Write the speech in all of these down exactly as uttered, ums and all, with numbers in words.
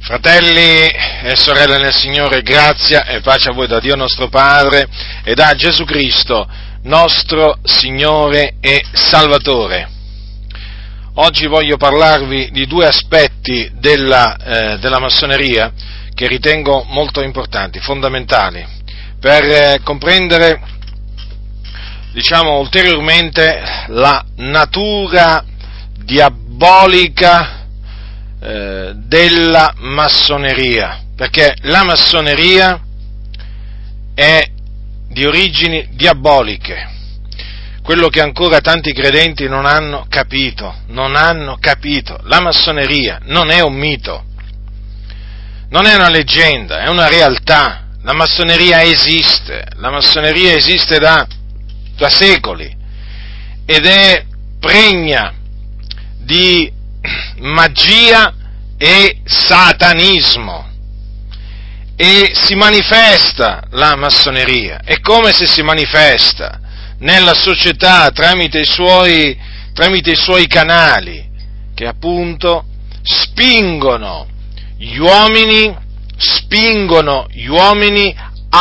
Fratelli e sorelle nel Signore, grazia e pace a voi da Dio nostro Padre e da Gesù Cristo, nostro Signore e Salvatore. Oggi voglio parlarvi di due aspetti della, eh, della massoneria che ritengo molto importanti, fondamentali, per eh, comprendere, diciamo, ulteriormente la natura diabolica della massoneria, perché la massoneria è di origini diaboliche, quello che ancora tanti credenti non hanno capito, non hanno capito. La massoneria non è un mito, non è una leggenda, è una realtà. La massoneria esiste, la massoneria esiste da, da secoli ed è pregna di magia e satanismo, e si manifesta la massoneria. E come se si manifesta nella società tramite i suoi, tramite i suoi canali, che appunto spingono gli uomini, spingono gli uomini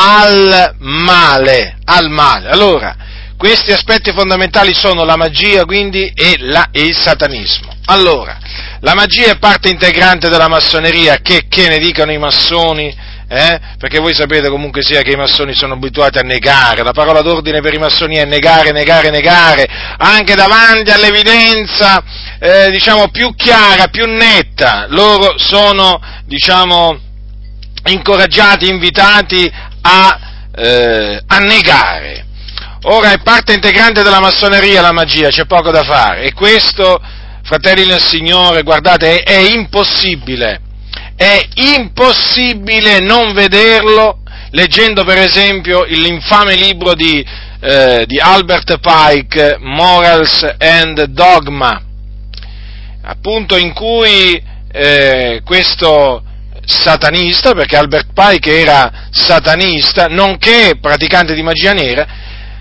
al male, al male. Allora, questi aspetti fondamentali sono la magia, quindi, e, la, e il satanismo. Allora, la magia è parte integrante della massoneria, che, che ne dicano i massoni, eh? Perché voi sapete comunque sia che i massoni sono abituati a negare. La parola d'ordine per i massoni è negare, negare, negare, anche davanti all'evidenza, eh, diciamo, più chiara, più netta. Loro sono, diciamo, incoraggiati, invitati a, eh, a negare. Ora, è parte integrante della massoneria la magia, c'è poco da fare, e questo, fratelli nel Signore, guardate, è, è impossibile, è impossibile non vederlo leggendo per esempio l'infame libro di, eh, di Albert Pike, Morals and Dogma, appunto, in cui eh, questo satanista, perché Albert Pike era satanista, nonché praticante di magia nera,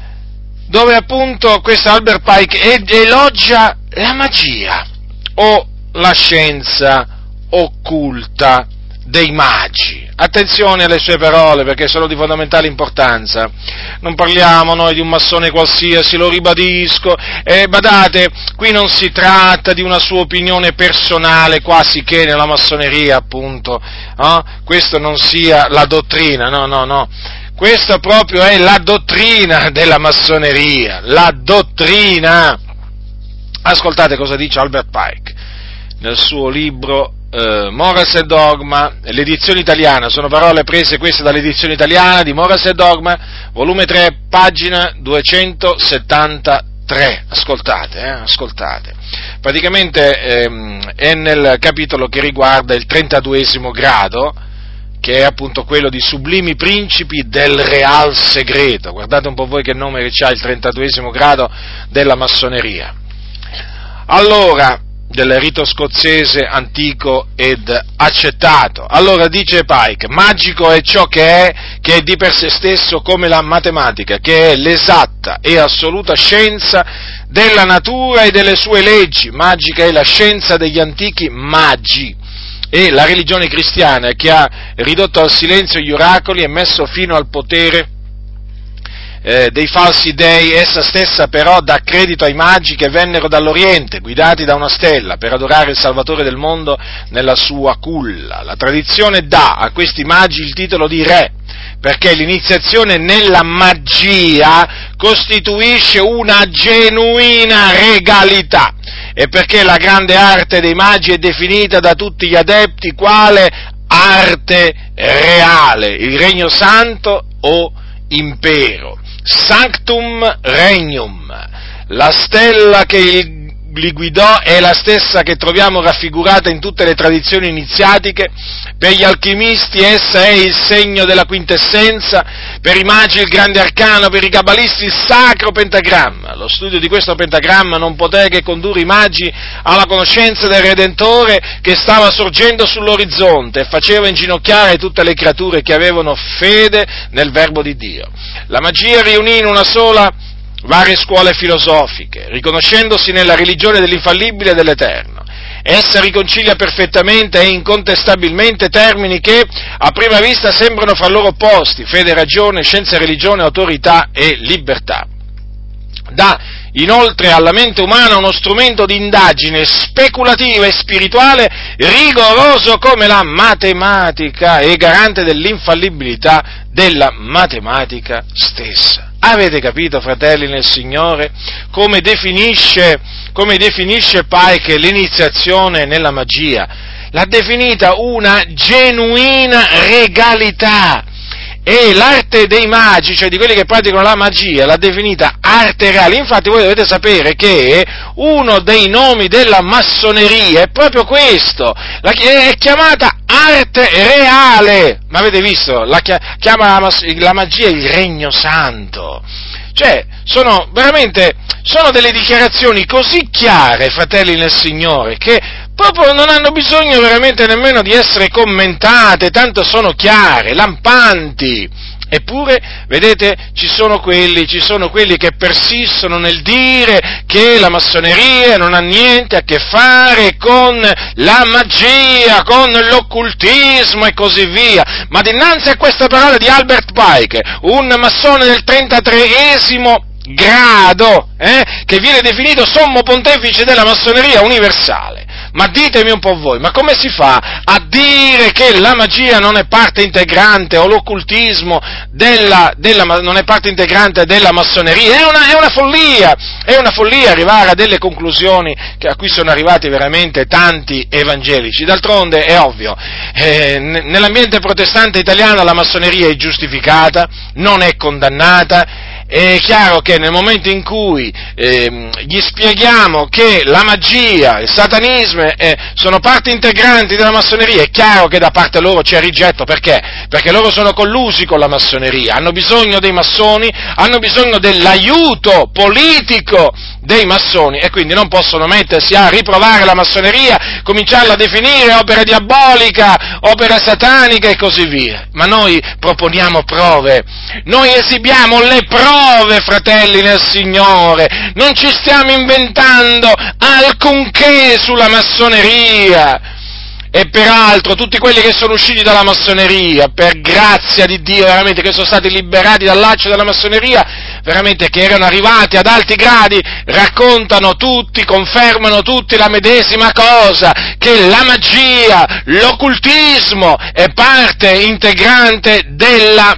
dove appunto questo Albert Pike elogia la magia o la scienza occulta dei magi. Attenzione alle sue parole, perché sono di fondamentale importanza. Non parliamo noi di un massone qualsiasi, lo ribadisco, e badate, qui non si tratta di una sua opinione personale, quasi che nella massoneria appunto, eh, questo non sia la dottrina, no, no, no. Questa proprio è la dottrina della massoneria, la dottrina. Ascoltate cosa dice Albert Pike nel suo libro eh, Morals and Dogma, l'edizione italiana, sono parole prese queste dall'edizione italiana di Morals and Dogma, volume tre, pagina duecentosettantatré. Ascoltate, eh, ascoltate. Praticamente ehm, è nel capitolo che riguarda il trentaduesimo grado, che è appunto quello di Sublimi Principi del Real Segreto. Guardate un po' voi che nome che c'ha il trentaduesimo grado della massoneria. Allora, del rito scozzese antico ed accettato. Allora dice Pike: magico è ciò che è, che è di per sé stesso come la matematica, che è l'esatta e assoluta scienza della natura e delle sue leggi. Magica è la scienza degli antichi magi. E la religione cristiana, che ha ridotto al silenzio gli oracoli e messo fino al potere eh, dei falsi dei, essa stessa però dà credito ai magi che vennero dall'Oriente, guidati da una stella, per adorare il Salvatore del mondo nella sua culla. La tradizione dà a questi magi il titolo di re, perché l'iniziazione nella magia costituisce una genuina regalità, e perché la grande arte dei magi è definita da tutti gli adepti quale arte reale, il regno santo o impero, sanctum regnum. La stella che il li guidò è la stessa che troviamo raffigurata in tutte le tradizioni iniziatiche. Per gli alchimisti essa è il segno della quintessenza, per i magi il grande arcano, per i cabalisti il sacro pentagramma. Lo studio di questo pentagramma non poté che condurre i magi alla conoscenza del Redentore che stava sorgendo sull'orizzonte e faceva inginocchiare tutte le creature che avevano fede nel verbo di Dio. La magia riunì in una sola varie scuole filosofiche, riconoscendosi nella religione dell'infallibile e dell'eterno, essa riconcilia perfettamente e incontestabilmente termini che a prima vista sembrano fra loro opposti: fede, ragione, scienza, religione, autorità e libertà. Dà inoltre alla mente umana uno strumento di indagine speculativa e spirituale rigoroso come la matematica e garante dell'infallibilità della matematica stessa. Avete capito, fratelli nel Signore, come definisce, come definisce Pike l'iniziazione nella magia? L'ha definita una genuina regalità. E l'arte dei magi, cioè di quelli che praticano la magia, l'ha definita arte reale. Infatti voi dovete sapere che uno dei nomi della massoneria è proprio questo, la, è chiamata arte reale. Ma avete visto? La chiama la, la magia il regno santo. Cioè, sono veramente, sono delle dichiarazioni così chiare, fratelli nel Signore, che proprio non hanno bisogno veramente nemmeno di essere commentate, tanto sono chiare, lampanti. Eppure, vedete, ci sono quelli, ci sono quelli che persistono nel dire che la massoneria non ha niente a che fare con la magia, con l'occultismo e così via. Ma dinanzi a questa parola di Albert Pike, un massone del trentatreesimo grado, eh, che viene definito sommo pontefice della massoneria universale. Ma ditemi un po' voi, ma come si fa a dire che la magia non è parte integrante o l'occultismo della, della, non è parte integrante della massoneria? È una, è una follia, è una follia arrivare a delle conclusioni che, a cui sono arrivati veramente tanti evangelici. D'altronde è ovvio, eh, nell'ambiente protestante italiano la massoneria è giustificata, non è condannata. È chiaro che nel momento in cui eh, gli spieghiamo che la magia, il satanismo eh, sono parti integranti della massoneria, è chiaro che da parte loro c'è rigetto. Perché? Perché loro sono collusi con la massoneria, hanno bisogno dei massoni, hanno bisogno dell'aiuto politico dei massoni e quindi non possono mettersi a riprovare la massoneria, cominciarla a definire opera diabolica, opera satanica e così via. Ma noi proponiamo prove, noi esibiamo le prove, fratelli nel Signore, non ci stiamo inventando alcunché sulla massoneria. E peraltro tutti quelli che sono usciti dalla massoneria, per grazia di Dio, veramente, che sono stati liberati dal laccio della massoneria, veramente che erano arrivati ad alti gradi, raccontano tutti, confermano tutti la medesima cosa, che la magia, l'occultismo è parte integrante della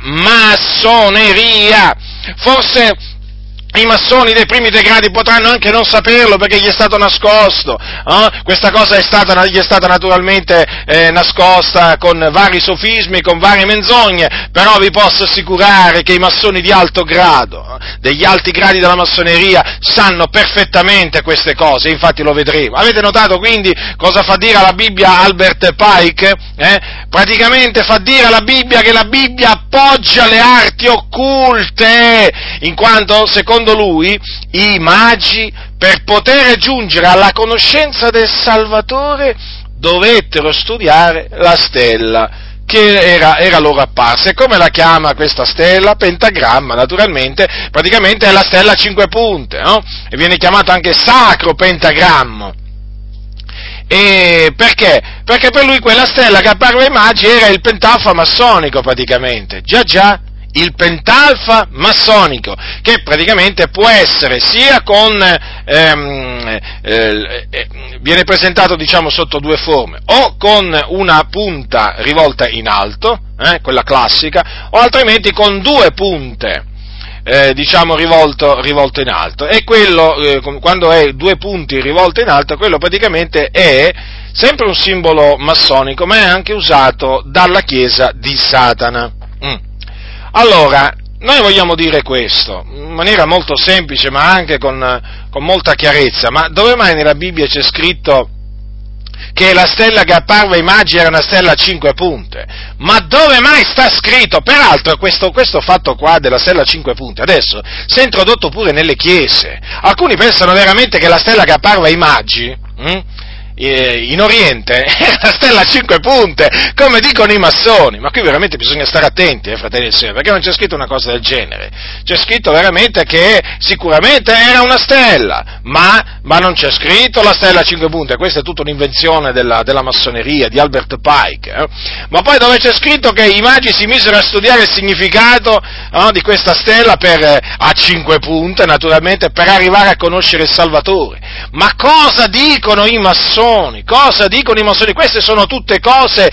massoneria. Forse i massoni dei primi tre gradi potranno anche non saperlo perché gli è stato nascosto, eh? Questa cosa è stata, gli è stata naturalmente eh, nascosta con vari sofismi, con varie menzogne, però vi posso assicurare che i massoni di alto grado, eh, degli alti gradi della massoneria, sanno perfettamente queste cose, infatti lo vedremo. Avete notato quindi cosa fa dire alla Bibbia Albert Pike? Eh? Praticamente fa dire alla Bibbia che la Bibbia appoggia le arti occulte, in quanto, secondo lui, i magi, per poter giungere alla conoscenza del Salvatore, dovettero studiare la stella che era, era loro apparsa. E come la chiama questa stella? Pentagramma, naturalmente, praticamente è la stella a cinque punte, no? E viene chiamato anche sacro pentagramma. E perché? Perché per lui quella stella che apparve ai magi era il pentalfa massonico, praticamente. Già già. Il pentalfa massonico, che praticamente può essere sia con, ehm, eh, eh, viene presentato diciamo sotto due forme, o con una punta rivolta in alto, eh, quella classica, o altrimenti con due punte, eh, diciamo rivolto, rivolto in alto, e quello, eh, quando è due punti rivolti in alto, quello praticamente è sempre un simbolo massonico, ma è anche usato dalla Chiesa di Satana. Mm. Allora, noi vogliamo dire questo, in maniera molto semplice, ma anche con, con molta chiarezza, ma dove mai nella Bibbia c'è scritto che la stella che apparve ai magi era una stella a cinque punte? Ma dove mai sta scritto? Peraltro questo, questo fatto qua della stella a cinque punte adesso si è introdotto pure nelle chiese. Alcuni pensano veramente che la stella che apparve ai magi, hm, in Oriente era la stella a cinque punte, come dicono i massoni. Ma qui veramente bisogna stare attenti, eh, fratelli e sorelle, perché non c'è scritto una cosa del genere. C'è scritto veramente che sicuramente era una stella, ma, ma non c'è scritto la stella a cinque punte. Questa è tutta un'invenzione della, della massoneria, di Albert Pike. Eh. Ma poi dove c'è scritto che i magi si misero a studiare il significato, no, di questa stella per, eh, a cinque punte, naturalmente, per arrivare a conoscere il Salvatore. Ma cosa dicono i massoni? Cosa dicono i massoni? Queste sono tutte cose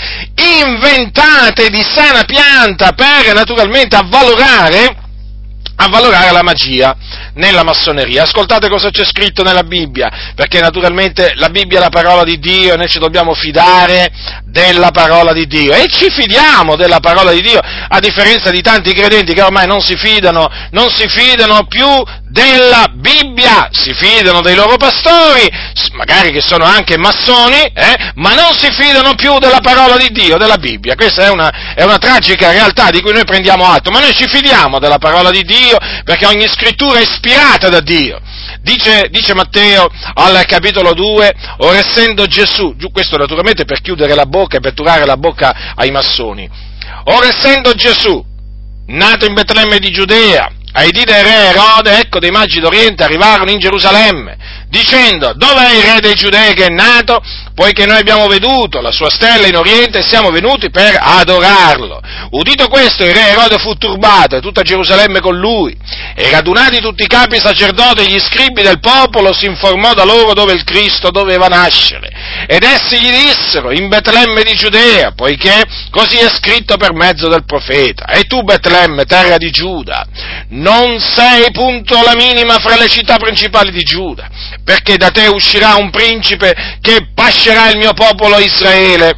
inventate di sana pianta per, naturalmente, avvalorare, avvalorare la magia nella massoneria. Ascoltate cosa c'è scritto nella Bibbia, perché naturalmente la Bibbia è la parola di Dio e noi ci dobbiamo fidare della parola di Dio, e ci fidiamo della parola di Dio, a differenza di tanti credenti che ormai non si fidano, non si fidano più della Bibbia, si fidano dei loro pastori, magari che sono anche massoni, eh, ma non si fidano più della parola di Dio, della Bibbia. Questa è una, è una tragica realtà di cui noi prendiamo atto, ma noi ci fidiamo della parola di Dio, perché ogni scrittura è ispirata da Dio. Dice, dice Matteo al capitolo due, or essendo Gesù, questo naturalmente per chiudere la bocca e per turare la bocca ai massoni, or essendo Gesù nato in Betlemme di Giudea, ai dì del re Erode, ecco dei magi d'Oriente arrivarono in Gerusalemme, dicendo: dov'è il re dei Giudei che è nato? Poiché noi abbiamo veduto la sua stella in Oriente e siamo venuti per adorarlo. Udito questo, il re Erode fu turbato e tutta Gerusalemme con lui, e radunati tutti i capi sacerdoti e gli scribi del popolo, si informò da loro dove il Cristo doveva nascere. Ed essi gli dissero: in Betlemme di Giudea, poiché così è scritto per mezzo del profeta. E tu, Betlemme, terra di Giuda, non sei punto la minima fra le città principali di Giuda, perché da te uscirà un principe che pascerà il mio popolo Israele.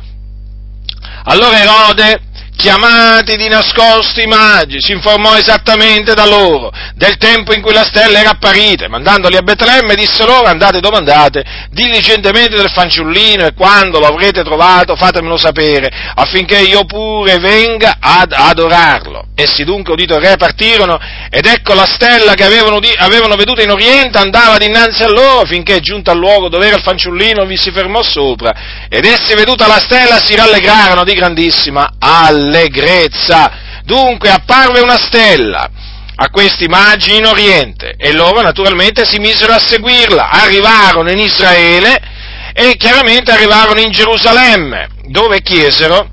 Allora Erode, chiamati di nascosto i magi, si informò esattamente da loro del tempo in cui la stella era apparita, mandandoli a Betlemme disse loro: andate dove andate, diligentemente del fanciullino, e quando lo avrete trovato fatemelo sapere, affinché io pure venga ad adorarlo. Essi dunque, udito il re, partirono, ed ecco la stella che avevano, di, avevano veduta in Oriente andava dinanzi a loro, finché giunta al luogo dove era il fanciullino vi si fermò sopra, ed essi, veduta la stella, si rallegrarono di grandissima allegrezza. Dunque apparve una stella a questi magi in Oriente, e loro naturalmente si misero a seguirla, arrivarono in Israele e chiaramente arrivarono in Gerusalemme, dove chiesero: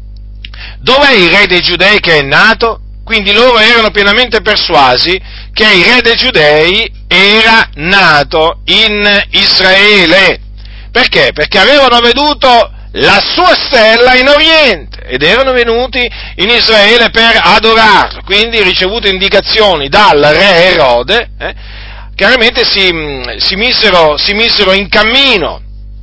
dov'è il re dei Giudei che è nato? Quindi loro erano pienamente persuasi che il re dei Giudei era nato in Israele. Perché? Perché avevano veduto la sua stella in Oriente ed erano venuti in Israele per adorarlo. Quindi, ricevute indicazioni dal re Erode, eh, chiaramente si, si, misero, si misero in cammino,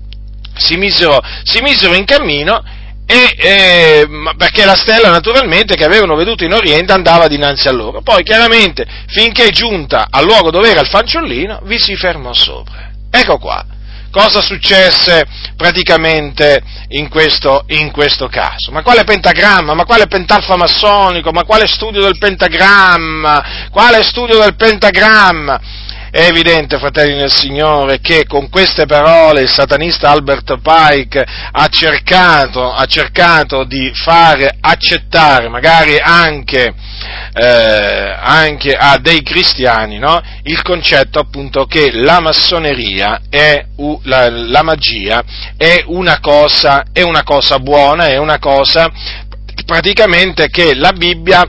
si misero, si misero in cammino E, eh, perché la stella naturalmente che avevano veduto in Oriente andava dinanzi a loro. Poi chiaramente, finché giunta al luogo dove era il fanciullino, vi si fermò sopra. Ecco qua cosa successe praticamente in questo, in questo caso. Ma quale pentagramma? Ma quale pentalfa massonico? Ma quale studio del pentagramma? Quale studio del pentagramma? È evidente, fratelli nel Signore, che con queste parole il satanista Albert Pike ha cercato, ha cercato di fare accettare, magari anche, eh, anche a dei cristiani, no? Il concetto appunto che la massoneria è, la, la magia è una cosa, è una cosa buona, è una cosa praticamente che la Bibbia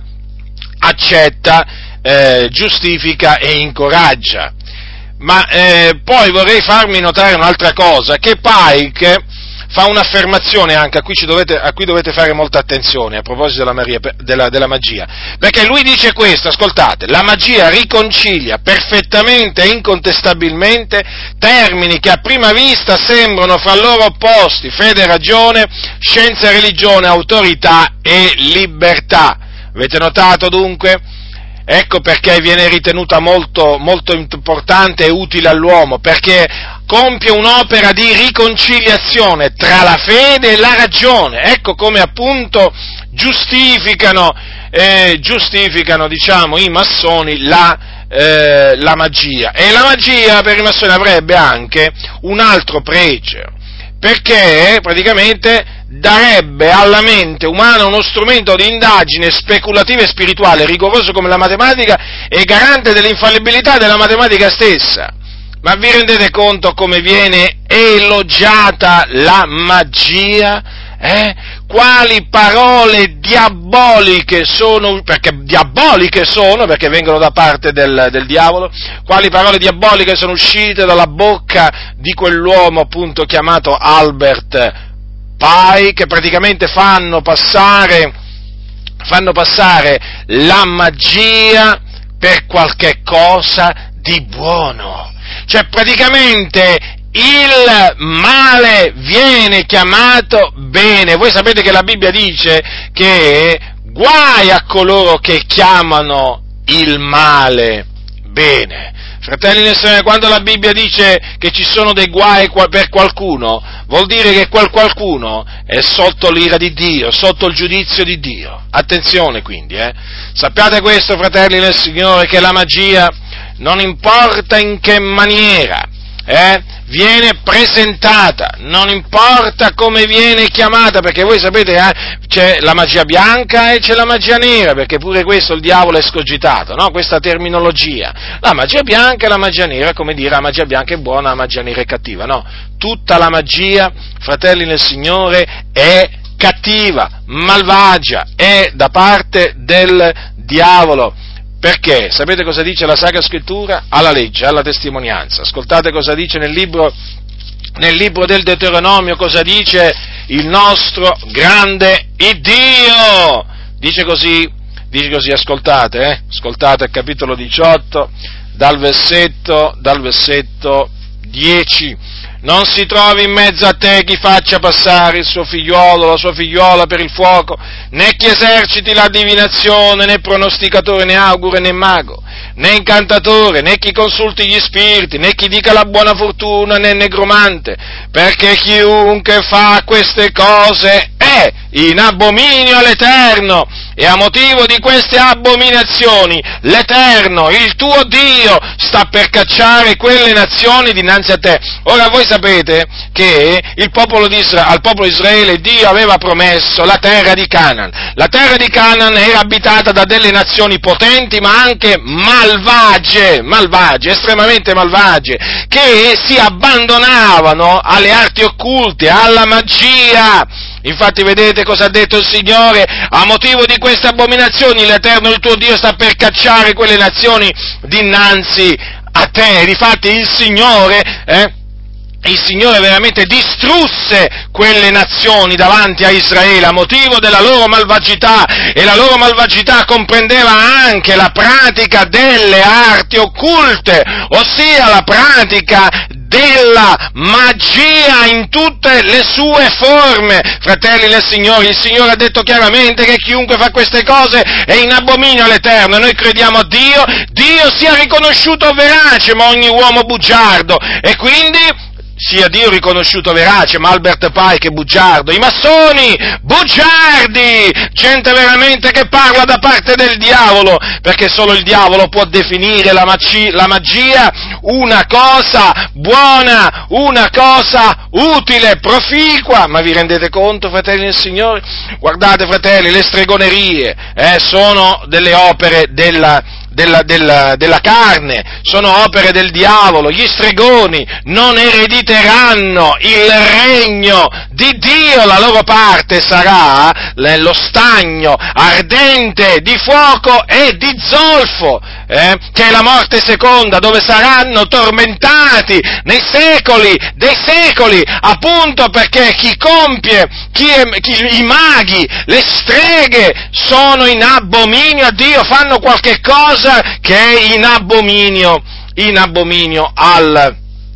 accetta, Eh, giustifica e incoraggia. Ma eh, poi vorrei farmi notare un'altra cosa, che Pike fa un'affermazione anche a cui, ci dovete, a cui dovete fare molta attenzione a proposito della, Maria, della, della magia, perché lui dice questo: ascoltate, la magia riconcilia perfettamente e incontestabilmente termini che a prima vista sembrano fra loro opposti: fede e ragione, scienza e religione, autorità e libertà. Avete notato dunque? Ecco perché viene ritenuta molto, molto importante e utile all'uomo, perché compie un'opera di riconciliazione tra la fede e la ragione. Ecco come appunto giustificano, eh, giustificano diciamo, i massoni la, eh, la magia. E la magia per i massoni avrebbe anche un altro pregio, perché praticamente darebbe alla mente umana uno strumento di indagine speculativa e spirituale, rigoroso come la matematica e garante dell'infallibilità della matematica stessa. Ma vi rendete conto come viene elogiata la magia? Eh? Quali parole diaboliche sono, perché diaboliche sono, perché vengono da parte del, del diavolo, quali parole diaboliche sono uscite dalla bocca di quell'uomo appunto chiamato Albert Pike, che praticamente fanno passare, fanno passare la magia per qualche cosa di buono. Cioè praticamente il male viene chiamato bene. Voi sapete che la Bibbia dice che guai a coloro che chiamano il male bene. Fratelli nel Signore, quando la Bibbia dice che ci sono dei guai per qualcuno, vuol dire che quel qualcuno è sotto l'ira di Dio, sotto il giudizio di Dio. Attenzione quindi, eh. Sappiate questo, fratelli nel Signore, che la magia, non importa in che maniera, eh, viene presentata, non importa come viene chiamata, perché voi sapete, eh, c'è la magia bianca e c'è la magia nera, perché pure questo il diavolo è escogitato, no? Questa terminologia. La magia bianca e la magia nera, come dire, la magia bianca è buona, la magia nera è cattiva, no? Tutta la magia, fratelli nel Signore, è cattiva, malvagia, è da parte del diavolo. Perché? Sapete cosa dice la Sacra Scrittura? Alla legge, alla testimonianza. Ascoltate cosa dice nel libro, nel libro del Deuteronomio, cosa dice il nostro grande Iddio. Dice così, dice così, ascoltate, eh? Ascoltate il capitolo diciotto, dal versetto, dal versetto dieci. Non si trovi in mezzo a te chi faccia passare il suo figliuolo, la sua figliuola per il fuoco, né chi eserciti la divinazione, né pronosticatore, né augure, né mago, né incantatore, né chi consulti gli spiriti, né chi dica la buona fortuna, né negromante, perché chiunque fa queste cose è in abominio all'Eterno, e a motivo di queste abominazioni l'Eterno, il tuo Dio, sta per cacciare quelle nazioni dinanzi a te. Ora voi sapete che il popolo di Isra- al popolo di Israele Dio aveva promesso la terra di Canaan. La terra di Canaan era abitata da delle nazioni potenti ma anche malvagie, malvagie, estremamente malvagie, che si abbandonavano alle arti occulte, alla magia. Infatti vedete cosa ha detto il Signore? A motivo di queste abominazioni l'Eterno, il tuo Dio, sta per cacciare quelle nazioni dinanzi a te. Difatti il Signore, eh, il Signore veramente distrusse quelle nazioni davanti a Israele a motivo della loro malvagità, e la loro malvagità comprendeva anche la pratica delle arti occulte, ossia la pratica della magia in tutte le sue forme. Fratelli del Signore, il Signore ha detto chiaramente che chiunque fa queste cose è in abominio all'Eterno, e noi crediamo a Dio, Dio sia riconosciuto verace, ma ogni uomo bugiardo, e quindi sia Dio riconosciuto verace, ma Albert Pike è bugiardo, i massoni, bugiardi, gente veramente che parla da parte del diavolo, perché solo il diavolo può definire la, maci, la magia una cosa buona, una cosa utile, proficua. Ma vi rendete conto, fratelli del Signore? Guardate, fratelli, le stregonerie eh, sono delle opere della Della, della, della carne, sono opere del diavolo. Gli stregoni non erediteranno il regno di Dio, la loro parte sarà lo stagno ardente di fuoco e di zolfo, eh, che è la morte seconda, dove saranno tormentati nei secoli dei secoli, appunto perché chi compie, chi è, chi, i maghi, le streghe sono in abominio a Dio, fanno qualche cosa che è in abominio, in abominio al,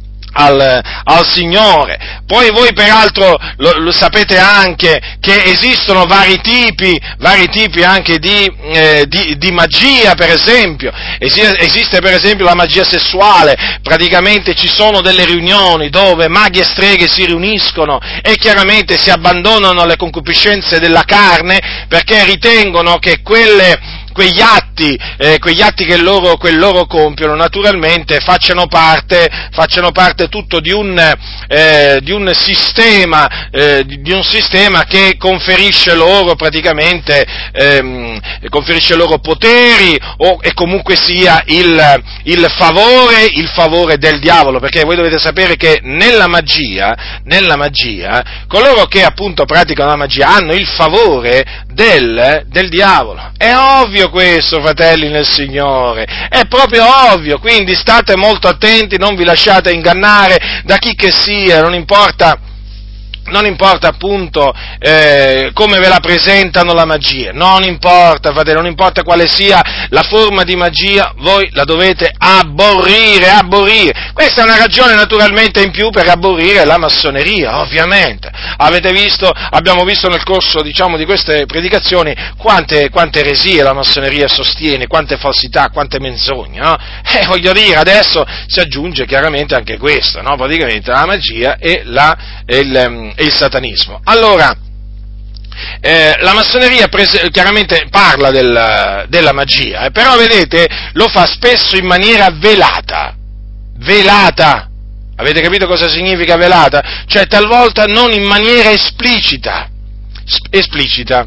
al, al Signore. Poi voi peraltro lo, lo sapete anche che esistono vari tipi, vari tipi anche di, eh, di, di magia, per esempio. Esiste, esiste per esempio la magia sessuale, praticamente ci sono delle riunioni dove maghi e streghe si riuniscono e chiaramente si abbandonano alle concupiscenze della carne, perché ritengono che quelle quegli atti, eh, quegli atti che loro, che loro compiono, naturalmente facciano parte, facciano parte tutto di un, eh, di un sistema, eh, di un sistema che conferisce loro praticamente, ehm, conferisce loro poteri, o, e comunque sia il, il favore, il favore del diavolo, perché voi dovete sapere che nella magia, nella magia, coloro che appunto praticano la magia hanno il favore del, del diavolo. È ovvio questo, fratelli nel Signore, è proprio ovvio, quindi state molto attenti, non vi lasciate ingannare da chi che sia, non importa Non importa appunto eh, come ve la presentano la magia, non importa, fratelli, non importa quale sia la forma di magia, voi la dovete abborrire, abborrire. Questa è una ragione naturalmente in più per abborrire la massoneria, ovviamente. Avete visto, abbiamo visto nel corso, diciamo, di queste predicazioni quante, quante eresie la massoneria sostiene, quante falsità, quante menzogne, no? Eh, voglio dire, adesso si aggiunge chiaramente anche questo, no? Praticamente la magia e la, e il, e il satanismo. Allora, eh, la massoneria prese, chiaramente parla del, della magia, eh, però vedete, lo fa spesso in maniera velata, velata, avete capito cosa significa velata? Cioè talvolta non in maniera esplicita, esplicita.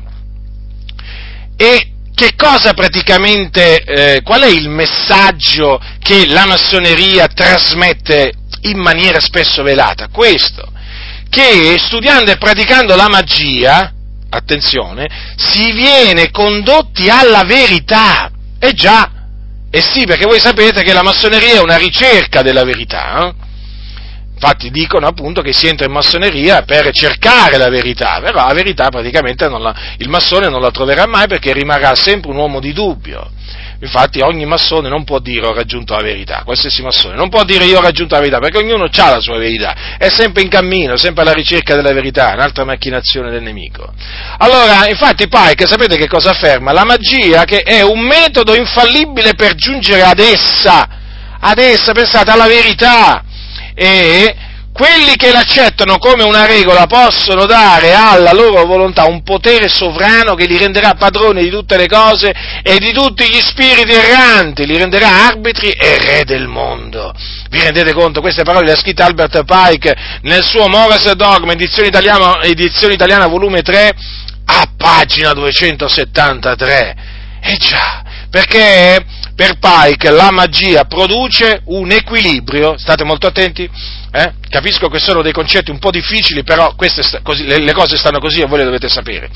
E che cosa praticamente, eh, qual è il messaggio che la massoneria trasmette in maniera spesso velata? Questo, che studiando e praticando la magia, attenzione, si viene condotti alla verità. Eh già, eh sì, perché voi sapete che la massoneria è una ricerca della verità, eh? Infatti dicono appunto che si entra in massoneria per cercare la verità, però la verità praticamente non la, il massone non la troverà mai, perché rimarrà sempre un uomo di dubbio. Infatti ogni massone non può dire ho raggiunto la verità, qualsiasi massone non può dire io ho raggiunto la verità, perché ognuno ha la sua verità, è sempre in cammino, sempre alla ricerca della verità, un'altra macchinazione del nemico. Allora, infatti Pike, sapete che cosa afferma? La magia che è un metodo infallibile per giungere ad essa, ad essa, pensate, alla verità, e quelli che l'accettano come una regola possono dare alla loro volontà un potere sovrano che li renderà padroni di tutte le cose e di tutti gli spiriti erranti, li renderà arbitri e re del mondo. Vi rendete conto? Queste parole le ha scritte Albert Pike nel suo Moral and Dogma, edizione italiana, edizione italiana volume tre, a pagina duecentosettantatré. Eh già, perché per Pike la magia produce un equilibrio, state molto attenti, eh? Capisco che sono dei concetti un po' difficili, però queste, così, le, le cose stanno così e voi le dovete sapere.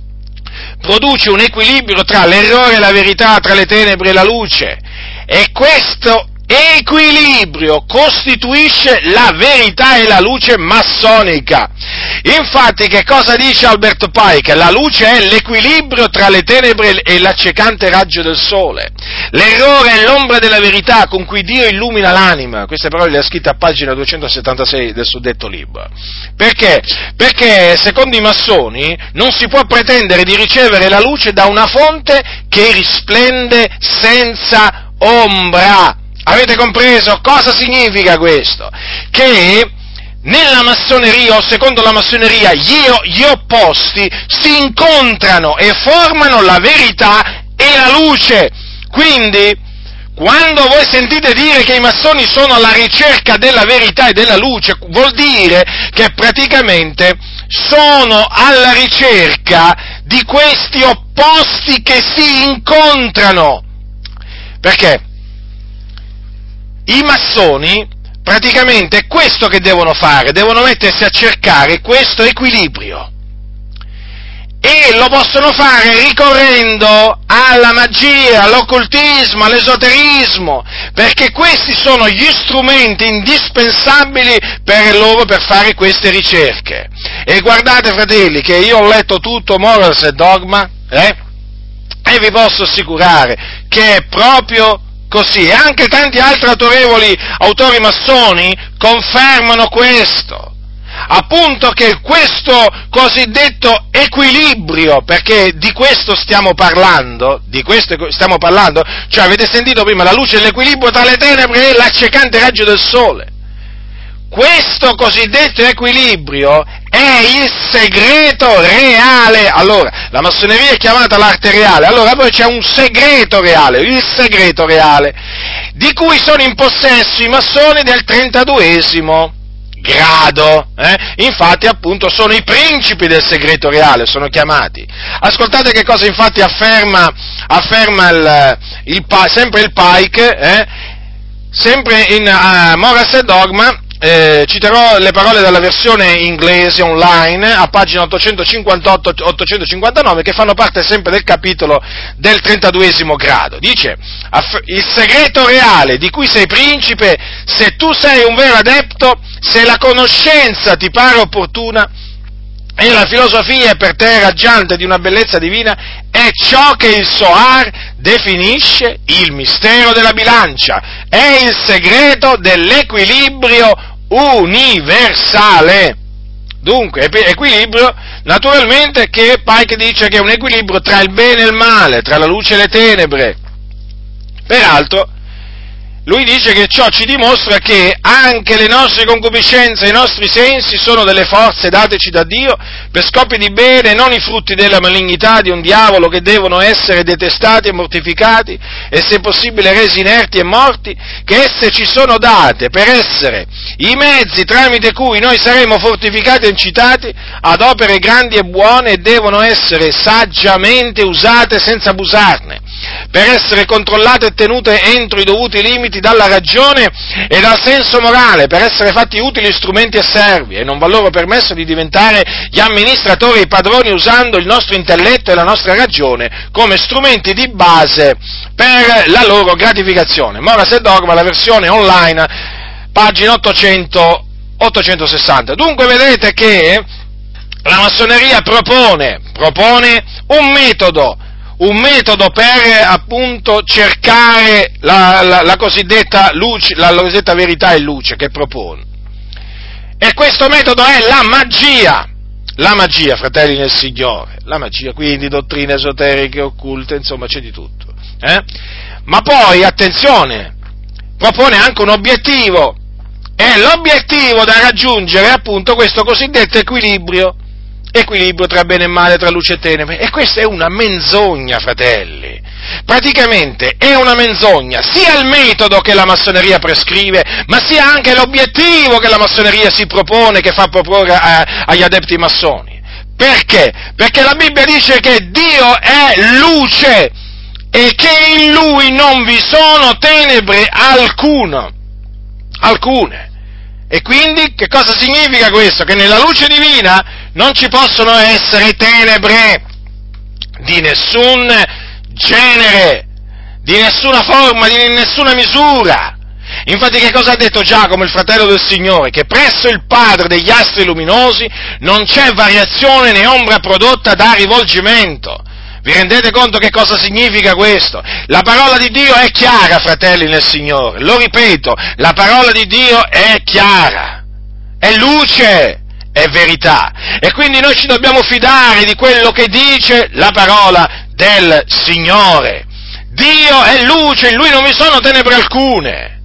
Produce un equilibrio tra l'errore e la verità, tra le tenebre e la luce, e questo equilibrio costituisce la verità e la luce massonica. Infatti, che cosa dice Albert Pike? La luce è l'equilibrio tra le tenebre e l'accecante raggio del sole. L'errore è l'ombra della verità con cui Dio illumina l'anima. Queste parole le ha scritte a pagina duecentosettantasei del suddetto libro. Perché? Perché, secondo i massoni, non si può pretendere di ricevere la luce da una fonte che risplende senza ombra. Avete compreso? Cosa significa questo? Che nella massoneria, o secondo la massoneria, gli, gli opposti si incontrano e formano la verità e la luce. Quindi, quando voi sentite dire che i massoni sono alla ricerca della verità e della luce, vuol dire che praticamente sono alla ricerca di questi opposti che si incontrano. Perché? I massoni praticamente è questo che devono fare, devono mettersi a cercare questo equilibrio, e lo possono fare ricorrendo alla magia, all'occultismo, all'esoterismo, perché questi sono gli strumenti indispensabili per loro per fare queste ricerche. E guardate, fratelli, che io ho letto tutto Morals and Dogma, eh? E vi posso assicurare che è proprio così, e anche tanti altri autorevoli autori massoni confermano questo, appunto che questo cosiddetto equilibrio, perché di questo stiamo parlando, di questo stiamo parlando, cioè avete sentito prima la luce e l'equilibrio tra le tenebre e l'accecante raggio del sole. questo cosiddetto equilibrio è il segreto reale. Allora, la massoneria è chiamata l'arte reale, allora poi c'è un segreto reale, il segreto reale, di cui sono in possesso i massoni del trentaduesimo grado, eh? Infatti appunto sono i principi del segreto reale, sono chiamati. Ascoltate che cosa infatti afferma, afferma il, il, sempre il Pike, eh? Sempre in uh, Moras e Dogma. Eh, citerò le parole dalla versione inglese online a pagina ottocentocinquantotto ottocentocinquantanove, che fanno parte sempre del capitolo del trentaduesimo grado. Dice: il segreto reale di cui sei principe, se tu sei un vero adepto, se la conoscenza ti pare opportuna e la filosofia è per te raggiante di una bellezza divina, è ciò che il Soar definisce il mistero della bilancia, è il segreto dell'equilibrio universale. Dunque, equilibrio, naturalmente, che Pike dice che è un equilibrio tra il bene e il male, tra la luce e le tenebre. Peraltro, lui dice che ciò ci dimostra che anche le nostre concupiscenze e i nostri sensi sono delle forze dateci da Dio per scopi di bene, non i frutti della malignità di un diavolo che devono essere detestati e mortificati e se possibile resi inerti e morti, che esse ci sono date per essere i mezzi tramite cui noi saremo fortificati e incitati ad opere grandi e buone e devono essere saggiamente usate senza abusarne, per essere controllate e tenute entro i dovuti limiti dalla ragione e dal senso morale, per essere fatti utili strumenti e servi, e non va loro permesso di diventare gli amministratori e i padroni usando il nostro intelletto e la nostra ragione come strumenti di base per la loro gratificazione. Moras e Dogma, la versione online, pagina ottocento ottocentosessanta. Dunque vedete che la massoneria propone, propone un metodo, un metodo per appunto cercare la, la, la cosiddetta luce, la cosiddetta verità e luce che propone. E questo metodo è la magia, la magia, fratelli nel Signore, la magia, quindi dottrine esoteriche, occulte, insomma c'è di tutto. Eh? Ma poi, attenzione, propone anche un obiettivo, e l'obiettivo da raggiungere è appunto questo cosiddetto equilibrio, equilibrio tra bene e male, tra luce e tenebre, e questa è una menzogna, fratelli. Praticamente è una menzogna sia il metodo che la massoneria prescrive, ma sia anche l'obiettivo che la massoneria si propone, che fa proporre a, agli adepti massoni. Perché? Perché la Bibbia dice che Dio è luce e che in Lui non vi sono tenebre alcuna, alcune. E quindi che cosa significa questo? Che nella luce divina non ci possono essere tenebre di nessun genere, di nessuna forma, di nessuna misura. Infatti che cosa ha detto Giacomo, il fratello del Signore? Che presso il Padre degli astri luminosi non c'è variazione né ombra prodotta da rivolgimento. Vi rendete conto che cosa significa questo? La parola di Dio è chiara, fratelli nel Signore, lo ripeto, la parola di Dio è chiara, è luce, è verità, e quindi noi ci dobbiamo fidare di quello che dice la parola del Signore. Dio è luce, in Lui non vi sono tenebre alcune.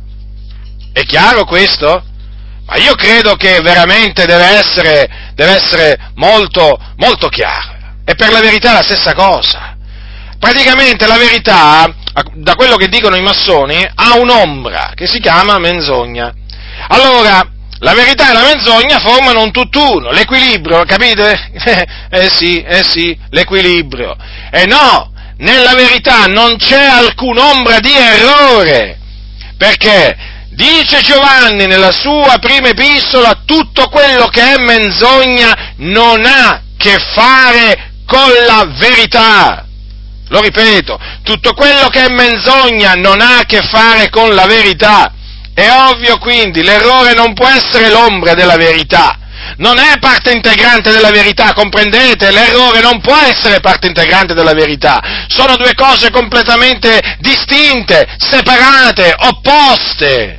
È chiaro questo? Ma io credo che veramente deve essere, deve essere molto, molto chiaro. E per la verità è la stessa cosa. Praticamente la verità, da quello che dicono i massoni, ha un'ombra che si chiama menzogna. Allora, la verità e la menzogna formano un tutt'uno, l'equilibrio, capite? Eh sì, eh sì, l'equilibrio. E no, nella verità non c'è alcun'ombra di errore, perché dice Giovanni nella sua prima epistola, tutto quello che è menzogna non ha che fare con la verità. Lo ripeto, tutto quello che è menzogna non ha a che fare con la verità. È ovvio quindi, l'errore non può essere l'ombra della verità, non è parte integrante della verità, comprendete? L'errore non può essere parte integrante della verità, sono due cose completamente distinte, separate, opposte.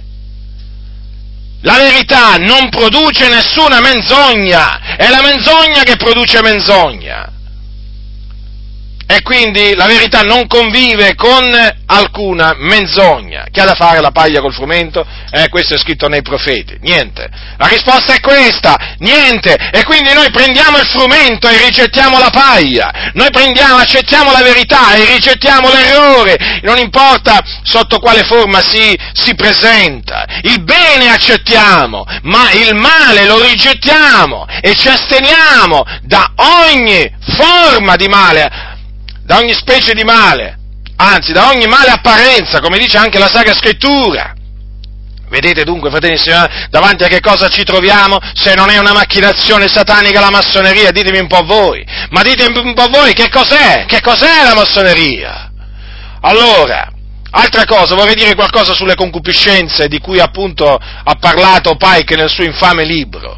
La verità non produce nessuna menzogna, è la menzogna che produce menzogna. e quindi la verità non convive con alcuna menzogna. Chi ha da fare la paglia col frumento? Eh, questo è scritto nei profeti. Niente. La risposta è questa, niente. E quindi noi prendiamo il frumento e rigettiamo la paglia. Noi prendiamo, accettiamo la verità e rigettiamo l'errore. Non importa sotto quale forma si, si presenta. Il bene accettiamo, ma il male lo rigettiamo e ci asteniamo da ogni forma di male, da ogni specie di male, anzi da ogni male apparenza, come dice anche la Sacra Scrittura. Vedete dunque, fratelli e signori, davanti a che cosa ci troviamo? Se non è una macchinazione satanica la massoneria, ditemi un po' voi, ma ditemi un po' voi che cos'è? Che cos'è la massoneria? Allora, altra cosa, vorrei dire qualcosa sulle concupiscenze di cui appunto ha parlato Pike nel suo infame libro.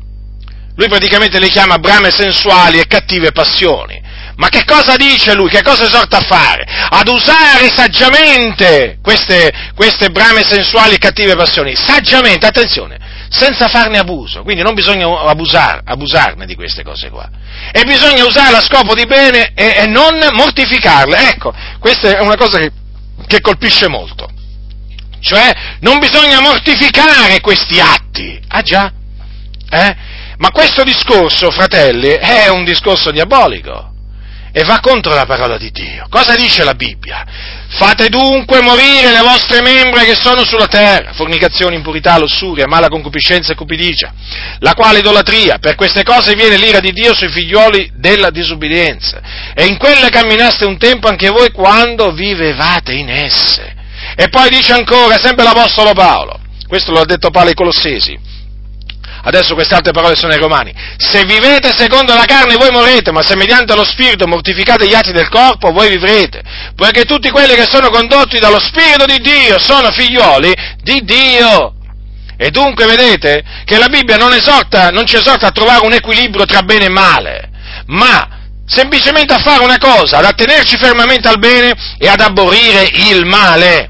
Lui praticamente le chiama brame sensuali e cattive passioni. Ma che cosa dice lui? Che cosa esorta a fare? Ad usare saggiamente queste, queste brame sensuali e cattive passioni. Saggiamente, attenzione, senza farne abuso. Quindi non bisogna abusar, abusarne di queste cose qua. E bisogna usarle a scopo di bene e, e non mortificarle. Ecco, questa è una cosa che, che colpisce molto. Cioè, non bisogna mortificare questi atti. Ah già? Eh? Ma questo discorso, fratelli, è un discorso diabolico. E va contro la parola di Dio. Cosa dice la Bibbia? Fate dunque morire le vostre membra che sono sulla terra, fornicazione, impurità, lussuria, mala concupiscenza e cupidigia, la quale idolatria. Per queste cose viene l'ira di Dio sui figlioli della disubbidienza. E in quelle camminaste un tempo anche voi quando vivevate in esse. E poi dice ancora, sempre l'Apostolo Paolo, questo lo ha detto Paolo ai Colossesi, adesso queste altre parole sono ai Romani: se vivete secondo la carne voi morrete, ma se mediante lo Spirito mortificate gli atti del corpo voi vivrete, poiché tutti quelli che sono condotti dallo Spirito di Dio sono figlioli di Dio. E dunque vedete che la Bibbia non esorta, non ci esorta a trovare un equilibrio tra bene e male, ma semplicemente a fare una cosa, ad attenerci fermamente al bene e ad aborrire il male.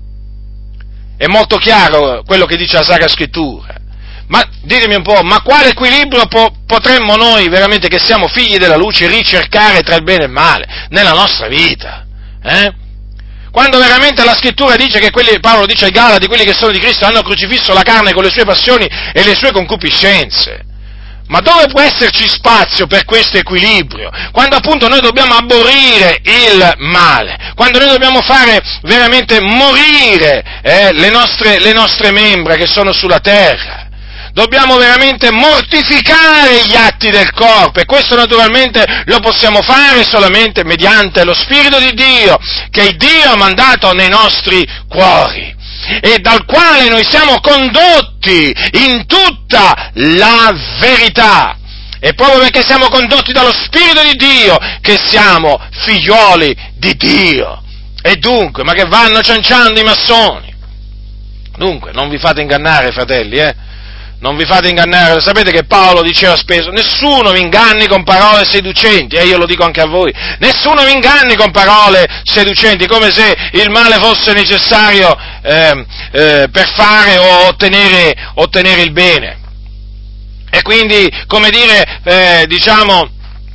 È molto chiaro quello che dice la Sacra Scrittura. Ma ditemi un po', ma quale equilibrio po- potremmo noi, veramente che siamo figli della luce, ricercare tra il bene e il male nella nostra vita? Eh? Quando veramente la Scrittura dice che quelli, Paolo dice ai Galati, quelli che sono di Cristo hanno crocifisso la carne con le sue passioni e le sue concupiscenze. Ma dove può esserci spazio per questo equilibrio? Quando appunto noi dobbiamo aborrire il male, quando noi dobbiamo fare veramente morire eh, le nostre, le nostre membra che sono sulla terra. Dobbiamo veramente mortificare gli atti del corpo, e questo naturalmente lo possiamo fare solamente mediante lo Spirito di Dio, che Dio ha mandato nei nostri cuori, e dal quale noi siamo condotti in tutta la verità. È proprio perché siamo condotti dallo Spirito di Dio che siamo figlioli di Dio. E dunque, ma che vanno cianciando i massoni? Dunque, non vi fate ingannare, fratelli, eh? Non vi fate ingannare, sapete che Paolo diceva spesso, nessuno vi inganni con parole seducenti, e eh, io lo dico anche a voi, nessuno vi inganni con parole seducenti, come se il male fosse necessario eh, eh, per fare o ottenere, ottenere il bene. E quindi, come dire, eh, diciamo,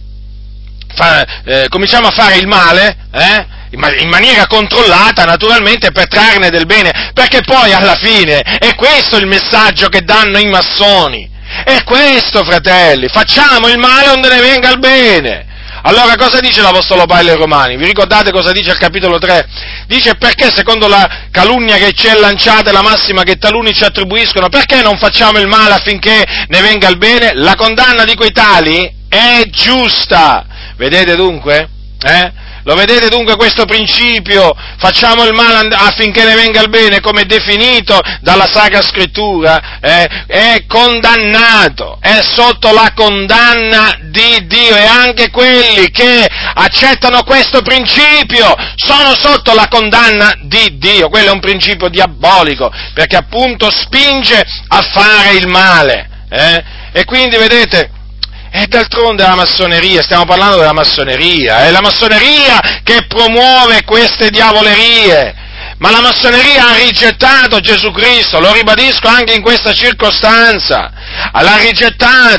fa, eh, cominciamo a fare il male, eh? in maniera controllata naturalmente per trarne del bene, perché poi alla fine è questo il messaggio che danno i massoni, è questo, fratelli, facciamo il male onde ne venga il bene. Allora cosa dice l'Apostolo Paolo ai Romani? Vi ricordate cosa dice al capitolo tre? Dice: perché secondo la calunnia che ci è lanciata e la massima che taluni ci attribuiscono, perché non facciamo il male affinché ne venga il bene? La condanna di quei tali è giusta. Vedete dunque? Eh? Lo vedete dunque questo principio? Facciamo il male affinché ne venga il bene, come definito dalla Sacra Scrittura, eh, è condannato, è sotto la condanna di Dio, e anche quelli che accettano questo principio sono sotto la condanna di Dio. Quello è un principio diabolico, perché appunto spinge a fare il male, eh? E quindi vedete, e d'altronde la massoneria, stiamo parlando della massoneria, è la massoneria che promuove queste diavolerie, ma la massoneria ha rigettato Gesù Cristo, lo ribadisco anche in questa circostanza, l'ha rigettato,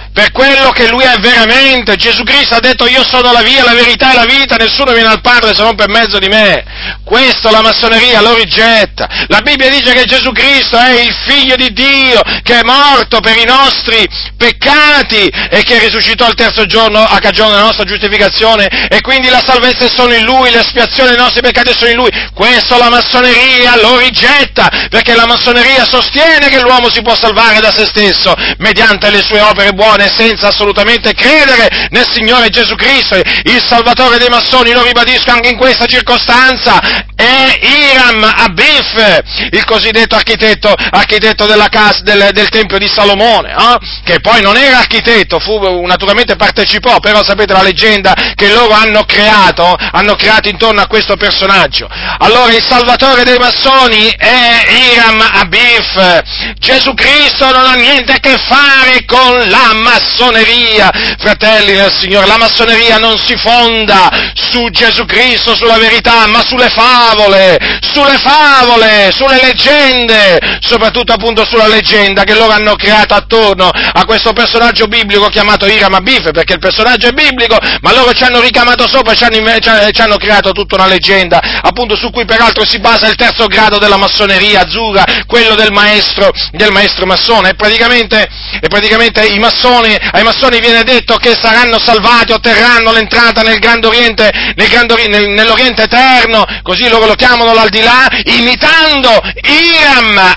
per quello che lui è veramente. Gesù Cristo ha detto: io sono la via, la verità e la vita, nessuno viene al Padre se non per mezzo di me. Questo la massoneria lo rigetta. La Bibbia dice che Gesù Cristo è il Figlio di Dio, che è morto per i nostri peccati e che risuscitò il terzo giorno a cagione della nostra giustificazione, e quindi la salvezza è solo in Lui, l'espiazione dei nostri peccati è solo in Lui. Questo la massoneria lo rigetta, perché la massoneria sostiene che l'uomo si può salvare da se stesso mediante le sue opere buone, senza assolutamente credere nel Signore Gesù Cristo. Il Salvatore dei massoni, lo ribadisco anche in questa circostanza, è Hiram Abif, il cosiddetto architetto, architetto della casa, del, del Tempio di Salomone, eh? Che poi non era architetto, fu, naturalmente partecipò, però sapete la leggenda che loro hanno creato, hanno creato intorno a questo personaggio. Allora il Salvatore dei massoni è Hiram Abif. Gesù Cristo non ha niente a che fare con la massoneria, fratelli del Signore. La massoneria non si fonda su Gesù Cristo, sulla verità, ma sulle favole, sulle favole, sulle leggende, soprattutto appunto sulla leggenda che loro hanno creato attorno a questo personaggio biblico chiamato Hiram Abif, perché il personaggio è biblico, ma loro ci hanno ricamato sopra, ci hanno, ci hanno creato tutta una leggenda, appunto su cui peraltro si basa il terzo grado della massoneria azzurra, quello del maestro, del maestro massone, e praticamente, e praticamente i massoni, ai massoni viene detto che saranno salvati, otterranno l'entrata nel Grande Oriente, nel Grande Oriente, nel, nell'Oriente eterno, così loro lo chiamano l'aldilà, imitando Hiram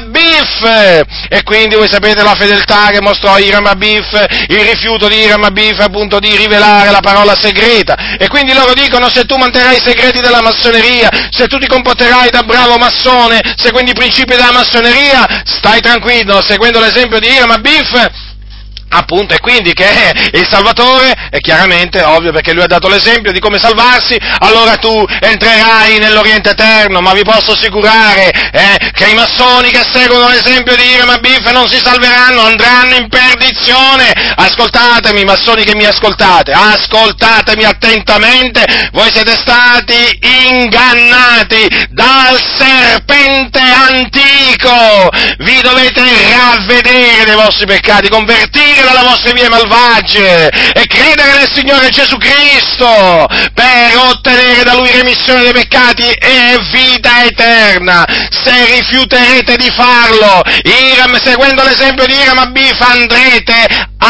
Abif. E quindi voi sapete la fedeltà che mostrò Hiram Abif, il rifiuto di Hiram Abif appunto di rivelare la parola segreta, e quindi loro dicono: se tu manterrai i segreti della massoneria, se tu ti comporterai da bravo massone seguendo i principi della massoneria, stai tranquillo, seguendo l'esempio di Hiram Abif, appunto, e quindi che è il Salvatore, è chiaramente ovvio, perché lui ha dato l'esempio di come salvarsi, allora tu entrerai nell'Oriente eterno. Ma vi posso assicurare eh, che i massoni che seguono l'esempio di Hiram Abif non si salveranno, andranno in perdizione. Ascoltatemi, massoni che mi ascoltate, ascoltatemi attentamente, voi siete stati ingannati dal serpente antico, vi dovete ravvedere dei vostri peccati, convertire dalle vostre vie malvagie e credere nel Signore Gesù Cristo per ottenere da Lui remissione dei peccati e vita eterna. Se rifiuterete di farlo, Hiram, seguendo l'esempio di Hiram Abif, andrete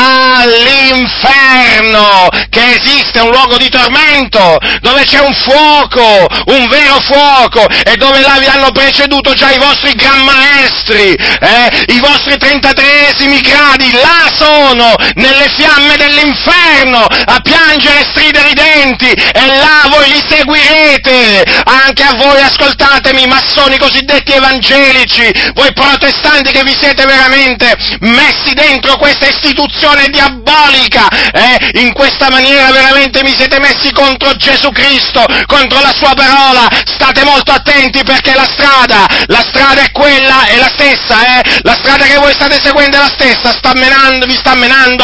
all'inferno, che esiste un luogo di tormento, dove c'è un fuoco, un vero fuoco, e dove là vi hanno preceduto già i vostri gran maestri, eh, i vostri trentatreesimi gradi, là sono, nelle fiamme dell'inferno, a piangere e stridere i denti, e là voi li seguirete. Anche a voi, ascoltatemi, massoni cosiddetti evangelici, voi protestanti che vi siete veramente messi dentro questa istituzione diabolica, eh, in questa maniera veramente vi siete messi contro Gesù Cristo, contro la sua parola. State molto attenti, perché la strada, la strada è quella, è la stessa, eh, la strada che voi state seguendo è la stessa, sta menando, vi sta menando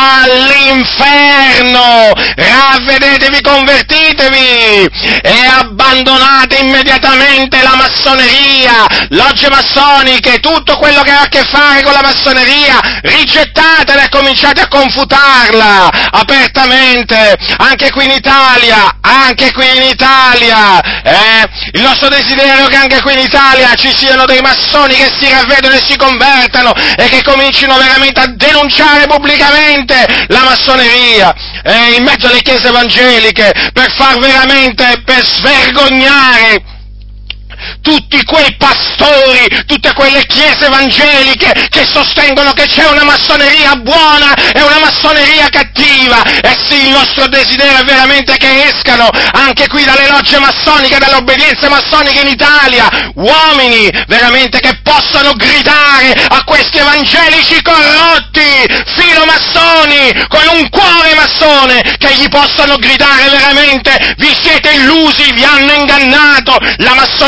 all'inferno. Ravvedetevi, convertitevi e abbandonate immediatamente la massoneria, logge massoniche, tutto quello che ha a che fare con la massoneria, rigettatela e cominciate a confutarla apertamente, anche qui in Italia, anche qui in Italia, eh? Il nostro desiderio è che anche qui in Italia ci siano dei massoni che si ravvedono e si convertano e che comincino veramente a denunciare pubblicamente la massoneria eh, in mezzo alle chiese evangeliche, per far veramente, per svergognare tutti quei pastori, tutte quelle chiese evangeliche che sostengono che c'è una massoneria buona e una massoneria cattiva. E sì, il nostro desiderio è veramente che escano anche qui dalle logge massoniche, dalle obbedienze massoniche in Italia, uomini veramente che possano gridare a questi evangelici corrotti, filomassoni, con un cuore massone, che gli possano gridare veramente: vi siete illusi, vi hanno ingannato, la massoneria è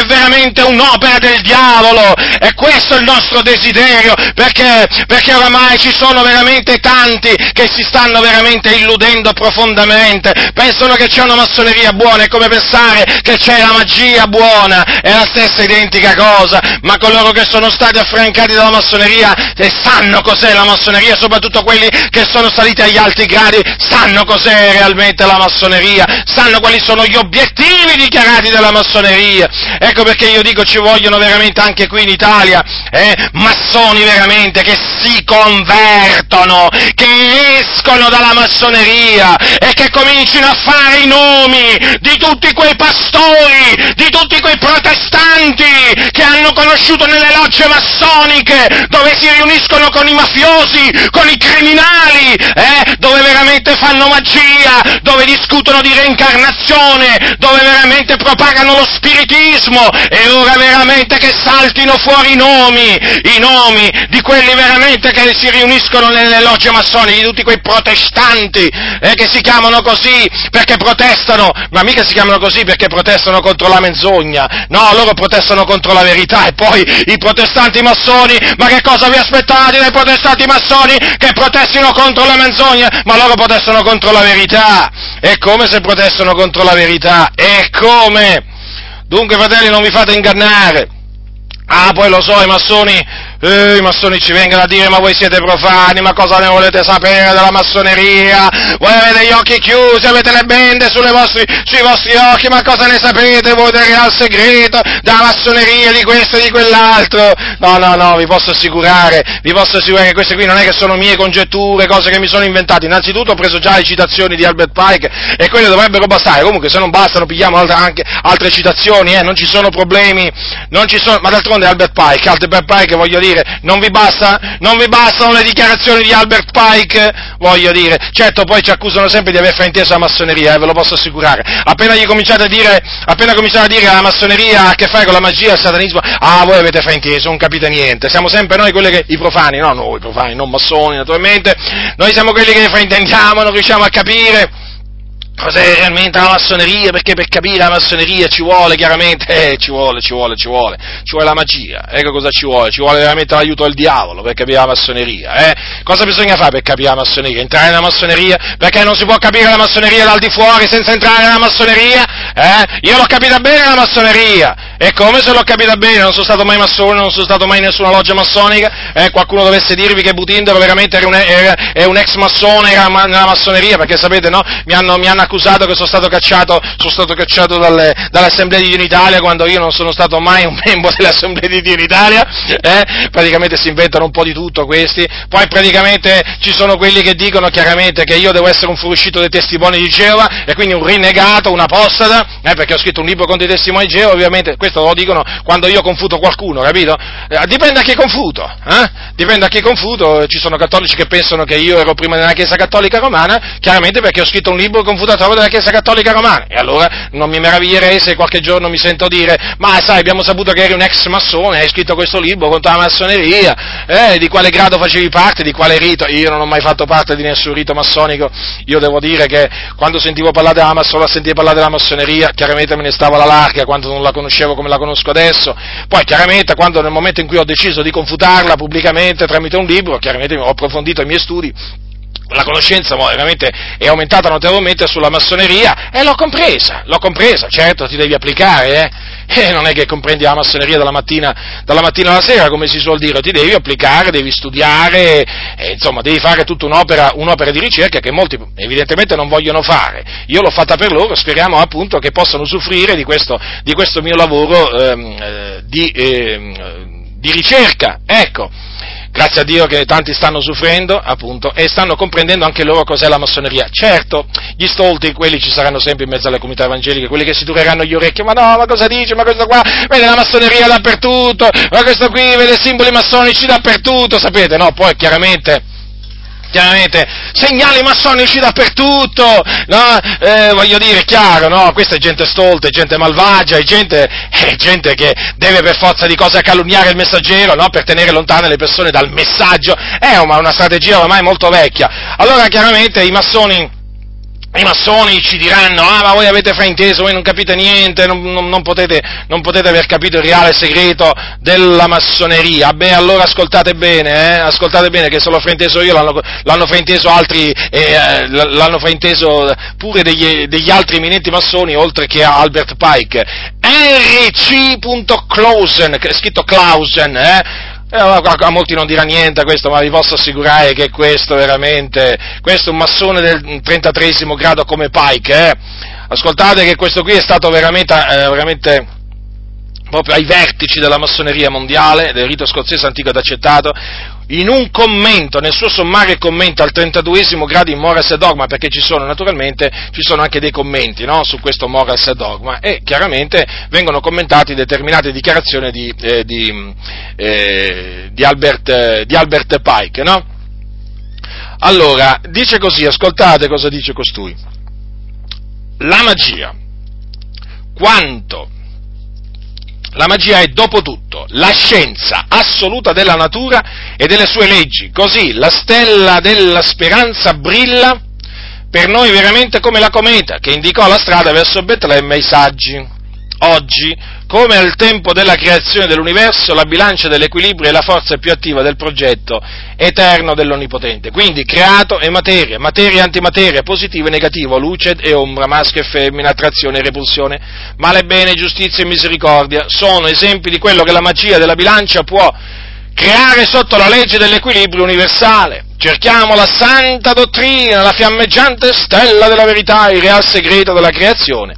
è veramente un'opera del diavolo, e questo è il nostro desiderio, perché, perché oramai ci sono veramente tanti che si stanno veramente illudendo profondamente, pensano che c'è una massoneria buona, è come pensare che c'è la magia buona, è la stessa identica cosa, ma coloro che sono stati affrancati dalla massoneria e sanno cos'è la massoneria, soprattutto quelli che sono saliti agli alti gradi, sanno cos'è realmente la massoneria, sanno quali sono gli obiettivi dichiarati della massoneria. Ecco perché io dico ci vogliono veramente anche qui in Italia eh, massoni veramente che si convertono, che escono dalla massoneria e che comincino a fare i nomi di tutti quei pastori, di tutti quei protestanti che hanno conosciuto nelle logge massoniche, dove si riuniscono con i mafiosi, con i criminali, eh, dove veramente fanno magia, dove discutono di reincarnazione, dove veramente propagano lo spiritismo, e ora veramente che saltino fuori i nomi, i nomi di quelli veramente che si riuniscono nelle logge massoniche, di tutti quei protestanti, eh, che si chiamano così perché protestano, ma mica si chiamano così perché protestano contro la menzogna, no, loro protestano contro la verità. E poi i protestanti massoni, ma che cosa vi aspettate dai protestanti massoni che protestino contro la menzogna? Ma loro protestano contro la verità. È come se protestano contro la verità, è come. Dunque, fratelli, non vi fate ingannare. Ah, poi lo so, i massoni, eh, i massoni ci vengono a dire: ma voi siete profani, ma cosa ne volete sapere della massoneria? Voi avete gli occhi chiusi, avete le bende sulle vostri, sui vostri occhi, ma cosa ne sapete voi del real segreto, della massoneria, di questo e di quell'altro? No, no, no, vi posso assicurare, vi posso assicurare che queste qui non è che sono mie congetture, cose che mi sono inventate. Innanzitutto ho preso già le citazioni di Albert Pike, e quelle dovrebbero bastare. Comunque, se non bastano, pigliamo altre, anche altre citazioni, eh, non ci sono problemi, non ci sono, ma d'altronde Albert Pike, Albert Pike, voglio dire, non vi basta, non vi bastano le dichiarazioni di Albert Pike, voglio dire. Certo, poi ci accusano sempre di aver frainteso la massoneria, eh, ve lo posso assicurare. Appena gli cominciate a dire, appena cominciate a dire che la massoneria ha a che fare con la magia, il satanismo, ah, voi avete frainteso, non capite niente. Siamo sempre noi quelli che, i profani, no, noi profani, non massoni, naturalmente, noi siamo quelli che fraintendiamo, non riusciamo a capire cos'è realmente la massoneria, perché per capire la massoneria ci vuole chiaramente, eh, ci vuole, ci vuole, ci vuole, ci vuole la magia, ecco cosa ci vuole, ci vuole veramente l'aiuto del diavolo per capire la massoneria, eh? Cosa bisogna fare per capire la massoneria? Entrare nella massoneria? Perché non si può capire la massoneria dal di fuori senza entrare nella massoneria, eh? Io l'ho capita bene la massoneria, e come se l'ho capita bene? Non sono stato mai massone, non sono stato mai in nessuna loggia massonica, eh? Qualcuno dovesse dirvi che Butindaro veramente era un, era, è un ex massone, era nella massoneria, perché sapete, no? Mi hanno, mi hanno accusato che sono stato cacciato, sono stato cacciato dalle, dall'Assemblea di Dio in Italia, quando io non sono stato mai un membro dell'Assemblea di Dio in Italia, eh? Praticamente si inventano un po' di tutto questi, poi praticamente ci sono quelli che dicono chiaramente che io devo essere un fuoriuscito dei testimoni di Geova, e quindi un rinnegato, un apostata, eh? Perché ho scritto un libro contro i testimoni di Geova, ovviamente, questo lo dicono quando io confuto qualcuno, capito? Eh, dipende a chi confuto, eh? Dipende a chi confuto, ci sono cattolici che pensano che io ero prima nella Chiesa Cattolica Romana, chiaramente perché ho scritto un libro confutatore della Chiesa Cattolica Romana, e allora non mi meraviglierei se qualche giorno mi sento dire: ma sai, abbiamo saputo che eri un ex massone, hai scritto questo libro contro la massoneria, eh, di quale grado facevi parte, di quale rito? Io non ho mai fatto parte di nessun rito massonico, io devo dire che quando sentivo parlare della massoneria, sentivo parlare della massoneria, chiaramente me ne stavo alla larga, quando non la conoscevo come la conosco adesso. Poi chiaramente quando nel momento in cui ho deciso di confutarla pubblicamente tramite un libro, chiaramente ho approfondito i miei studi, la conoscenza veramente è aumentata notevolmente sulla massoneria, e l'ho compresa, l'ho compresa, certo ti devi applicare, eh, e non è che comprendi la massoneria dalla mattina, dalla mattina alla sera, come si suol dire, ti devi applicare, devi studiare, e, insomma, devi fare tutta un'opera, un'opera di ricerca che molti evidentemente non vogliono fare. Io l'ho fatta per loro, speriamo appunto che possano usufruire di questo, di questo mio lavoro ehm, eh, di, ehm, di ricerca, ecco. Grazie a Dio che tanti stanno soffrendo, appunto, e stanno comprendendo anche loro cos'è la massoneria. Certo, gli stolti, quelli ci saranno sempre in mezzo alle comunità evangeliche, quelli che si tureranno gli orecchi: ma no, ma cosa dice, ma questo qua, vede la massoneria dappertutto, ma questo qui vede simboli massonici dappertutto, sapete, no? Poi chiaramente... chiaramente, segnali massonici dappertutto, no? Eh, voglio dire, è chiaro, no? Questa è gente stolta, è gente malvagia, è gente, è gente che deve per forza di cose calunniare il messaggero, no? Per tenere lontane le persone dal messaggio. È una, una strategia ormai molto vecchia. Allora, chiaramente, i massoni, i massoni ci diranno, ah ma voi avete frainteso, voi non capite niente, non, non, non, potete, non potete aver capito il reale segreto della massoneria. Beh, allora ascoltate bene, eh, ascoltate bene che se l'ho frainteso io, l'hanno, l'hanno frainteso altri, eh, l'hanno frainteso pure degli, degli altri eminenti massoni, oltre che a Albert Pike. Henry C. Clausen, scritto Clausen, eh, a molti non dirà niente a questo, ma vi posso assicurare che questo veramente, questo è un massone del trentatreesimo grado come Pike, eh? Ascoltate che questo qui è stato veramente, eh, veramente proprio ai vertici della massoneria mondiale, del rito scozzese antico ed accettato. In un commento, nel suo sommario commento al trentaduesimo grado in Morals e Dogma, perché ci sono naturalmente, ci sono anche dei commenti, no, su questo Morals e Dogma, e chiaramente vengono commentati determinate dichiarazioni di, eh, di, eh, di, Albert, eh, di Albert Pike, no? Allora, dice così, ascoltate cosa dice costui. La magia, quanto la magia è dopo tutto la scienza assoluta della natura e delle sue leggi, così la stella della speranza brilla per noi veramente come la cometa che indicò la strada verso Betlemme ai saggi. Oggi, come al tempo della creazione dell'universo, la bilancia dell'equilibrio è la forza più attiva del progetto eterno dell'Onnipotente. Quindi creato e materia, materia e antimateria, positivo e negativo, luce e ombra, maschio e femmina, attrazione e repulsione, male e bene, giustizia e misericordia, sono esempi di quello che la magia della bilancia può creare sotto la legge dell'equilibrio universale. Cerchiamo la santa dottrina, la fiammeggiante stella della verità, il real segreto della creazione.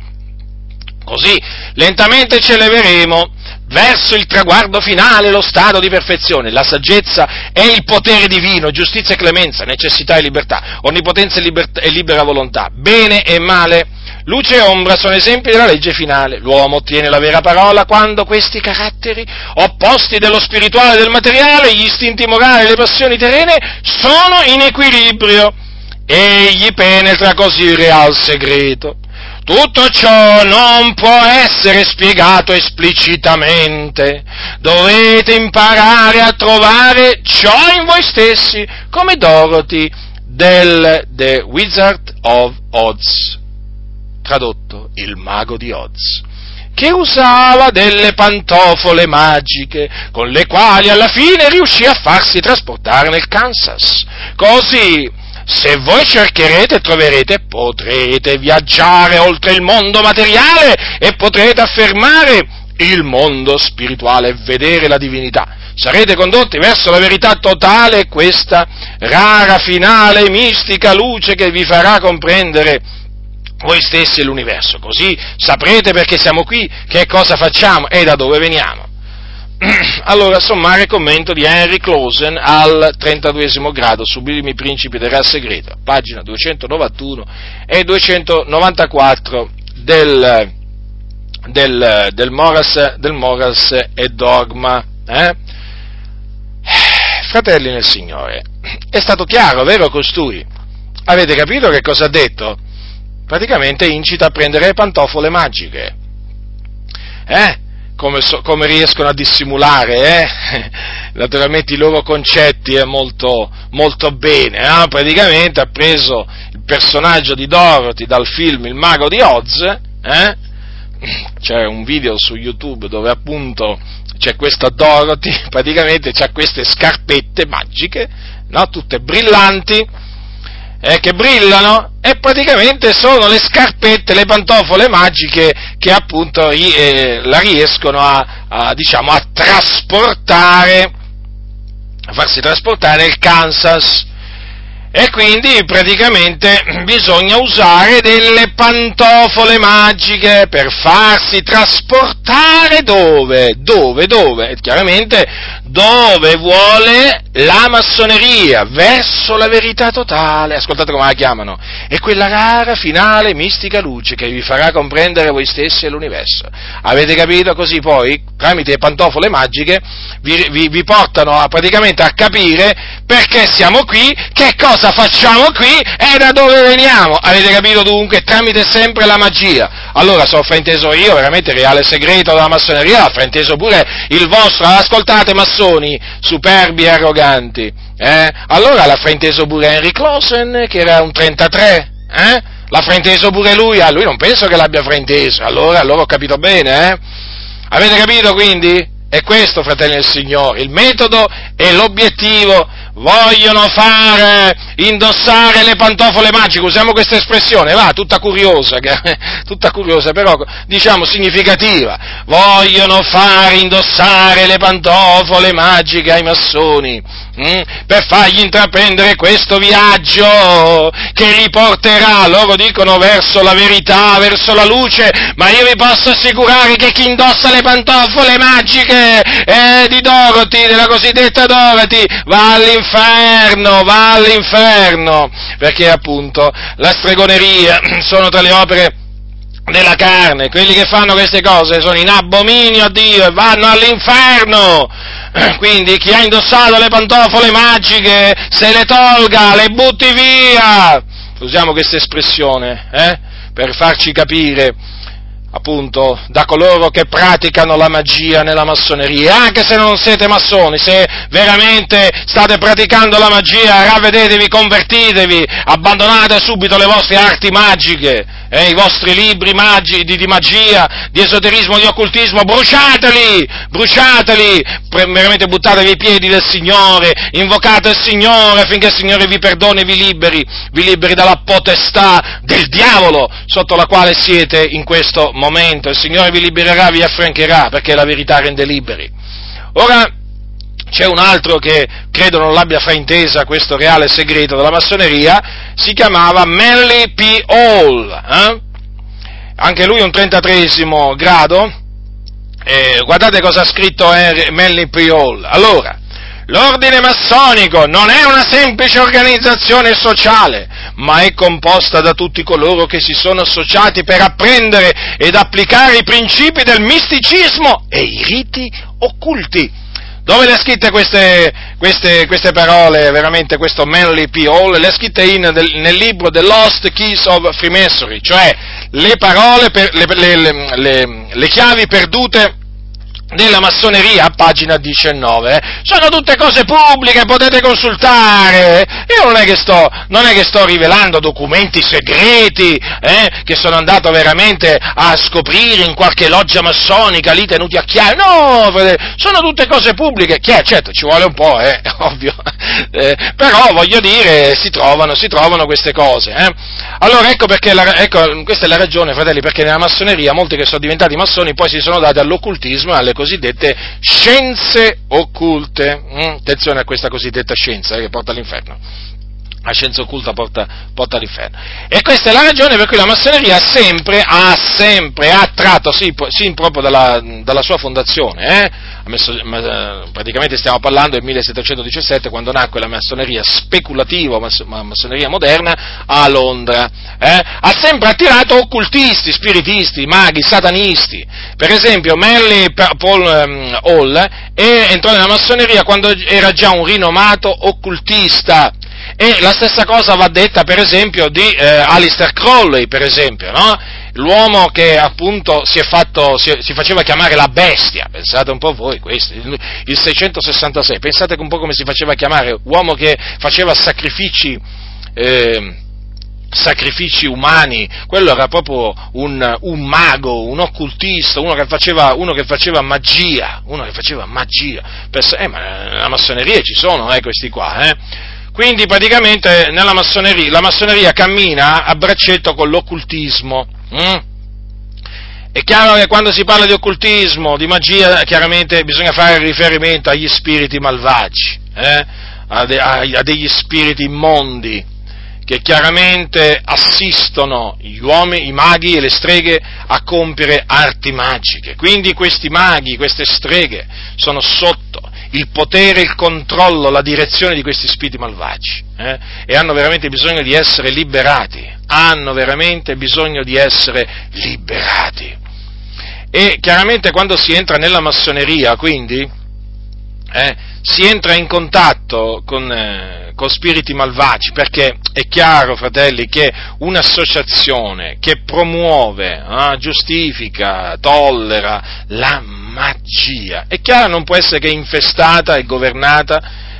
Così lentamente ci eleveremo verso il traguardo finale, lo stato di perfezione. La saggezza è il potere divino, giustizia e clemenza, necessità e libertà, onnipotenza e, libertà, e libera volontà, bene e male, luce e ombra sono esempi della legge finale. L'uomo ottiene la vera parola quando questi caratteri, opposti dello spirituale e del materiale, gli istinti morali e le passioni terrene, sono in equilibrio. Egli penetra così il real segreto. Tutto ciò non può essere spiegato esplicitamente, dovete imparare a trovare ciò in voi stessi, come Dorothy del The Wizard of Oz, tradotto il mago di Oz, che usava delle pantofole magiche, con le quali alla fine riuscì a farsi trasportare nel Kansas. Così, se voi cercherete, troverete, potrete viaggiare oltre il mondo materiale e potrete affermare il mondo spirituale e vedere la divinità. Sarete condotti verso la verità totale e questa rara, finale, mistica luce che vi farà comprendere voi stessi e l'universo. Così saprete perché siamo qui, che cosa facciamo e da dove veniamo. Allora, sommario e commento di Henry Clausen al trentaduesimo grado, Sublimi principi del real segreto, pagina duecentonovantuno e duecentonovantaquattro del, del, del, Morals, del Morals e Dogma. Eh? Fratelli nel Signore, è stato chiaro, vero costui? Avete capito che cosa ha detto? Praticamente incita a prendere le pantofole magiche. Eh? Come, so, come riescono a dissimulare, eh? Naturalmente i loro concetti è eh, molto, molto bene, eh? Praticamente ha preso il personaggio di Dorothy dal film Il Mago di Oz, eh? C'è un video su YouTube dove appunto c'è questa Dorothy, praticamente c'ha queste scarpette magiche, no? Tutte brillanti, eh, che brillano, e praticamente sono le scarpette, le pantofole magiche che appunto eh, la riescono a, a, diciamo, a trasportare, a farsi trasportare nel Kansas. E quindi praticamente bisogna usare delle pantofole magiche per farsi trasportare dove? Dove? Dove? E chiaramente dove vuole la massoneria, verso la verità totale. Ascoltate come la chiamano. È quella rara, finale, mistica luce che vi farà comprendere voi stessi e l'universo. Avete capito? Così poi, tramite le pantofole magiche, vi, vi, vi portano a, praticamente a capire perché siamo qui, che cosa facciamo qui e da dove veniamo. Avete capito dunque? Tramite sempre la magia. Allora, se ho frainteso io, veramente il reale segreto della massoneria, ho frainteso pure il vostro. Ascoltate, massoni, superbi e arroganti. Eh? Allora l'ha frainteso pure Henry Clausen, che era un trentatré. Eh? L'ha frainteso pure lui? A lui non penso che l'abbia frainteso, allora, allora ho capito bene, eh? Avete capito quindi? È questo, fratelli del Signore, il metodo e l'obiettivo. Vogliono fare indossare le pantofole magiche, usiamo questa espressione, va, tutta curiosa, tutta curiosa, però diciamo significativa. Vogliono fare indossare le pantofole magiche ai massoni, hm? per fargli intraprendere questo viaggio che li porterà, loro dicono, verso la verità, verso la luce, ma io vi posso assicurare che chi indossa le pantofole magiche eh, di Dorothy, della cosiddetta Dorothy, va all'inferno, va all'inferno, perché appunto la stregoneria sono tra le opere della carne, quelli che fanno queste cose sono in abominio a Dio e vanno all'inferno. Quindi chi ha indossato le pantofole magiche se le tolga, le butti via. Usiamo questa espressione, eh, per farci capire appunto da coloro che praticano la magia nella massoneria, anche se non siete massoni, se veramente state praticando la magia, ravvedetevi, convertitevi, abbandonate subito le vostre arti magiche, eh, i vostri libri magi, di, di magia, di esoterismo, di occultismo, bruciateli, bruciateli, veramente buttatevi ai piedi del Signore, invocate il Signore affinché il Signore vi perdoni e vi liberi, vi liberi dalla potestà del diavolo sotto la quale siete in questo momento. Il Signore vi libererà, vi affrancherà, perché la verità rende liberi. Ora, c'è un altro che credo non l'abbia fraintesa questo reale segreto della massoneria, si chiamava Manly P. Hall, eh? Anche lui un trentatreesimo grado, eh, guardate cosa ha scritto Manly P. Hall. Allora, l'ordine massonico non è una semplice organizzazione sociale, ma è composta da tutti coloro che si sono associati per apprendere ed applicare i principi del misticismo e i riti occulti. Dove le ha scritte queste, queste, queste parole, veramente, questo Manly P. Hall? Le ha scritte in, del, nel libro The Lost Keys of Freemasonry, cioè le parole, per, le, le, le, le chiavi perdute della massoneria, a pagina diciannove, eh. Sono tutte cose pubbliche, potete consultare. Io non è che sto, non è che sto rivelando documenti segreti, eh, che sono andato veramente a scoprire in qualche loggia massonica lì tenuti a chiave. No, sono tutte cose pubbliche. Chi è? Certo, ci vuole un po', eh, ovvio. Eh, però voglio dire, si trovano, si trovano queste cose, eh. Allora ecco perché, la, ecco, questa è la ragione, fratelli, perché nella massoneria molti che sono diventati massoni poi si sono dati all'occultismo e alle cosiddette scienze occulte. Mm, attenzione a questa cosiddetta scienza eh, che porta all'inferno. La scienza occulta porta, porta all'inferno. E questa è la ragione per cui la massoneria sempre ha sempre ha tratto, sì, sì proprio dalla, dalla sua fondazione, eh? Messo, ma, praticamente stiamo parlando del millesettecentodiciassette, quando nacque la massoneria speculativa, ma massoneria moderna, a Londra. Eh? Ha sempre attirato occultisti, spiritisti, maghi, satanisti. Per esempio, Manly Paul Hall eh, entrò nella massoneria quando era già un rinomato occultista. E la stessa cosa va detta, per esempio, di eh, Aleister Crowley, per esempio, no? L'uomo che appunto si è fatto, si, si faceva chiamare la bestia, pensate un po' voi, questo, il, il seicentosessantasei, pensate un po' come si faceva chiamare, uomo che faceva sacrifici, eh, sacrifici umani, quello era proprio un, un mago, un occultista, uno che faceva, uno che faceva magia, uno che faceva magia, Pens- eh, ma nella massoneria ci sono eh, questi qua, eh. Quindi praticamente nella massoneria, la massoneria cammina a braccetto con l'occultismo. Mm? È chiaro che quando si parla di occultismo, di magia, chiaramente bisogna fare riferimento agli spiriti malvagi, eh? a, de, a, a degli spiriti immondi, che chiaramente assistono gli uomini, i maghi e le streghe a compiere arti magiche. Quindi questi maghi, queste streghe, sono sotto il potere, il controllo, la direzione di questi spiriti malvagi, eh? E hanno veramente bisogno di essere liberati, hanno veramente bisogno di essere liberati. E chiaramente quando si entra nella massoneria, quindi, eh, si entra in contatto con, eh, con spiriti malvagi, perché è chiaro, fratelli, che un'associazione che promuove, eh, giustifica, tollera la magia, è chiaro, non può essere che infestata e governata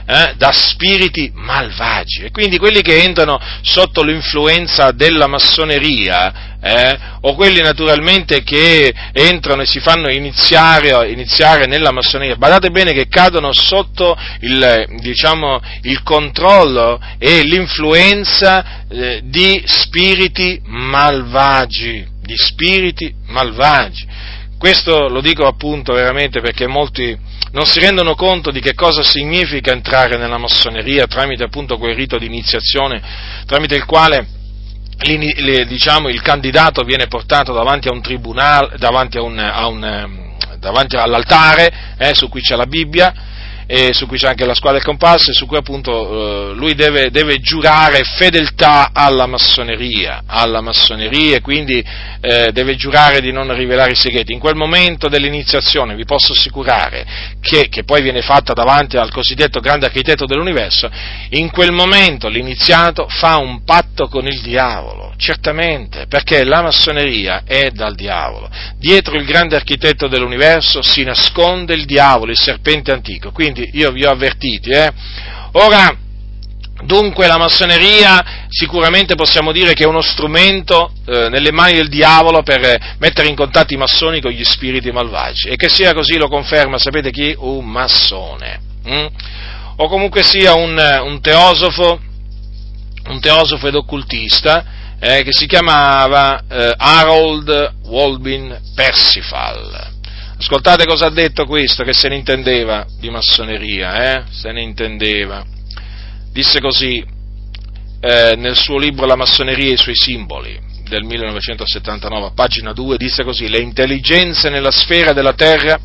eh, da spiriti malvagi. E quindi quelli che entrano sotto l'influenza della massoneria, eh, o quelli naturalmente che entrano e si fanno iniziare, iniziare nella massoneria, badate bene che cadono sotto il, diciamo, il controllo e l'influenza eh, di spiriti malvagi, di spiriti malvagi. Questo lo dico appunto veramente perché molti non si rendono conto di che cosa significa entrare nella massoneria tramite appunto quel rito di iniziazione, tramite il quale diciamo, il candidato viene portato davanti a un tribunale, davanti, a un, a un, davanti all'altare, eh, su cui c'è la Bibbia, e su cui c'è anche la squadra del compasso, e su cui appunto eh, lui deve, deve giurare fedeltà alla massoneria, alla massoneria, e quindi eh, deve giurare di non rivelare i segreti. In quel momento dell'iniziazione vi posso assicurare che, che poi viene fatta davanti al cosiddetto grande architetto dell'universo, in quel momento l'iniziato fa un patto con il diavolo, certamente, perché la massoneria è dal diavolo. Dietro il grande architetto dell'universo si nasconde il diavolo, il serpente antico, quindi io vi ho avvertiti, eh. Ora, dunque la massoneria sicuramente possiamo dire che è uno strumento eh, nelle mani del diavolo per eh, mettere in contatto i massoni con gli spiriti malvagi, e che sia così lo conferma, sapete chi? Un massone, hm? O comunque sia un, un teosofo, un teosofo ed occultista eh, che si chiamava eh, Harold Walbin Percival. Ascoltate cosa ha detto questo, che se ne intendeva di massoneria, eh? Se ne intendeva. Disse così, eh, nel suo libro La massoneria e i suoi simboli, del millenovecentosettantanove, a pagina due, disse così: le intelligenze nella sfera della terra,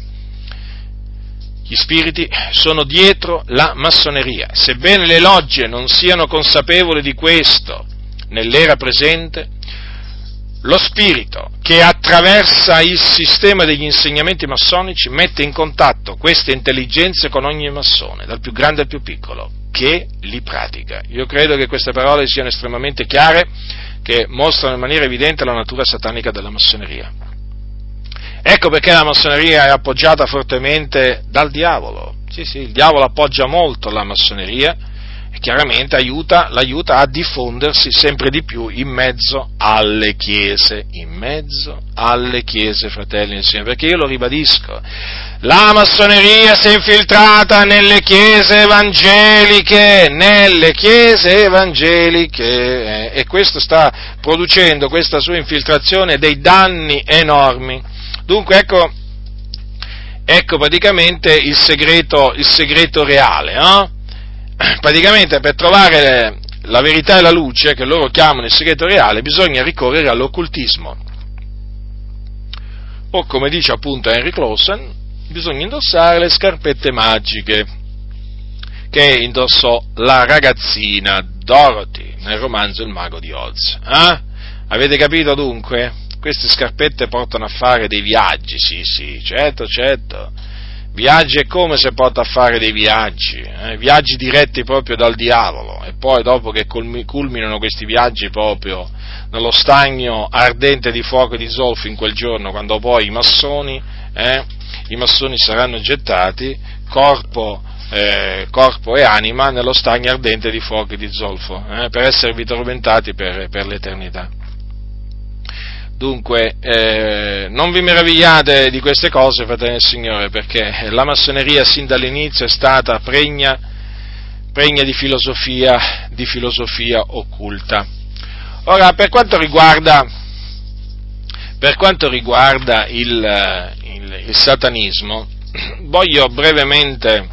gli spiriti, sono dietro la massoneria. Sebbene le logge non siano consapevoli di questo nell'era presente, lo spirito che attraversa il sistema degli insegnamenti massonici mette in contatto queste intelligenze con ogni massone, dal più grande al più piccolo, che li pratica. Io credo che queste parole siano estremamente chiare, che mostrano in maniera evidente la natura satanica della massoneria. Ecco perché la massoneria è appoggiata fortemente dal diavolo. Sì, sì, il diavolo appoggia molto la massoneria, e chiaramente aiuta, l'aiuta a diffondersi sempre di più in mezzo alle chiese, in mezzo alle chiese, fratelli e signori, perché io lo ribadisco, la massoneria si è infiltrata nelle chiese evangeliche, nelle chiese evangeliche, eh, e questo sta producendo, questa sua infiltrazione, dei danni enormi. Dunque ecco, ecco praticamente il segreto, il segreto reale, no? Praticamente per trovare la verità e la luce, che loro chiamano il segreto reale, bisogna ricorrere all'occultismo. O come dice appunto Henry Clausen, bisogna indossare le scarpette magiche che indossò la ragazzina Dorothy nel romanzo Il mago di Oz. Eh? Avete capito dunque? Queste scarpette portano a fare dei viaggi, sì sì, certo, certo. Viaggi è come se porta a fare dei viaggi, eh? Viaggi diretti proprio dal diavolo, e poi dopo che culminano questi viaggi proprio nello stagno ardente di fuoco e di zolfo in quel giorno, quando poi i massoni, eh, i massoni saranno gettati, corpo, eh, corpo e anima, nello stagno ardente di fuoco e di zolfo, eh, per esservi tormentati per, per l'eternità. Dunque, eh, non vi meravigliate di queste cose, fratelli del Signore, perché la massoneria sin dall'inizio è stata pregna, pregna di filosofia, di filosofia occulta. Ora, per quanto riguarda, per quanto riguarda il, il, il satanismo, voglio brevemente,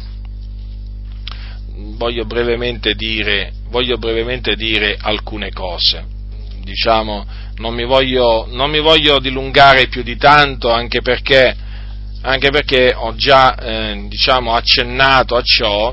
voglio brevemente dire, voglio brevemente dire alcune cose. Diciamo, non mi voglio, non mi voglio dilungare più di tanto, anche perché, anche perché ho già, eh, diciamo, accennato a ciò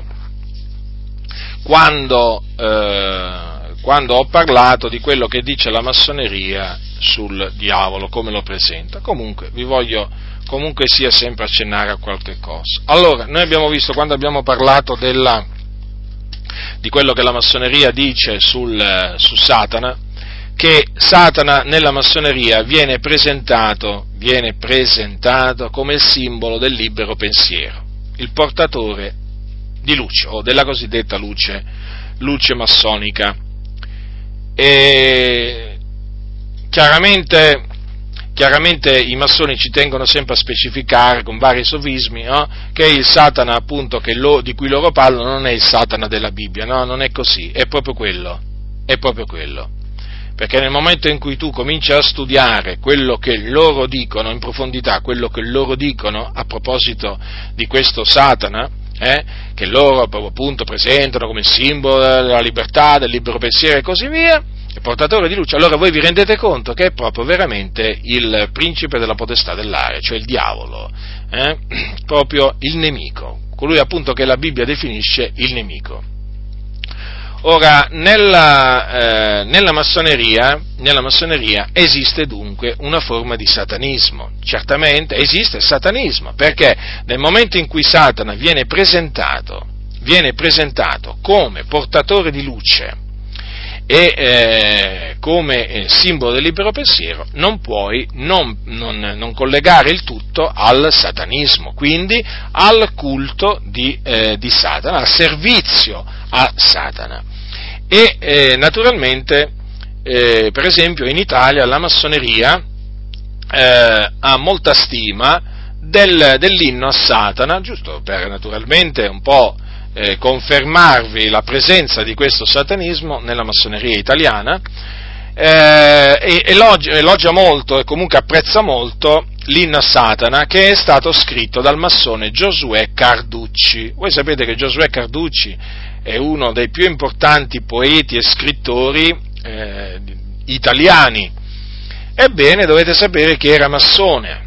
quando, eh, quando ho parlato di quello che dice la massoneria sul diavolo, come lo presenta. Comunque, vi voglio, comunque sia, sempre accennare a qualche cosa. Allora, noi abbiamo visto, quando abbiamo parlato della, di quello che la massoneria dice sul, su Satana, che Satana nella massoneria viene presentato, viene presentato come il simbolo del libero pensiero, il portatore di luce, o della cosiddetta luce, luce massonica. E chiaramente, chiaramente i massoni ci tengono sempre a specificare con vari sofismi, no? Che il Satana, appunto, che lo, di cui loro parlano non è il Satana della Bibbia, no, non è così, è proprio quello, è proprio quello. Perché nel momento in cui tu cominci a studiare quello che loro dicono in profondità, quello che loro dicono a proposito di questo Satana, eh, che loro appunto presentano come simbolo della libertà, del libero pensiero e così via, il portatore di luce, allora voi vi rendete conto che è proprio veramente il principe della potestà dell'aria, cioè il diavolo, eh, proprio il nemico, colui appunto che la Bibbia definisce il nemico. Ora, nella, eh, nella massoneria, nella massoneria esiste dunque una forma di satanismo, certamente esiste il satanismo, perché nel momento in cui Satana viene presentato, viene presentato come portatore di luce e eh, come eh, simbolo del libero pensiero, non puoi non, non, non collegare il tutto al satanismo, quindi al culto di, eh, di Satana, al servizio a Satana. E eh, naturalmente, eh, per esempio, in Italia la massoneria eh, ha molta stima del, dell'inno a Satana, giusto per naturalmente un po' eh, confermarvi la presenza di questo satanismo nella massoneria italiana, eh, e elogia, elogia molto e comunque apprezza molto l'inno a Satana, che è stato scritto dal massone Giosuè Carducci. Voi sapete che Giosuè Carducci è uno dei più importanti poeti e scrittori eh, italiani. Ebbene, dovete sapere che era massone,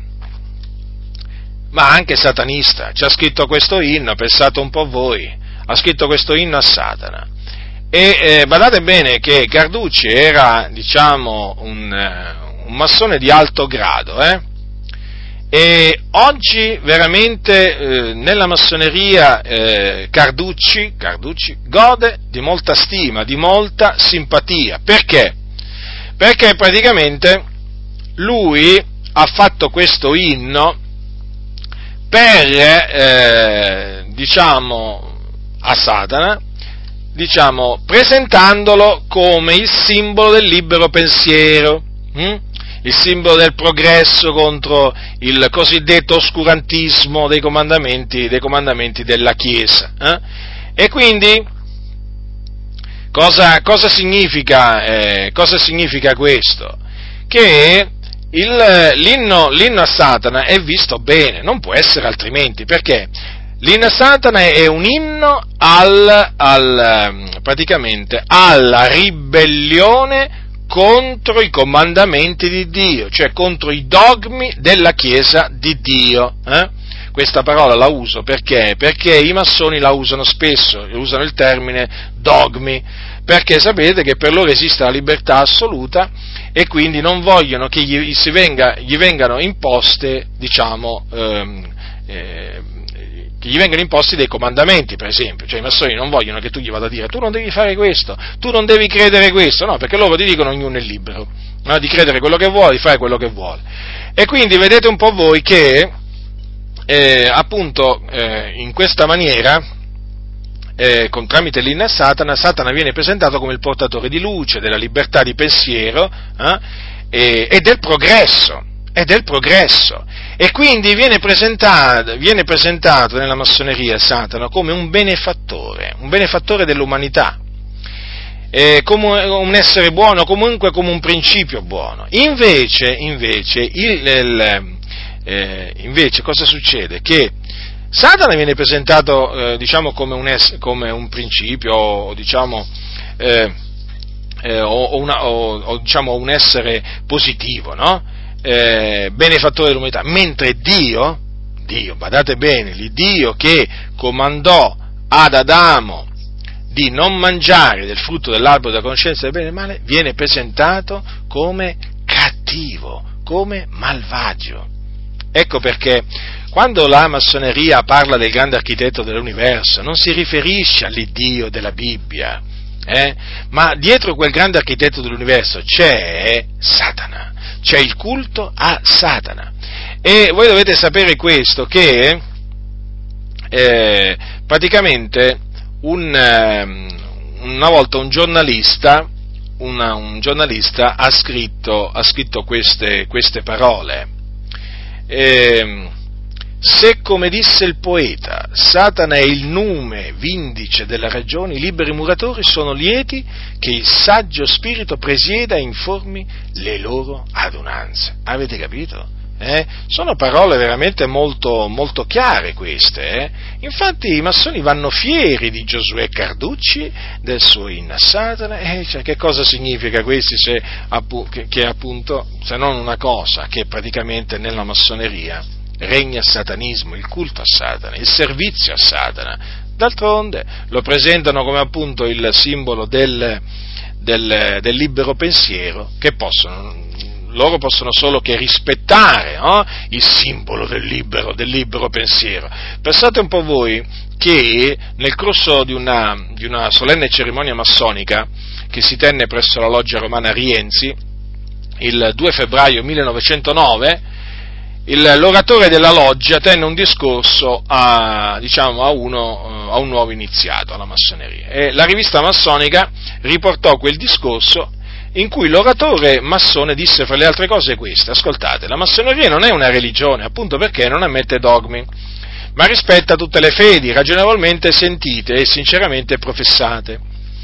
ma anche satanista. Ci ha scritto questo inno, pensate un po' voi, ha scritto questo inno a Satana. E eh, badate bene che Carducci era, diciamo, un, uh, un massone di alto grado, eh? E oggi veramente eh, nella massoneria eh, Carducci, Carducci gode di molta stima, di molta simpatia. Perché? Perché praticamente lui ha fatto questo inno per, eh, diciamo, a Satana, diciamo, presentandolo come il simbolo del libero pensiero, hm? il simbolo del progresso contro il cosiddetto oscurantismo dei comandamenti, dei comandamenti della Chiesa. Eh? E quindi cosa, cosa, significa, eh, cosa significa questo? Che il, l'inno, l'inno a Satana è visto bene, non può essere altrimenti, perché l'inno a Satana è un inno al, al, praticamente alla ribellione contro i comandamenti di Dio, cioè contro i dogmi della Chiesa di Dio. Eh? Questa parola la uso perché? Perché i massoni la usano spesso, usano il termine dogmi, perché sapete che per loro esiste la libertà assoluta e quindi non vogliono che gli, si venga, gli vengano imposte, diciamo, ehm, eh, che gli vengano imposti dei comandamenti, per esempio. Cioè i massoni non vogliono che tu gli vada a dire tu non devi fare questo, tu non devi credere questo, no, perché loro ti dicono ognuno è libero, no, di credere quello che vuole, di fare quello che vuole. E quindi vedete un po' voi che eh, appunto eh, in questa maniera eh, con, tramite l'inno a Satana, Satana viene presentato come il portatore di luce, della libertà di pensiero eh, e, e del progresso. E del progresso, e quindi viene presentato, viene presentato nella massoneria Satana come un benefattore, un benefattore dell'umanità, eh, come un essere buono, comunque come un principio buono. Invece, invece, il, il, eh, invece cosa succede? Che Satana viene presentato, eh, diciamo, come un, es- come un principio, o diciamo, eh, eh, o, o, una, o, o diciamo un essere positivo, no? Eh, benefattore dell'umanità, mentre Dio, Dio, badate bene, l'Iddio che comandò ad Adamo di non mangiare del frutto dell'albero della conoscenza del bene e del male, viene presentato come cattivo, come malvagio. Ecco perché quando la massoneria parla del grande architetto dell'universo non si riferisce all'Iddio della Bibbia, eh? Ma dietro quel grande architetto dell'universo c'è Satana. C'è il culto a Satana. E voi dovete sapere questo, che eh, praticamente un, una volta un giornalista, una, un giornalista ha scritto, ha scritto queste, queste parole. Eh, Se, come disse il poeta, Satana è il nume vindice della ragione, i liberi muratori sono lieti che il saggio spirito presieda e informi le loro adunanze. Avete capito? Eh? Sono parole veramente molto, molto chiare queste. Eh? Infatti i massoni vanno fieri di Giosuè Carducci, del suo inna Satana. Eh, cioè, che cosa significa questi se, che, che appunto, se non una cosa, che praticamente nella massoneria regna il satanismo, il culto a Satana, il servizio a Satana. D'altronde lo presentano come appunto il simbolo del, del, del libero pensiero, che possono, loro possono solo che rispettare, no? Il simbolo del libero, del libero pensiero. Pensate un po' voi che nel corso di una, di una solenne cerimonia massonica che si tenne presso la loggia romana Rienzi il due febbraio millenovecentonove, Il, l'oratore della loggia tenne un discorso a, diciamo, a, uno, a un nuovo iniziato alla massoneria, e la rivista massonica riportò quel discorso in cui l'oratore massone disse fra le altre cose queste: ascoltate, la massoneria non è una religione, appunto perché non ammette dogmi, ma rispetta tutte le fedi ragionevolmente sentite e sinceramente professate.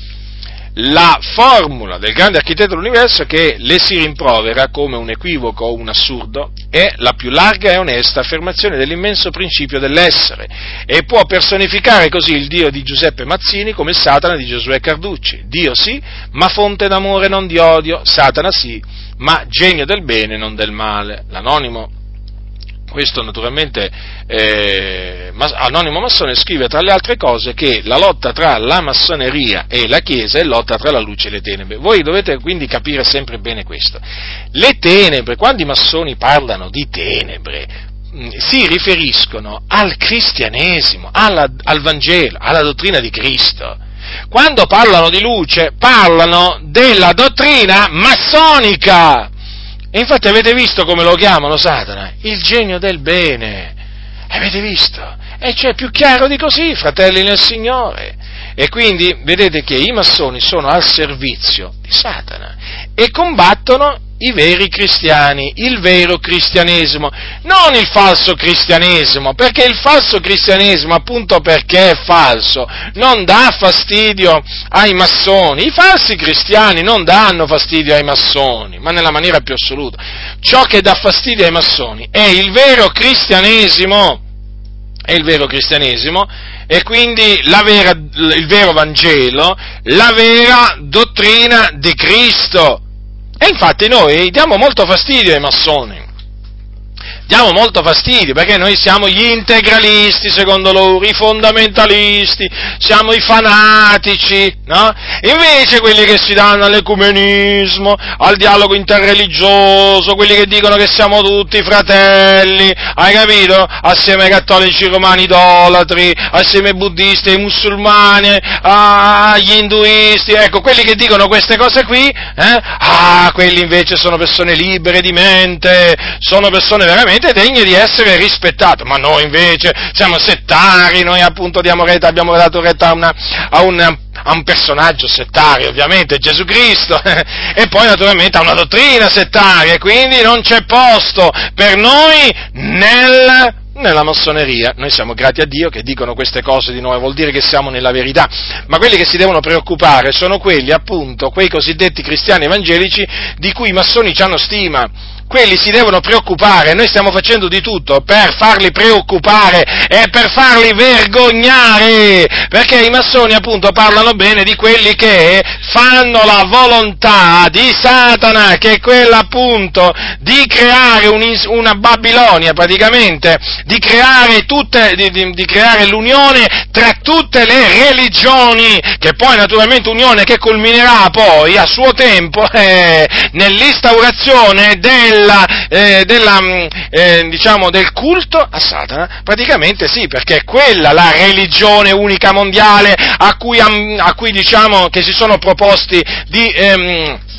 La formula del grande architetto dell'universo, che le si rimprovera come un equivoco o un assurdo, è la più larga e onesta affermazione dell'immenso principio dell'essere, e può personificare così il Dio di Giuseppe Mazzini come il Satana di Giosuè Carducci. Dio sì, ma fonte d'amore non di odio; Satana sì, ma genio del bene non del male. L'anonimo, questo naturalmente, eh, anonimo massone, scrive tra le altre cose che la lotta tra la massoneria e la Chiesa è lotta tra la luce e le tenebre. Voi dovete quindi capire sempre bene questo. Le tenebre, quando i massoni parlano di tenebre, mh, si riferiscono al cristianesimo, alla, al Vangelo, alla dottrina di Cristo. Quando parlano di luce, parlano della dottrina massonica. E infatti avete visto come lo chiamano Satana? Il genio del bene. Avete visto? E c'è più chiaro di così, fratelli nel Signore. E quindi vedete che i massoni sono al servizio di Satana e combattono i veri cristiani, il vero cristianesimo, non il falso cristianesimo, perché il falso cristianesimo, appunto perché è falso, non dà fastidio ai massoni. I falsi cristiani non danno fastidio ai massoni, ma nella maniera più assoluta. Ciò che dà fastidio ai massoni è il vero cristianesimo, è il vero cristianesimo, e quindi la vera, il vero Vangelo, la vera dottrina di Cristo. E infatti noi diamo molto fastidio ai massoni, diamo molto fastidio, perché noi siamo gli integralisti, secondo loro, i fondamentalisti, siamo i fanatici, no? Invece quelli che si danno all'ecumenismo, al dialogo interreligioso, quelli che dicono che siamo tutti fratelli, hai capito? Assieme ai cattolici romani idolatri, assieme ai buddisti, ai musulmani, agli induisti, ecco, quelli che dicono queste cose qui, eh? Ah, quelli invece sono persone libere di mente, sono persone veramente degne di essere rispettate, ma noi invece siamo settari, noi appunto diamo retta, abbiamo dato retta a, una, a, un, a un personaggio settario, ovviamente Gesù Cristo, e poi naturalmente a una dottrina settaria, e quindi non c'è posto per noi nel... nella massoneria. Noi siamo grati a Dio che dicono queste cose di noi, vuol dire che siamo nella verità, ma quelli che si devono preoccupare sono quelli, appunto, quei cosiddetti cristiani evangelici di cui i massoni ci hanno stima. Quelli si devono preoccupare, noi stiamo facendo di tutto per farli preoccupare e per farli vergognare, perché i massoni appunto parlano bene di quelli che fanno la volontà di Satana, che è quella appunto di creare un, una Babilonia praticamente, di creare, tutte, di, di, di creare l'unione tra tutte le religioni, che poi naturalmente unione che culminerà poi a suo tempo eh, nell'instaurazione del Della, eh, della, eh, diciamo, del culto a Satana, praticamente sì, perché è quella la religione unica mondiale a cui, a cui diciamo, che si sono proposti di, ehm,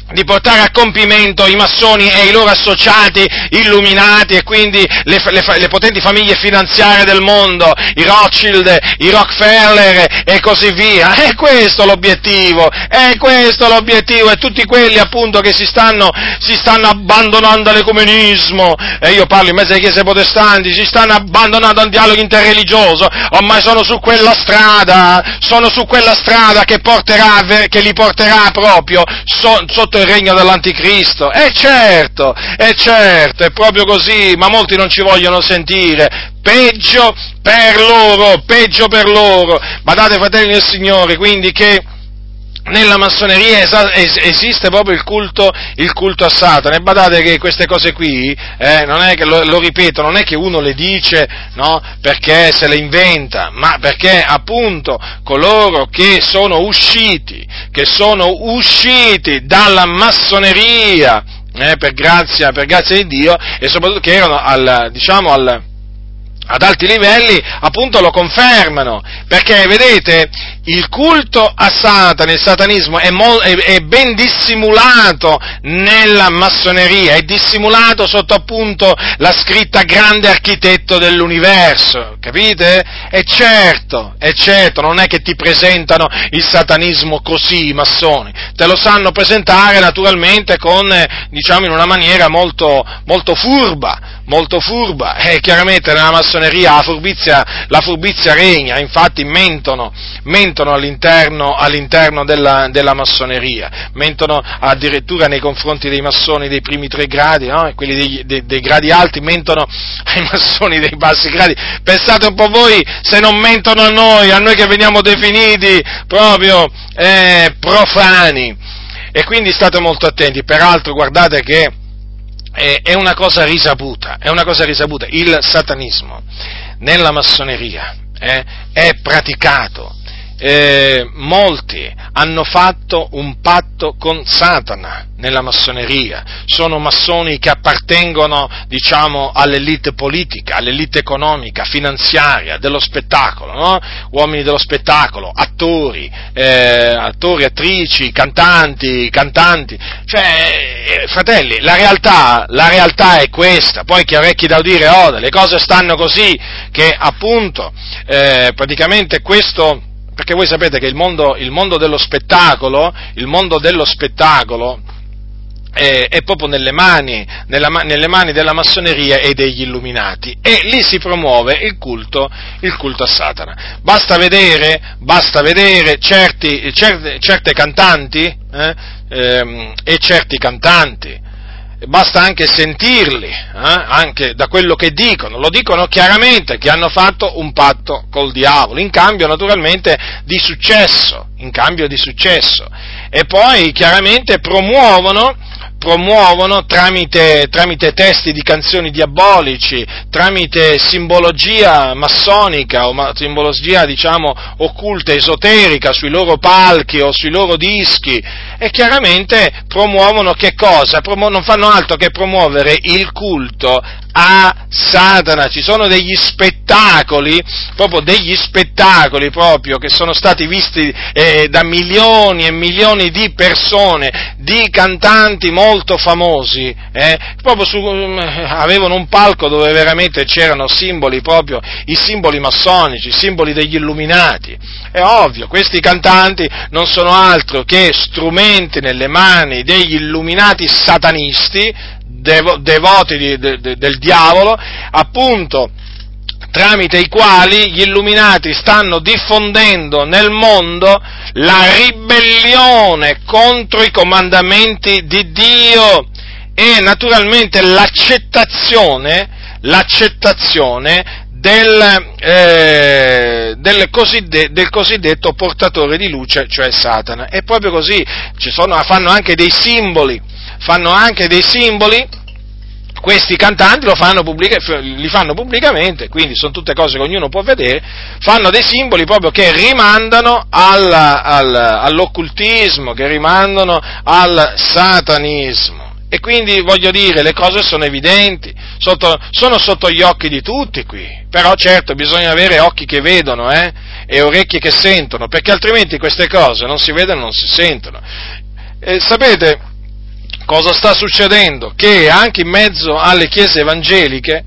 di portare a compimento i massoni e i loro associati illuminati e quindi le, le, le potenti famiglie finanziarie del mondo, i Rothschild, i Rockefeller e così via. È questo l'obiettivo, è questo l'obiettivo, e tutti quelli appunto che si stanno, si stanno abbandonando all'ecumenismo, e io parlo in mezzo alle chiese protestanti, si stanno abbandonando al dialogo interreligioso, ormai sono su quella strada, sono su quella strada che porterà, che li porterà proprio so, sotto il regno dell'anticristo. E certo, è certo, è proprio così, ma molti non ci vogliono sentire. Peggio per loro, peggio per loro. Badate, fratelli del Signore, quindi, che nella massoneria esiste proprio il culto, il culto a Satana, e badate che queste cose qui, eh, non è che, lo, lo ripeto, non è che uno le dice, no, perché se le inventa, ma perché appunto coloro che sono usciti, che sono usciti dalla massoneria, eh, per grazia, per grazia di Dio, e soprattutto che erano al, diciamo, al, ad alti livelli, appunto lo confermano, perché vedete, il culto a Satana, il satanismo è, mo- è, è ben dissimulato nella massoneria, è dissimulato sotto appunto la scritta grande architetto dell'universo, capite? E certo, è certo, non è che ti presentano il satanismo così i massoni, te lo sanno presentare naturalmente con, diciamo, in una maniera molto, molto furba, molto furba, e chiaramente nella massoneria la furbizia, la furbizia regna, infatti mentono, mentono all'interno, all'interno della, della massoneria, mentono addirittura nei confronti dei massoni dei primi tre gradi, no? E quelli dei, dei, dei gradi alti mentono ai massoni dei bassi gradi. Pensate un po' voi se non mentono a noi, a noi che veniamo definiti proprio eh, profani, e quindi state molto attenti. Peraltro guardate che è una cosa risaputa, è una cosa risaputa, il satanismo nella massoneria eh, è praticato, eh, molti hanno fatto un patto con Satana nella massoneria, sono massoni che appartengono, diciamo, all'elite politica, all'elite economica, finanziaria, dello spettacolo, no? Uomini dello spettacolo, attori, eh, attori, attrici, cantanti, cantanti, cioè, eh, fratelli, la realtà, la realtà è questa, poi chi ha orecchi da udire oda, le cose stanno così, che appunto, eh, praticamente questo, perché voi sapete che il mondo, il mondo dello spettacolo, il mondo dello spettacolo, È, è proprio nelle mani, nella, nelle mani della massoneria e degli illuminati, e lì si promuove il culto, il culto a Satana. Basta vedere, basta vedere certi, certe, certe cantanti eh, ehm, e certi cantanti, basta anche sentirli, eh, anche da quello che dicono, lo dicono chiaramente che hanno fatto un patto col diavolo, in cambio naturalmente di successo, in cambio di successo, e poi chiaramente promuovono promuovono tramite, tramite testi di canzoni diabolici, tramite simbologia massonica o ma, simbologia, diciamo, occulta, esoterica sui loro palchi o sui loro dischi, e chiaramente promuovono che cosa? Promu- non fanno altro che promuovere il culto a Satana. Ci sono degli spettacoli, proprio degli spettacoli proprio, che sono stati visti eh, da milioni e milioni di persone, di cantanti molto famosi, eh, proprio su, um, avevano un palco dove veramente c'erano simboli proprio, i simboli massonici, i simboli degli illuminati. È ovvio, questi cantanti non sono altro che strumenti nelle mani degli illuminati satanisti, Devo, devoti di, de, de, del diavolo, appunto, tramite i quali gli illuminati stanno diffondendo nel mondo la ribellione contro i comandamenti di Dio e naturalmente l'accettazione, l'accettazione del, eh, del, coside, del cosiddetto portatore di luce, cioè Satana. È proprio così, ci sono, fanno anche dei simboli, fanno anche dei simboli, questi cantanti lo fanno pubblica, li fanno pubblicamente, quindi sono tutte cose che ognuno può vedere, fanno dei simboli proprio che rimandano al, al, all'occultismo, che rimandano al satanismo. E quindi, voglio dire, le cose sono evidenti, sotto, sono sotto gli occhi di tutti qui, però certo bisogna avere occhi che vedono, eh, e orecchie che sentono, perché altrimenti queste cose non si vedono, non si sentono. Eh, sapete, cosa sta succedendo? Che anche in mezzo alle chiese evangeliche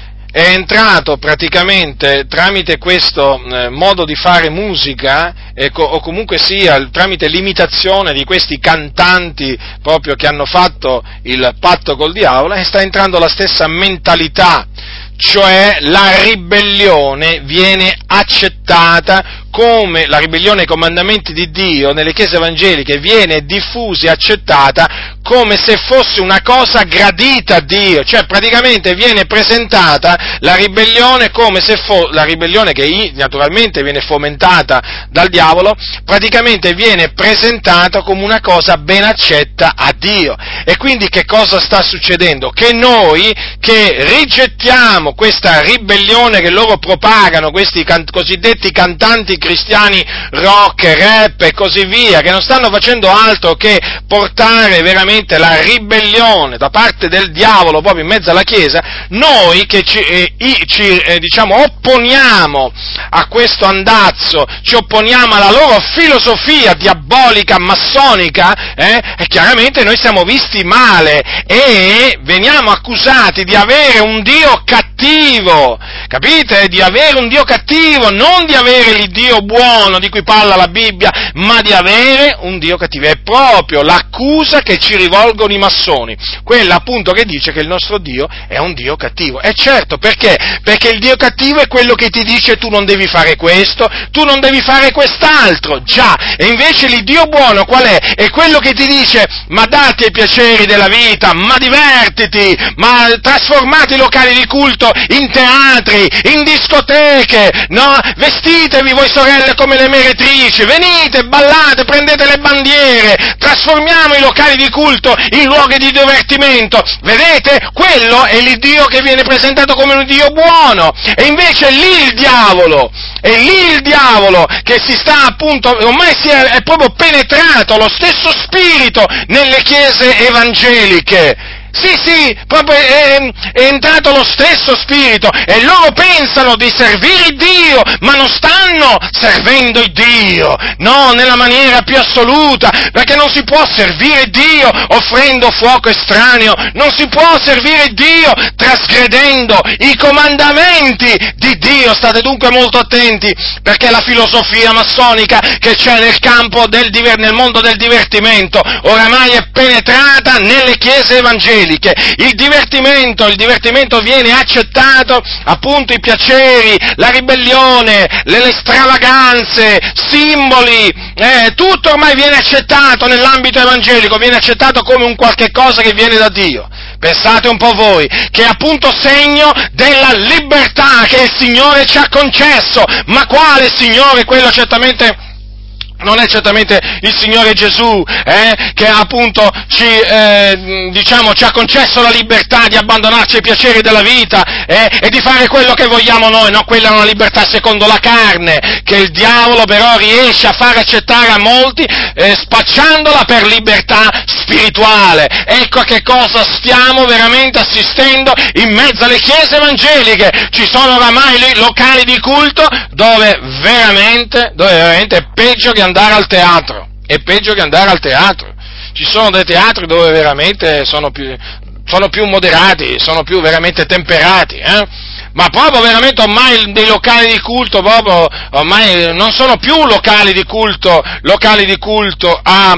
è entrato praticamente tramite questo eh, modo di fare musica, eh, co- o comunque sia tramite l'imitazione di questi cantanti proprio che hanno fatto il patto col diavolo, e sta entrando la stessa mentalità, cioè la ribellione viene accettata come la ribellione ai comandamenti di Dio nelle chiese evangeliche viene diffusa e accettata come se fosse una cosa gradita a Dio, cioè praticamente viene presentata la ribellione come se fosse, la ribellione che naturalmente viene fomentata dal diavolo, praticamente viene presentata come una cosa ben accetta a Dio. E quindi che cosa sta succedendo? Che noi che rigettiamo questa ribellione che loro propagano, questi can- cosiddetti cantanti cristiani rock, rap e così via, che non stanno facendo altro che portare veramente la ribellione da parte del diavolo proprio in mezzo alla Chiesa, noi che ci, eh, ci eh, diciamo opponiamo a questo andazzo, ci opponiamo alla loro filosofia diabolica, massonica, eh, e chiaramente noi siamo visti male e veniamo accusati di avere un Dio cattivo, capite? Di avere un Dio cattivo, non di avere l'Iddio buono di cui parla la Bibbia, ma di avere un Dio cattivo. È proprio l'accusa che ci rivolgono i massoni, quella appunto che dice che il nostro Dio è un Dio cattivo. E certo, perché? Perché il Dio cattivo è quello che ti dice tu non devi fare questo, tu non devi fare quest'altro, già, e invece l'Iddio buono qual è? È quello che ti dice ma datti ai piaceri della vita, ma divertiti, ma trasformate i locali di culto in teatri, in discoteche, no? Vestitevi voi sorelle come le meretrici, venite, ballate, prendete le bandiere, trasformiamo i locali di culto in luoghi di divertimento. Vedete? Quello è l'Iddio che viene presentato come un Dio buono, e invece è lì il diavolo, è lì il diavolo che si sta appunto, ormai si è, è proprio penetrato lo stesso spirito nelle chiese evangeliche. Sì, sì, proprio è, è entrato lo stesso spirito, e loro pensano di servire Dio, ma non stanno servendo il Dio, no, nella maniera più assoluta, perché non si può servire Dio offrendo fuoco estraneo, non si può servire Dio trasgredendo i comandamenti di Dio. State dunque molto attenti, perché la filosofia massonica che c'è nel campo del diver- nel mondo del divertimento oramai è penetrata nelle chiese evangeliche. Il divertimento, il divertimento viene accettato, appunto i piaceri, la ribellione, le, le stravaganze, simboli, eh, tutto ormai viene accettato nell'ambito evangelico, viene accettato come un qualche cosa che viene da Dio. Pensate un po' voi, che è appunto segno della libertà che il Signore ci ha concesso, ma quale Signore? Quello certamente non è certamente il Signore Gesù, eh, che appunto ci, eh, diciamo, ci ha concesso la libertà di abbandonarci ai piaceri della vita, eh, e di fare quello che vogliamo noi, no? Quella è una libertà secondo la carne, che il diavolo però riesce a far accettare a molti, eh, spacciandola per libertà spirituale. Ecco a che cosa stiamo veramente assistendo in mezzo alle chiese evangeliche. Ci sono oramai locali di culto dove veramente, dove veramente è peggio che andare al teatro, è peggio che andare al teatro. Ci sono dei teatri dove veramente sono più, sono più moderati, sono più veramente temperati, eh? Ma proprio veramente ormai dei locali di culto proprio, ormai non sono più locali di culto, locali di culto a,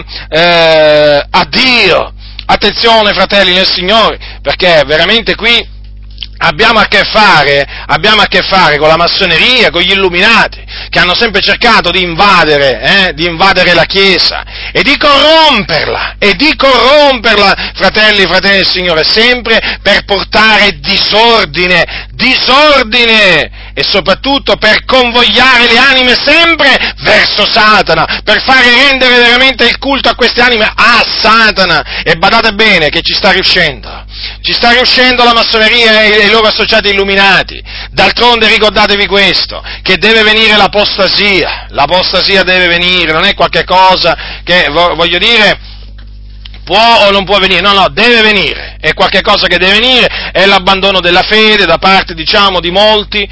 eh, a Dio. Attenzione fratelli nel Signore, perché veramente qui abbiamo a che fare, abbiamo a che fare con la massoneria, con gli illuminati, che hanno sempre cercato di invadere, eh, di invadere la Chiesa e di corromperla, e di corromperla, fratelli, fratelli del Signore, sempre per portare disordine, disordine, e soprattutto per convogliare le anime sempre verso Satana, per fare rendere veramente il culto a queste anime a Satana. E badate bene che ci sta riuscendo, ci sta riuscendo la massoneria e i loro associati illuminati. D'altronde ricordatevi questo, che deve venire l'apostasia, l'apostasia deve venire, non è qualche cosa che, voglio dire, può o non può venire, no, no, deve venire, è qualche cosa che deve venire, è l'abbandono della fede da parte, diciamo, di molti,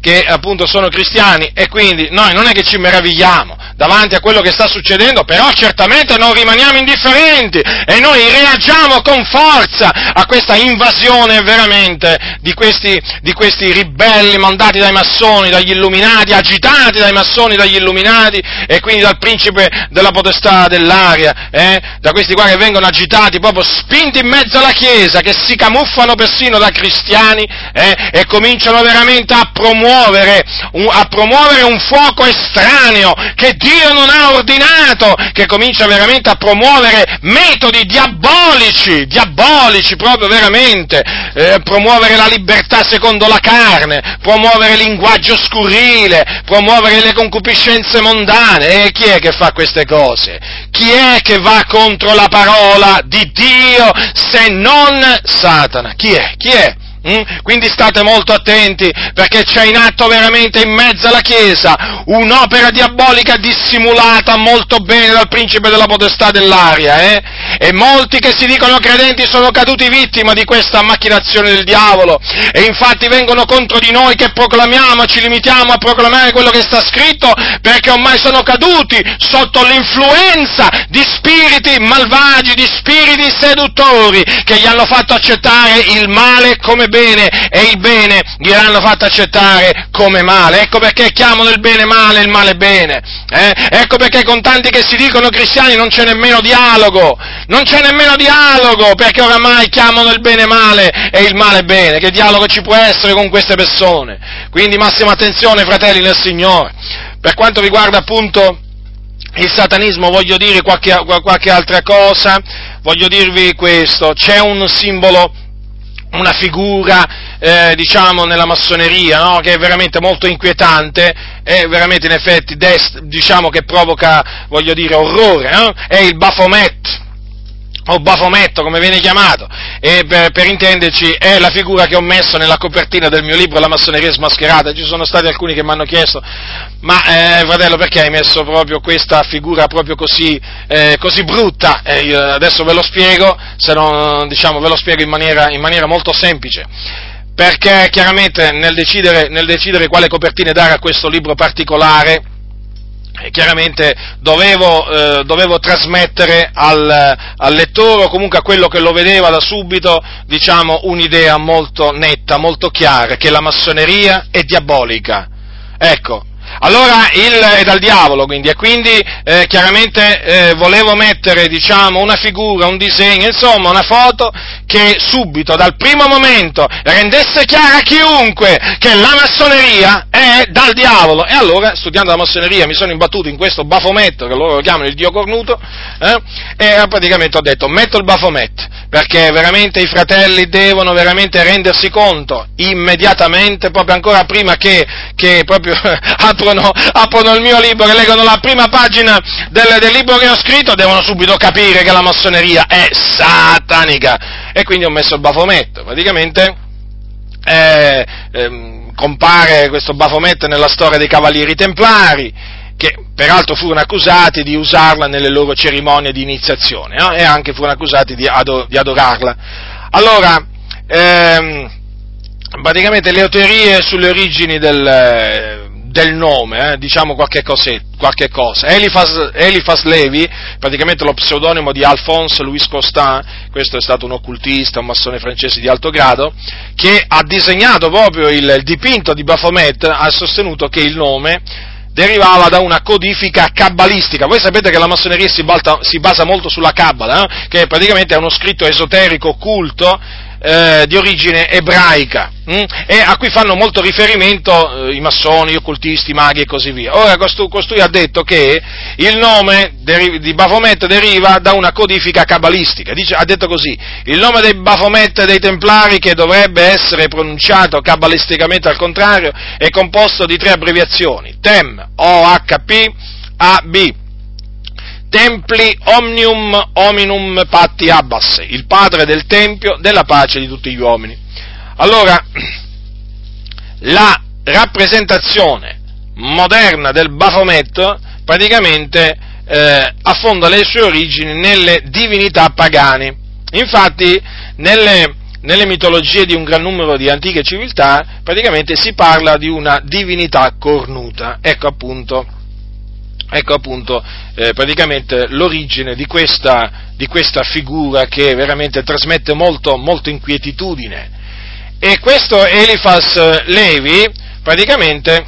che appunto sono cristiani, e quindi noi non è che ci meravigliamo davanti a quello che sta succedendo, però certamente non rimaniamo indifferenti e noi reagiamo con forza a questa invasione veramente di questi, di questi ribelli mandati dai massoni, dagli illuminati, agitati dai massoni, dagli illuminati e quindi dal principe della potestà dell'aria, eh? da questi qua che vengono agitati, proprio spinti in mezzo alla Chiesa, che si camuffano persino da cristiani eh? e cominciano veramente a promuovere, un, a promuovere un fuoco estraneo che Dio non ha ordinato, che comincia veramente a promuovere metodi diabolici, diabolici proprio veramente, eh, promuovere la libertà secondo la carne, promuovere linguaggio scurrile, promuovere le concupiscenze mondane. E chi è che fa queste cose? Chi è che va contro la parola di Dio se non Satana? Chi è? Chi è? Mm? Quindi state molto attenti, perché c'è in atto veramente in mezzo alla Chiesa un'opera diabolica dissimulata molto bene dal principe della potestà dell'aria, eh? E molti che si dicono credenti sono caduti vittima di questa macchinazione del diavolo, e infatti vengono contro di noi che proclamiamo, ci limitiamo a proclamare quello che sta scritto, perché ormai sono caduti sotto l'influenza di spiriti malvagi, di spiriti seduttori, che gli hanno fatto accettare il male come bene e il bene gliel'hanno fatto accettare come male. Ecco perché chiamano il bene male e il male bene. Eh? Ecco perché con tanti che si dicono cristiani non c'è nemmeno dialogo, non c'è nemmeno dialogo, perché oramai chiamano il bene male e il male bene. Che dialogo ci può essere con queste persone? Quindi massima attenzione, fratelli nel Signore. Per quanto riguarda appunto il satanismo, voglio dire qualche, qualche altra cosa, voglio dirvi questo: c'è un simbolo, una figura, eh, diciamo, nella massoneria, no? Che è veramente molto inquietante, è veramente in effetti, dest, diciamo, che provoca, voglio dire, orrore, no? È il Baphomet, o Bafometto, come viene chiamato, e per, per intenderci è la figura che ho messo nella copertina del mio libro La massoneria smascherata. Ci sono stati alcuni che mi hanno chiesto: ma eh, fratello, perché hai messo proprio questa figura proprio così, eh, così brutta? Eh, io adesso ve lo spiego, se non, diciamo, ve lo spiego in maniera, in maniera molto semplice. Perché chiaramente nel decidere, nel decidere quale copertina dare a questo libro particolare, chiaramente dovevo, eh, dovevo trasmettere al, al lettore, o comunque a quello che lo vedeva da subito, diciamo, un'idea molto netta, molto chiara, che la massoneria è diabolica. Ecco, allora il, è dal diavolo, quindi, e quindi eh, chiaramente eh, volevo mettere, diciamo, una figura, un disegno, insomma, una foto che subito, dal primo momento, rendesse chiara a chiunque che la massoneria è dal diavolo. E allora, studiando la massoneria, mi sono imbattuto in questo Bafometto, che loro lo chiamano il dio cornuto, eh, e praticamente ho detto: metto il Baphomet, perché veramente i fratelli devono veramente rendersi conto, immediatamente, proprio ancora prima che, che proprio aprono, aprono il mio libro, che leggono la prima pagina del, del libro che ho scritto, devono subito capire che la massoneria è satanica. E quindi ho messo il Bafometto, praticamente eh, eh, compare questo Baphomet nella storia dei Cavalieri Templari, che peraltro furono accusati di usarla nelle loro cerimonie di iniziazione, no? E anche furono accusati di, ado- di adorarla. Allora, ehm, praticamente le teorie sulle origini del... del nome, eh, diciamo qualche, cose, qualche cosa. Eliphas, Eliphas Levi, praticamente lo pseudonimo di Alphonse Louis Costin, questo è stato un occultista, un massone francese di alto grado, che ha disegnato proprio il, il dipinto di Baphomet, ha sostenuto che il nome derivava da una codifica cabbalistica. Voi sapete che la massoneria si, balta, si basa molto sulla Kabbala, eh, che praticamente è uno scritto esoterico occulto, Eh, di origine ebraica, hm? e a cui fanno molto riferimento eh, i massoni, gli occultisti, i maghi e così via. Ora costui, costui ha detto che il nome deri- di Baphomet deriva da una codifica cabalistica. Dice, ha detto così: il nome dei Baphomet dei Templari, che dovrebbe essere pronunciato cabalisticamente al contrario, è composto di tre abbreviazioni: Tem, O H P, A B. Templi omnium hominum patti abbas, il padre del tempio della pace di tutti gli uomini. Allora, la rappresentazione moderna del Baphomet praticamente eh, affonda le sue origini nelle divinità pagane. Infatti, nelle, nelle mitologie di un gran numero di antiche civiltà, praticamente si parla di una divinità cornuta. Ecco appunto, ecco appunto eh, praticamente l'origine di questa, di questa figura che veramente trasmette molto, molto inquietudine. E questo Eliphas Levi, praticamente,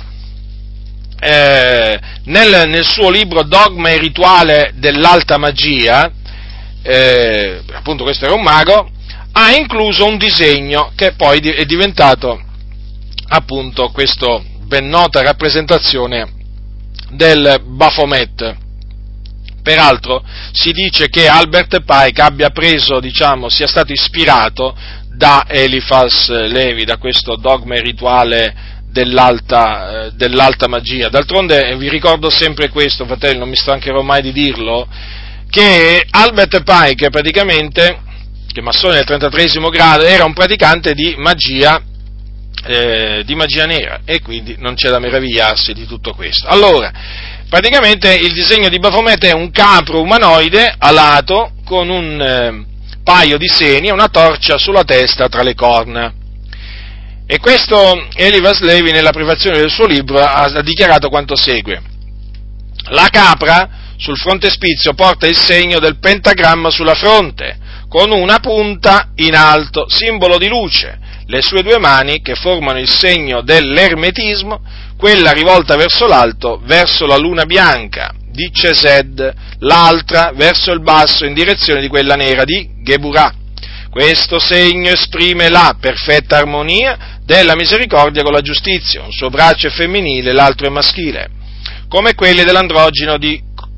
eh, nel, nel suo libro Dogma e rituale dell'alta magia, eh, appunto questo era un mago, ha incluso un disegno che poi è diventato appunto questo ben nota rappresentazione del Baphomet. Peraltro si dice che Albert Pike abbia preso, diciamo, sia stato ispirato da Eliphas Levi, da questo dogma e rituale dell'alta, eh, dell'alta magia. D'altronde vi ricordo sempre questo, fratelli, non mi stancherò mai di dirlo, che Albert Pike praticamente, che massone del trentatreesimo grado, era un praticante di magia, eh, di magia nera, e quindi non c'è da meravigliarsi di tutto questo. Allora, praticamente il disegno di Baphomet è un capro umanoide alato con un eh, paio di seni e una torcia sulla testa tra le corna. E questo Eliphas Levi, nella prefazione del suo libro, ha, ha dichiarato quanto segue: la capra sul frontespizio porta il segno del pentagramma sulla fronte, con una punta in alto, simbolo di luce. Le sue due mani, che formano il segno dell'ermetismo, quella rivolta verso l'alto, verso la luna bianca di Chesed, l'altra verso il basso in direzione di quella nera di Geburah. Questo segno esprime la perfetta armonia della misericordia con la giustizia. Un suo braccio è femminile, l'altro è maschile, come quelli dell'androgino di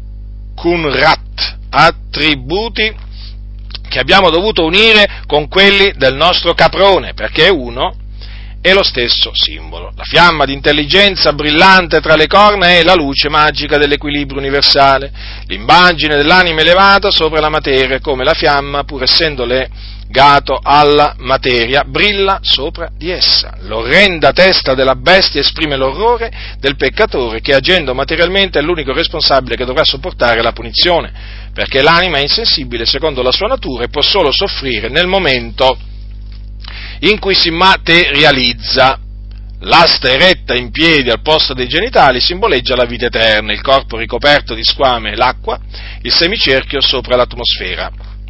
Qumrat, attributi che abbiamo dovuto unire con quelli del nostro caprone, perché uno è lo stesso simbolo. La fiamma di intelligenza brillante tra le corna è la luce magica dell'equilibrio universale, l'immagine dell'anima elevata sopra la materia, come la fiamma, pur essendo legato alla materia, brilla sopra di essa. L'orrenda testa della bestia esprime l'orrore del peccatore che, agendo materialmente, è l'unico responsabile che dovrà sopportare la punizione, perché l'anima è insensibile secondo la sua natura e può solo soffrire nel momento in cui si materializza. L'asta eretta in piedi al posto dei genitali simboleggia la vita eterna, il corpo ricoperto di squame l'acqua, il semicerchio sopra l'atmosfera.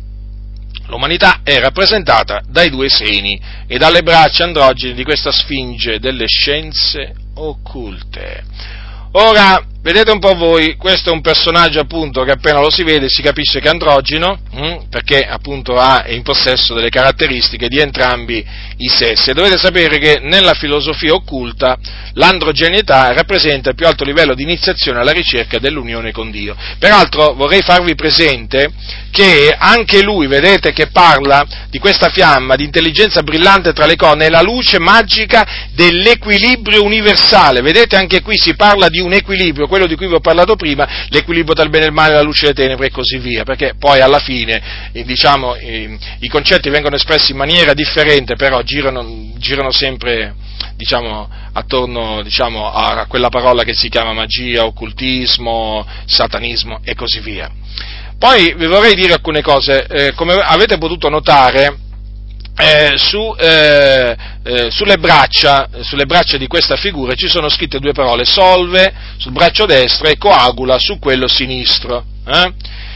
L'umanità è rappresentata dai due seni e dalle braccia androgine di questa sfinge delle scienze occulte. Ora, vedete un po' voi, questo è un personaggio appunto che appena lo si vede si capisce che è androgino, hm, perché appunto ha, è in possesso delle caratteristiche di entrambi i sessi. E dovete sapere che nella filosofia occulta l'androgeneità rappresenta il più alto livello di iniziazione alla ricerca dell'unione con Dio. Peraltro vorrei farvi presente che anche lui, vedete, che parla di questa fiamma di intelligenza brillante tra le corna, è la luce magica dell'equilibrio universale. Vedete, anche qui si parla di un equilibrio, quello di cui vi ho parlato prima, l'equilibrio tra il bene e il male, la luce e le tenebre e così via, perché poi alla fine, eh, diciamo, eh, i concetti vengono espressi in maniera differente, però girano, girano sempre, diciamo, attorno, diciamo, a quella parola che si chiama magia, occultismo, satanismo e così via. Poi vi vorrei dire alcune cose, eh, come avete potuto notare, eh, su, eh, eh, sulle braccia, sulle braccia di questa figura ci sono scritte due parole: solve sul braccio destro e coagula su quello sinistro. Eh?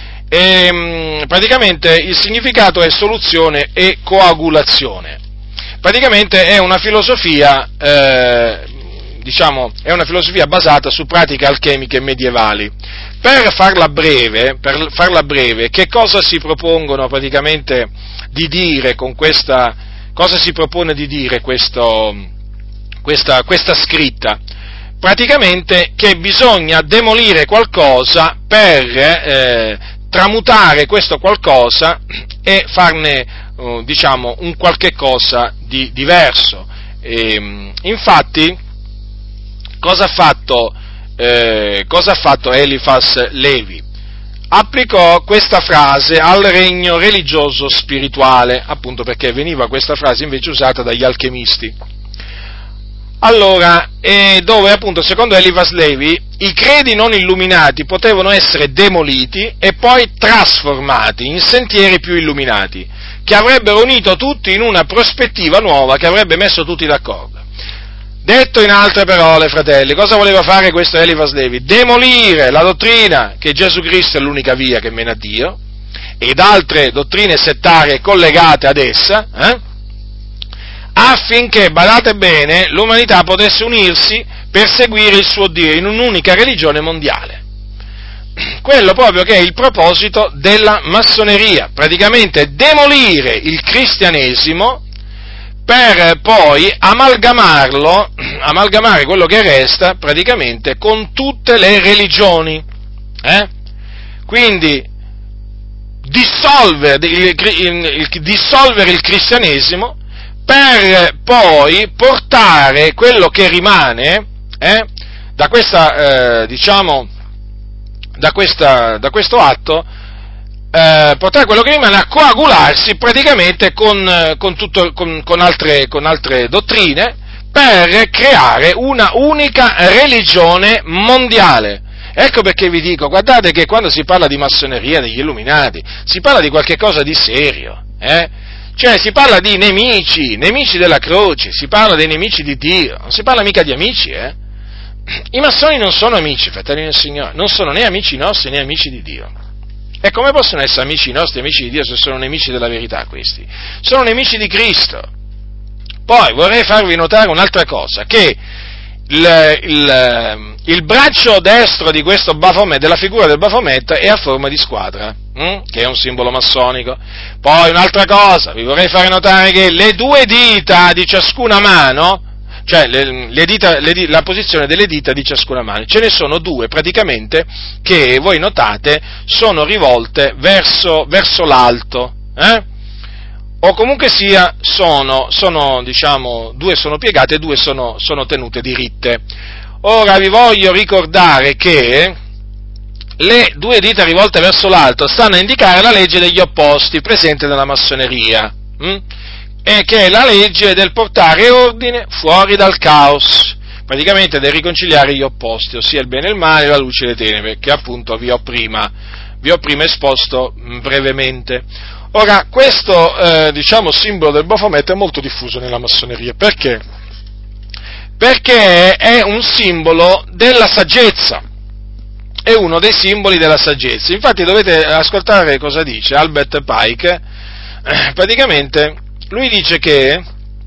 E, mh, praticamente il significato è soluzione e coagulazione. Praticamente è una filosofia, eh, diciamo, è una filosofia basata su pratiche alchemiche medievali. Per farla breve, per farla breve, che cosa si propongono praticamente di dire con questa, cosa si propone di dire questo, questa, questa scritta? Praticamente che bisogna demolire qualcosa per eh, tramutare questo qualcosa e farne, eh, diciamo, un qualche cosa di diverso. E, infatti, cosa ha fatto? Eh, cosa ha fatto Eliphas Levi? Applicò questa frase al regno religioso spirituale, appunto perché veniva questa frase invece usata dagli alchemisti. Allora, eh, dove appunto secondo Eliphas Levi i credi non illuminati potevano essere demoliti e poi trasformati in sentieri più illuminati, che avrebbero unito tutti in una prospettiva nuova, che avrebbe messo tutti d'accordo. Detto in altre parole, fratelli, cosa voleva fare questo Eliphas Levi? Demolire la dottrina che Gesù Cristo è l'unica via che mena a Dio, ed altre dottrine settarie collegate ad essa, eh? affinché, badate bene, l'umanità potesse unirsi per seguire il suo Dio in un'unica religione mondiale. Quello proprio che è il proposito della massoneria, praticamente demolire il cristianesimo per poi amalgamarlo, amalgamare quello che resta praticamente con tutte le religioni. Eh? Quindi dissolvere il, il, il, dissolvere il cristianesimo per poi portare quello che rimane eh, da questa, eh, diciamo, da, questa, da questo atto, eh, portare quello che rimane a coagularsi praticamente con, con, tutto, con, con, altre, con altre dottrine per creare una unica religione mondiale. Ecco perché vi dico, guardate che quando si parla di massoneria, degli illuminati, si parla di qualche cosa di serio, eh? Cioè si parla di nemici, nemici della croce, si parla dei nemici di Dio, non si parla mica di amici, eh? I massoni non sono amici, fratelli del Signore, non sono né amici nostri né amici di Dio. E come possono essere amici nostri, amici di Dio, se sono nemici della verità questi? Sono nemici di Cristo. Poi vorrei farvi notare un'altra cosa, che il, il, il braccio destro di questo Baphomet, della figura del Baphomet, è a forma di squadra, hm? che è un simbolo massonico. Poi un'altra cosa, vi vorrei fare notare che le due dita di ciascuna mano, cioè le, le dita, le, la posizione delle dita di ciascuna mano, ce ne sono due praticamente che voi notate sono rivolte verso, verso l'alto, eh? o comunque sia sono, sono diciamo, due sono piegate e due sono, sono tenute diritte. Ora vi voglio ricordare che le due dita rivolte verso l'alto stanno a indicare la legge degli opposti presente nella massoneria, hm? e che è la legge del portare ordine fuori dal caos, praticamente del riconciliare gli opposti, ossia il bene e il male, la luce e le tenebre, che appunto vi ho prima, vi ho prima esposto brevemente. Ora, questo, eh, diciamo, simbolo del Baphomet è molto diffuso nella massoneria, perché? Perché è un simbolo della saggezza, è uno dei simboli della saggezza. Infatti dovete ascoltare cosa dice Albert Pike, eh, praticamente lui dice che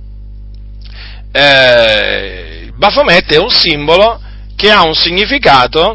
eh, il Baphomet è un simbolo che ha un significato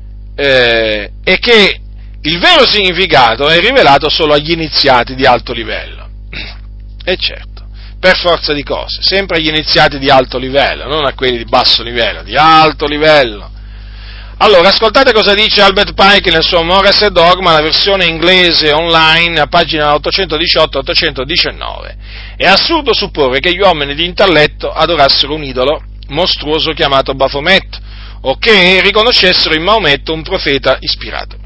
eh, e che il vero significato è rivelato solo agli iniziati di alto livello. E certo, per forza di cose, sempre agli iniziati di alto livello, non a quelli di basso livello, di alto livello. Allora, ascoltate cosa dice Albert Pike nel suo Mores e Dogma, la versione inglese online, a pagina ottocentodiciotto ottocentodiciannove. È assurdo supporre che gli uomini di intelletto adorassero un idolo mostruoso chiamato Baphomet, o che riconoscessero in Maometto un profeta ispirato.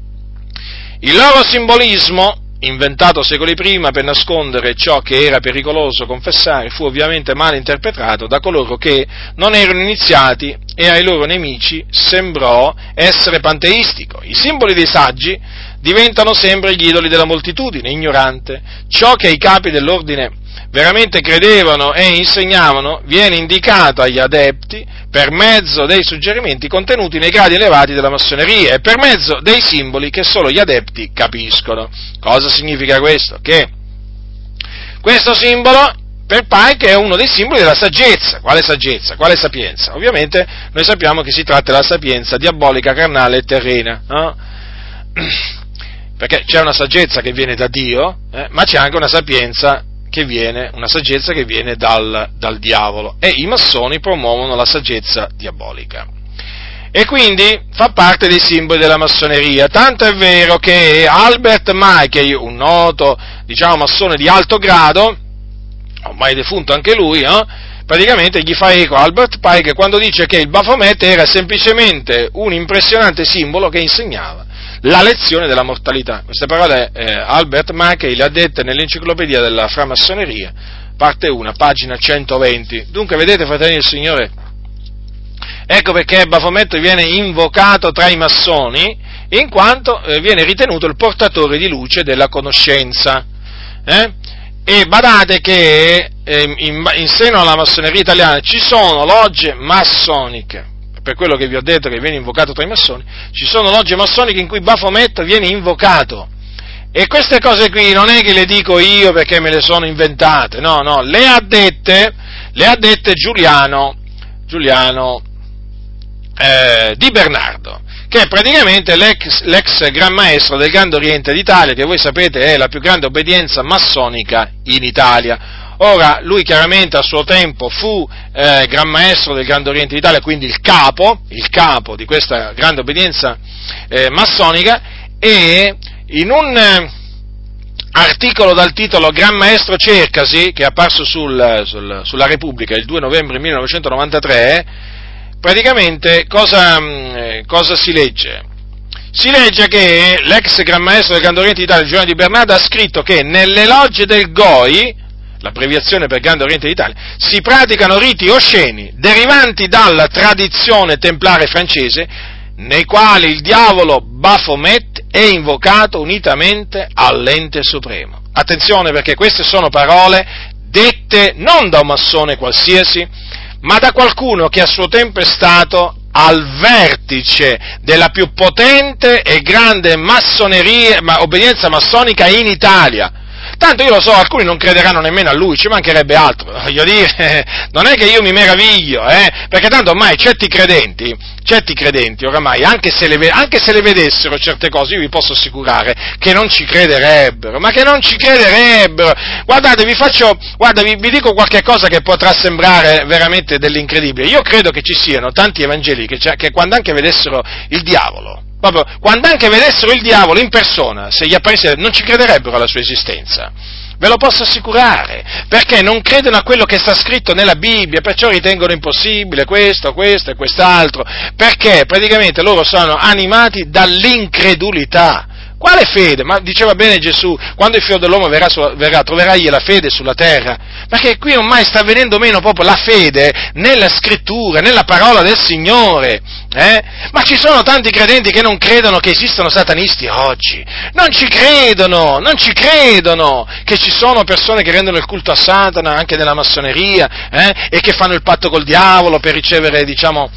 Il loro simbolismo, inventato secoli prima per nascondere ciò che era pericoloso confessare, fu ovviamente male interpretato da coloro che non erano iniziati e ai loro nemici sembrò essere panteistico. I simboli dei saggi diventano sempre gli idoli della moltitudine ignorante. Ciò che i capi dell'ordine veramente credevano e insegnavano viene indicato agli adepti per mezzo dei suggerimenti contenuti nei gradi elevati della massoneria e per mezzo dei simboli che solo gli adepti capiscono. Cosa significa questo? Che questo simbolo per Pike è uno dei simboli della saggezza. Quale saggezza? Quale sapienza? Ovviamente noi sappiamo che si tratta della sapienza diabolica, carnale e terrena, no? Perché c'è una saggezza che viene da Dio, eh, ma c'è anche una sapienza che viene, una saggezza che viene dal, dal diavolo, e i massoni promuovono la saggezza diabolica. E quindi fa parte dei simboli della massoneria, tanto è vero che Albert Mackey, un noto, diciamo, massone di alto grado, ormai defunto anche lui, eh, praticamente gli fa eco a Albert Pike quando dice che il Baphomet era semplicemente un impressionante simbolo che insegnava la lezione della mortalità. Queste parole eh, Albert Mackey le ha dette nell'enciclopedia della framassoneria, parte uno, pagina centoventi. Dunque, vedete, fratelli del Signore, ecco perché Baphomet viene invocato tra i massoni, in quanto eh, viene ritenuto il portatore di luce della conoscenza. Eh? E badate che eh, in, in seno alla massoneria italiana ci sono logge massoniche, per quello che vi ho detto che viene invocato tra i massoni, ci sono logge massoniche in cui Bafomet viene invocato. E queste cose qui non è che le dico io perché me le sono inventate, no, no, le ha dette, le ha dette Giuliano, Giuliano eh, Di Bernardo, che è praticamente l'ex, l'ex Gran Maestro del Grande Oriente d'Italia, che voi sapete è la più grande obbedienza massonica in Italia. Ora, lui chiaramente a suo tempo fu eh, Gran Maestro del Grande Oriente d'Italia, quindi il capo, il capo di questa grande obbedienza eh, massonica, e in un eh, articolo dal titolo Gran Maestro Cercasi, che è apparso sul, sul, sulla Repubblica il due novembre millenovecentonovantatré, praticamente cosa, cosa si legge? Si legge che l'ex Gran Maestro del Grande Oriente d'Italia, Giuliano Di Bernardo, ha scritto che nelle logge del G O I, l'abbreviazione per Grande Oriente d'Italia, si praticano riti osceni derivanti dalla tradizione templare francese, nei quali il diavolo Baphomet è invocato unitamente all'ente supremo. Attenzione, perché queste sono parole dette non da un massone qualsiasi, ma da qualcuno che a suo tempo è stato al vertice della più potente e grande massoneria, ma, obbedienza massonica in Italia. Tanto io lo so, alcuni non crederanno nemmeno a lui, ci mancherebbe altro, voglio dire, non è che io mi meraviglio, eh, perché tanto ormai certi credenti, certi credenti oramai, anche se, le, anche se le vedessero certe cose, io vi posso assicurare che non ci crederebbero, ma che non ci crederebbero. Guardate, vi faccio, guarda, vi, vi dico qualche cosa che potrà sembrare veramente dell'incredibile. Io credo che ci siano tanti evangelici che, che quando anche vedessero il diavolo, proprio, quando anche vedessero il diavolo in persona, se gli apparisse, non ci crederebbero alla sua esistenza. Ve lo posso assicurare, perché non credono a quello che sta scritto nella Bibbia, perciò ritengono impossibile questo, questo e quest'altro, perché praticamente loro sono animati dall'incredulità. Quale fede? Ma diceva bene Gesù, quando il figlio dell'uomo verrà, su, verrà troverà egli la fede sulla terra? Perché qui ormai sta venendo meno proprio la fede nella scrittura, nella parola del Signore. Eh? Ma ci sono tanti credenti che non credono che esistano satanisti oggi. Non ci credono, non ci credono che ci sono persone che rendono il culto a Satana anche nella massoneria, eh? E che fanno il patto col diavolo per ricevere, diciamo,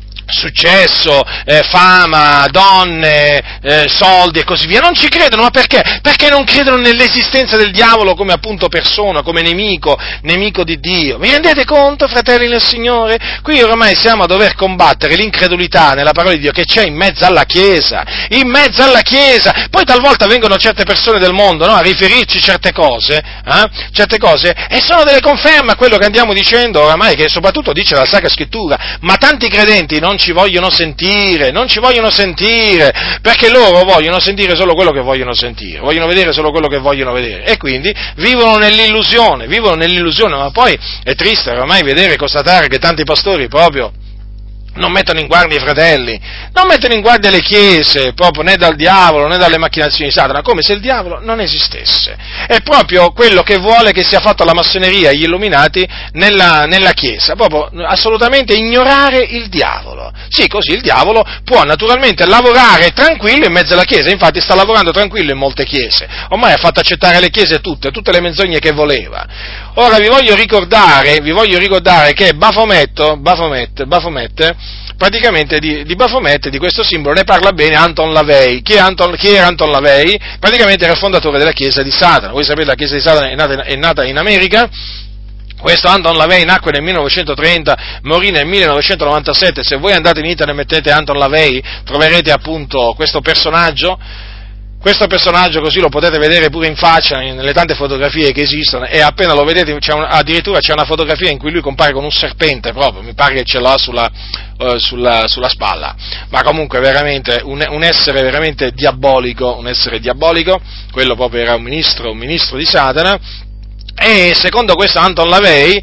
successo, eh, fama, donne, eh, soldi e così via. Non ci credono, ma perché? Perché non credono nell'esistenza del diavolo come appunto persona, come nemico, nemico di Dio. Vi rendete conto, fratelli nel Signore? Qui ormai siamo a dover combattere l'incredulità nella parola di Dio che c'è in mezzo alla Chiesa, in mezzo alla Chiesa. Poi talvolta vengono certe persone del mondo, no, a riferirci certe cose, eh, certe cose, e sono delle conferme a quello che andiamo dicendo oramai, che soprattutto dice la Sacra Scrittura, ma tanti credenti non ci vogliono sentire, non ci vogliono sentire, perché loro vogliono sentire solo quello che vogliono sentire, vogliono vedere solo quello che vogliono vedere, e quindi vivono nell'illusione, vivono nell'illusione, ma poi è triste ormai vedere e constatare che tanti pastori proprio non mettono in guardia i fratelli, non mettono in guardia le chiese, proprio né dal diavolo né dalle macchinazioni di Satana, come se il diavolo non esistesse. È proprio quello che vuole che sia fatto la massoneria e gli illuminati nella, nella chiesa, proprio assolutamente ignorare il diavolo. Sì, così il diavolo può naturalmente lavorare tranquillo in mezzo alla chiesa, infatti sta lavorando tranquillo in molte chiese, ormai ha fatto accettare le chiese tutte, tutte le menzogne che voleva. Ora vi voglio ricordare, vi voglio ricordare che Bafomet, Bafomet, Bafomet praticamente di, di Bafomet, di questo simbolo, ne parla bene Anton LaVey. Chi, è Anton, chi era Anton LaVey? Praticamente era il fondatore della Chiesa di Satana. Voi sapete, la Chiesa di Satana è nata, è nata in America. Questo Anton LaVey nacque nel millenovecentotrenta, morì nel millenovecentonovantasette. Se voi andate in internet e mettete Anton LaVey, troverete appunto questo personaggio. Questo personaggio così lo potete vedere pure in faccia nelle tante fotografie che esistono, e appena lo vedete c'è un, addirittura c'è una fotografia in cui lui compare con un serpente proprio, mi pare che ce l'ha sulla, uh, sulla, sulla spalla, ma comunque veramente un, un essere veramente diabolico, un essere diabolico, quello proprio era un ministro, un ministro di Satana, e secondo questo Anton LaVey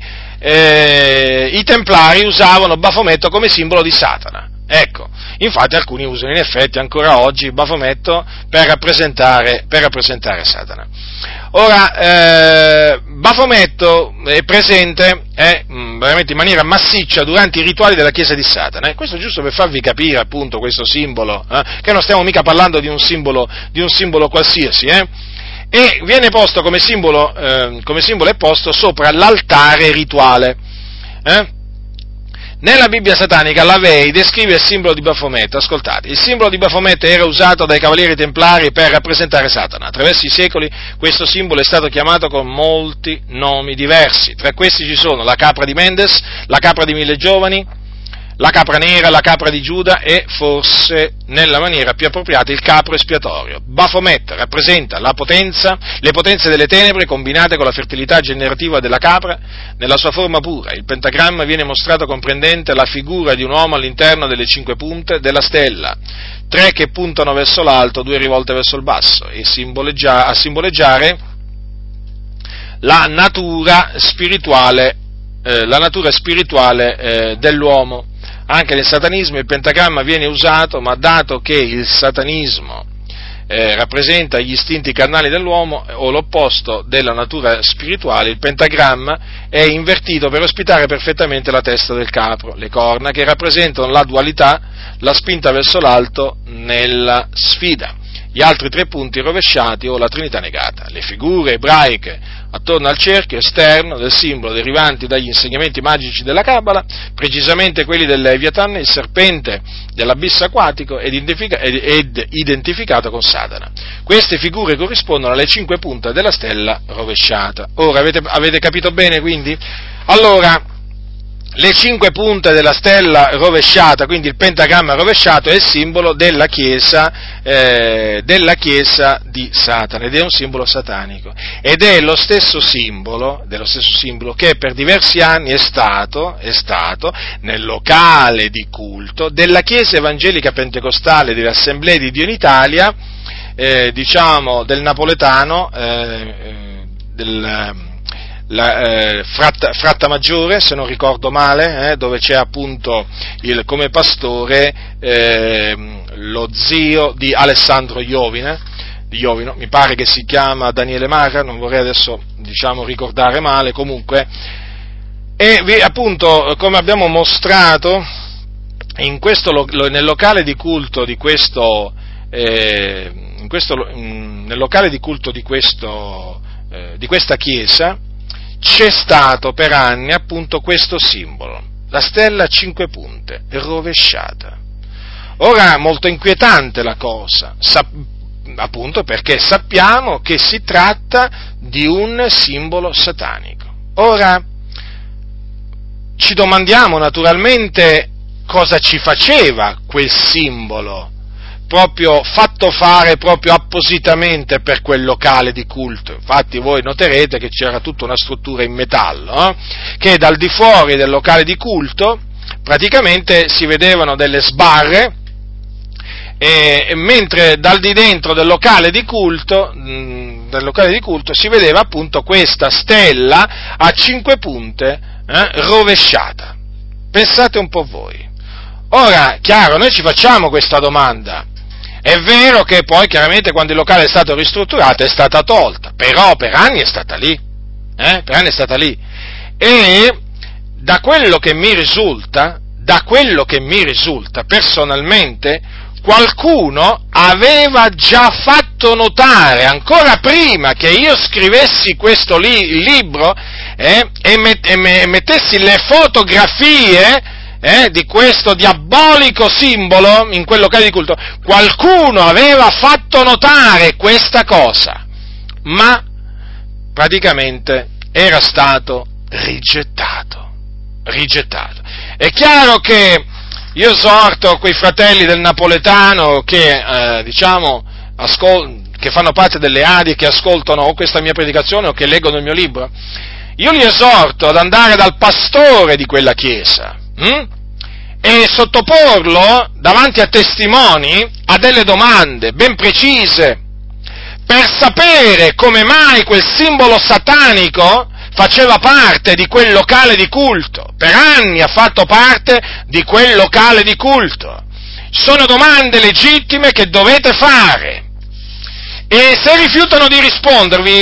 eh, i Templari usavano Bafomet come simbolo di Satana. Ecco, infatti alcuni usano in effetti ancora oggi Bafomet per rappresentare, per rappresentare Satana. Ora, eh, Bafomet è presente eh, veramente in maniera massiccia durante i rituali della Chiesa di Satana, e eh? questo giusto per farvi capire appunto questo simbolo, eh? che non stiamo mica parlando di un simbolo, di un simbolo qualsiasi, eh? e viene posto come simbolo, eh, come simbolo è posto sopra l'altare rituale. Eh? Nella Bibbia satanica l'Avei descrive il simbolo di Bafomete. Ascoltate, il simbolo di Bafomete era usato dai cavalieri templari per rappresentare Satana. Attraverso i secoli questo simbolo è stato chiamato con molti nomi diversi. Tra questi ci sono la capra di Mendes, la capra di mille giovani, la capra nera, la capra di Giuda e forse, nella maniera più appropriata, il capro espiatorio. Baphomet rappresenta la potenza, le potenze delle tenebre combinate con la fertilità generativa della capra nella sua forma pura. Il pentagramma viene mostrato comprendente la figura di un uomo all'interno delle cinque punte della stella, tre che puntano verso l'alto, due rivolte verso il basso, e simboleggia, a simboleggiare la natura spirituale, eh, la natura spirituale eh, dell'uomo. Anche nel satanismo il pentagramma viene usato, ma dato che il satanismo eh, rappresenta gli istinti carnali dell'uomo o l'opposto della natura spirituale, il pentagramma è invertito per ospitare perfettamente la testa del capro, le corna che rappresentano la dualità, la spinta verso l'alto nella sfida, gli altri tre punti rovesciati o la trinità negata, le figure ebraiche attorno al cerchio esterno del simbolo derivanti dagli insegnamenti magici della Cabala, precisamente quelli del Leviathan, il serpente dell'abisso acquatico ed, ed identificato con Satana. Queste figure corrispondono alle cinque punte della stella rovesciata. Ora, avete, avete capito bene quindi? Allora, le cinque punte della stella rovesciata, quindi il pentagramma rovesciato, è il simbolo della chiesa, eh, della chiesa di Satana, ed è un simbolo satanico, ed è lo stesso simbolo, dello stesso simbolo che per diversi anni è stato, è stato nel locale di culto della chiesa evangelica pentecostale delle Assemblee di Dio in Italia, eh, diciamo del napoletano, eh, del La, eh, Fratta, Frattamaggiore, se non ricordo male, eh, dove c'è appunto il, come pastore eh, lo zio di Alessandro Iovine, di Iovino, mi pare che si chiama Daniele Marra, non vorrei adesso diciamo ricordare male, comunque, e vi, appunto come abbiamo mostrato in questo, nel locale di culto di questo, eh, in questo in, nel locale di culto di questo eh, di questa chiesa c'è stato per anni appunto questo simbolo, la stella a cinque punte, rovesciata. Ora, molto inquietante la cosa, sa, appunto perché sappiamo che si tratta di un simbolo satanico. Ora, ci domandiamo naturalmente cosa ci faceva quel simbolo, proprio fatto fare proprio appositamente per quel locale di culto. Infatti voi noterete che c'era tutta una struttura in metallo, eh, che dal di fuori del locale di culto praticamente si vedevano delle sbarre, e, e mentre dal di dentro del locale di culto, mh, del locale di culto si vedeva appunto questa stella a cinque punte eh, rovesciata. Pensate un po' voi. Ora, chiaro, noi ci facciamo questa domanda. È vero che poi chiaramente quando il locale è stato ristrutturato è stata tolta, però per anni è stata lì, eh? per anni è stata lì, e da quello che mi risulta, da quello che mi risulta personalmente, qualcuno aveva già fatto notare, ancora prima che io scrivessi questo li- libro eh, e, met- e mettessi le fotografie Eh, di questo diabolico simbolo in quel locale di culto, qualcuno aveva fatto notare questa cosa, ma praticamente era stato rigettato, rigettato. È chiaro che io esorto quei fratelli del napoletano che, eh, diciamo, ascol- che fanno parte delle A D I, che ascoltano o questa mia predicazione o che leggono il mio libro, io li esorto ad andare dal pastore di quella chiesa, hm? e sottoporlo davanti a testimoni a delle domande ben precise per sapere come mai quel simbolo satanico faceva parte di quel locale di culto. Per anni ha fatto parte di quel locale di culto. Sono domande legittime che dovete fare, e se rifiutano di rispondervi,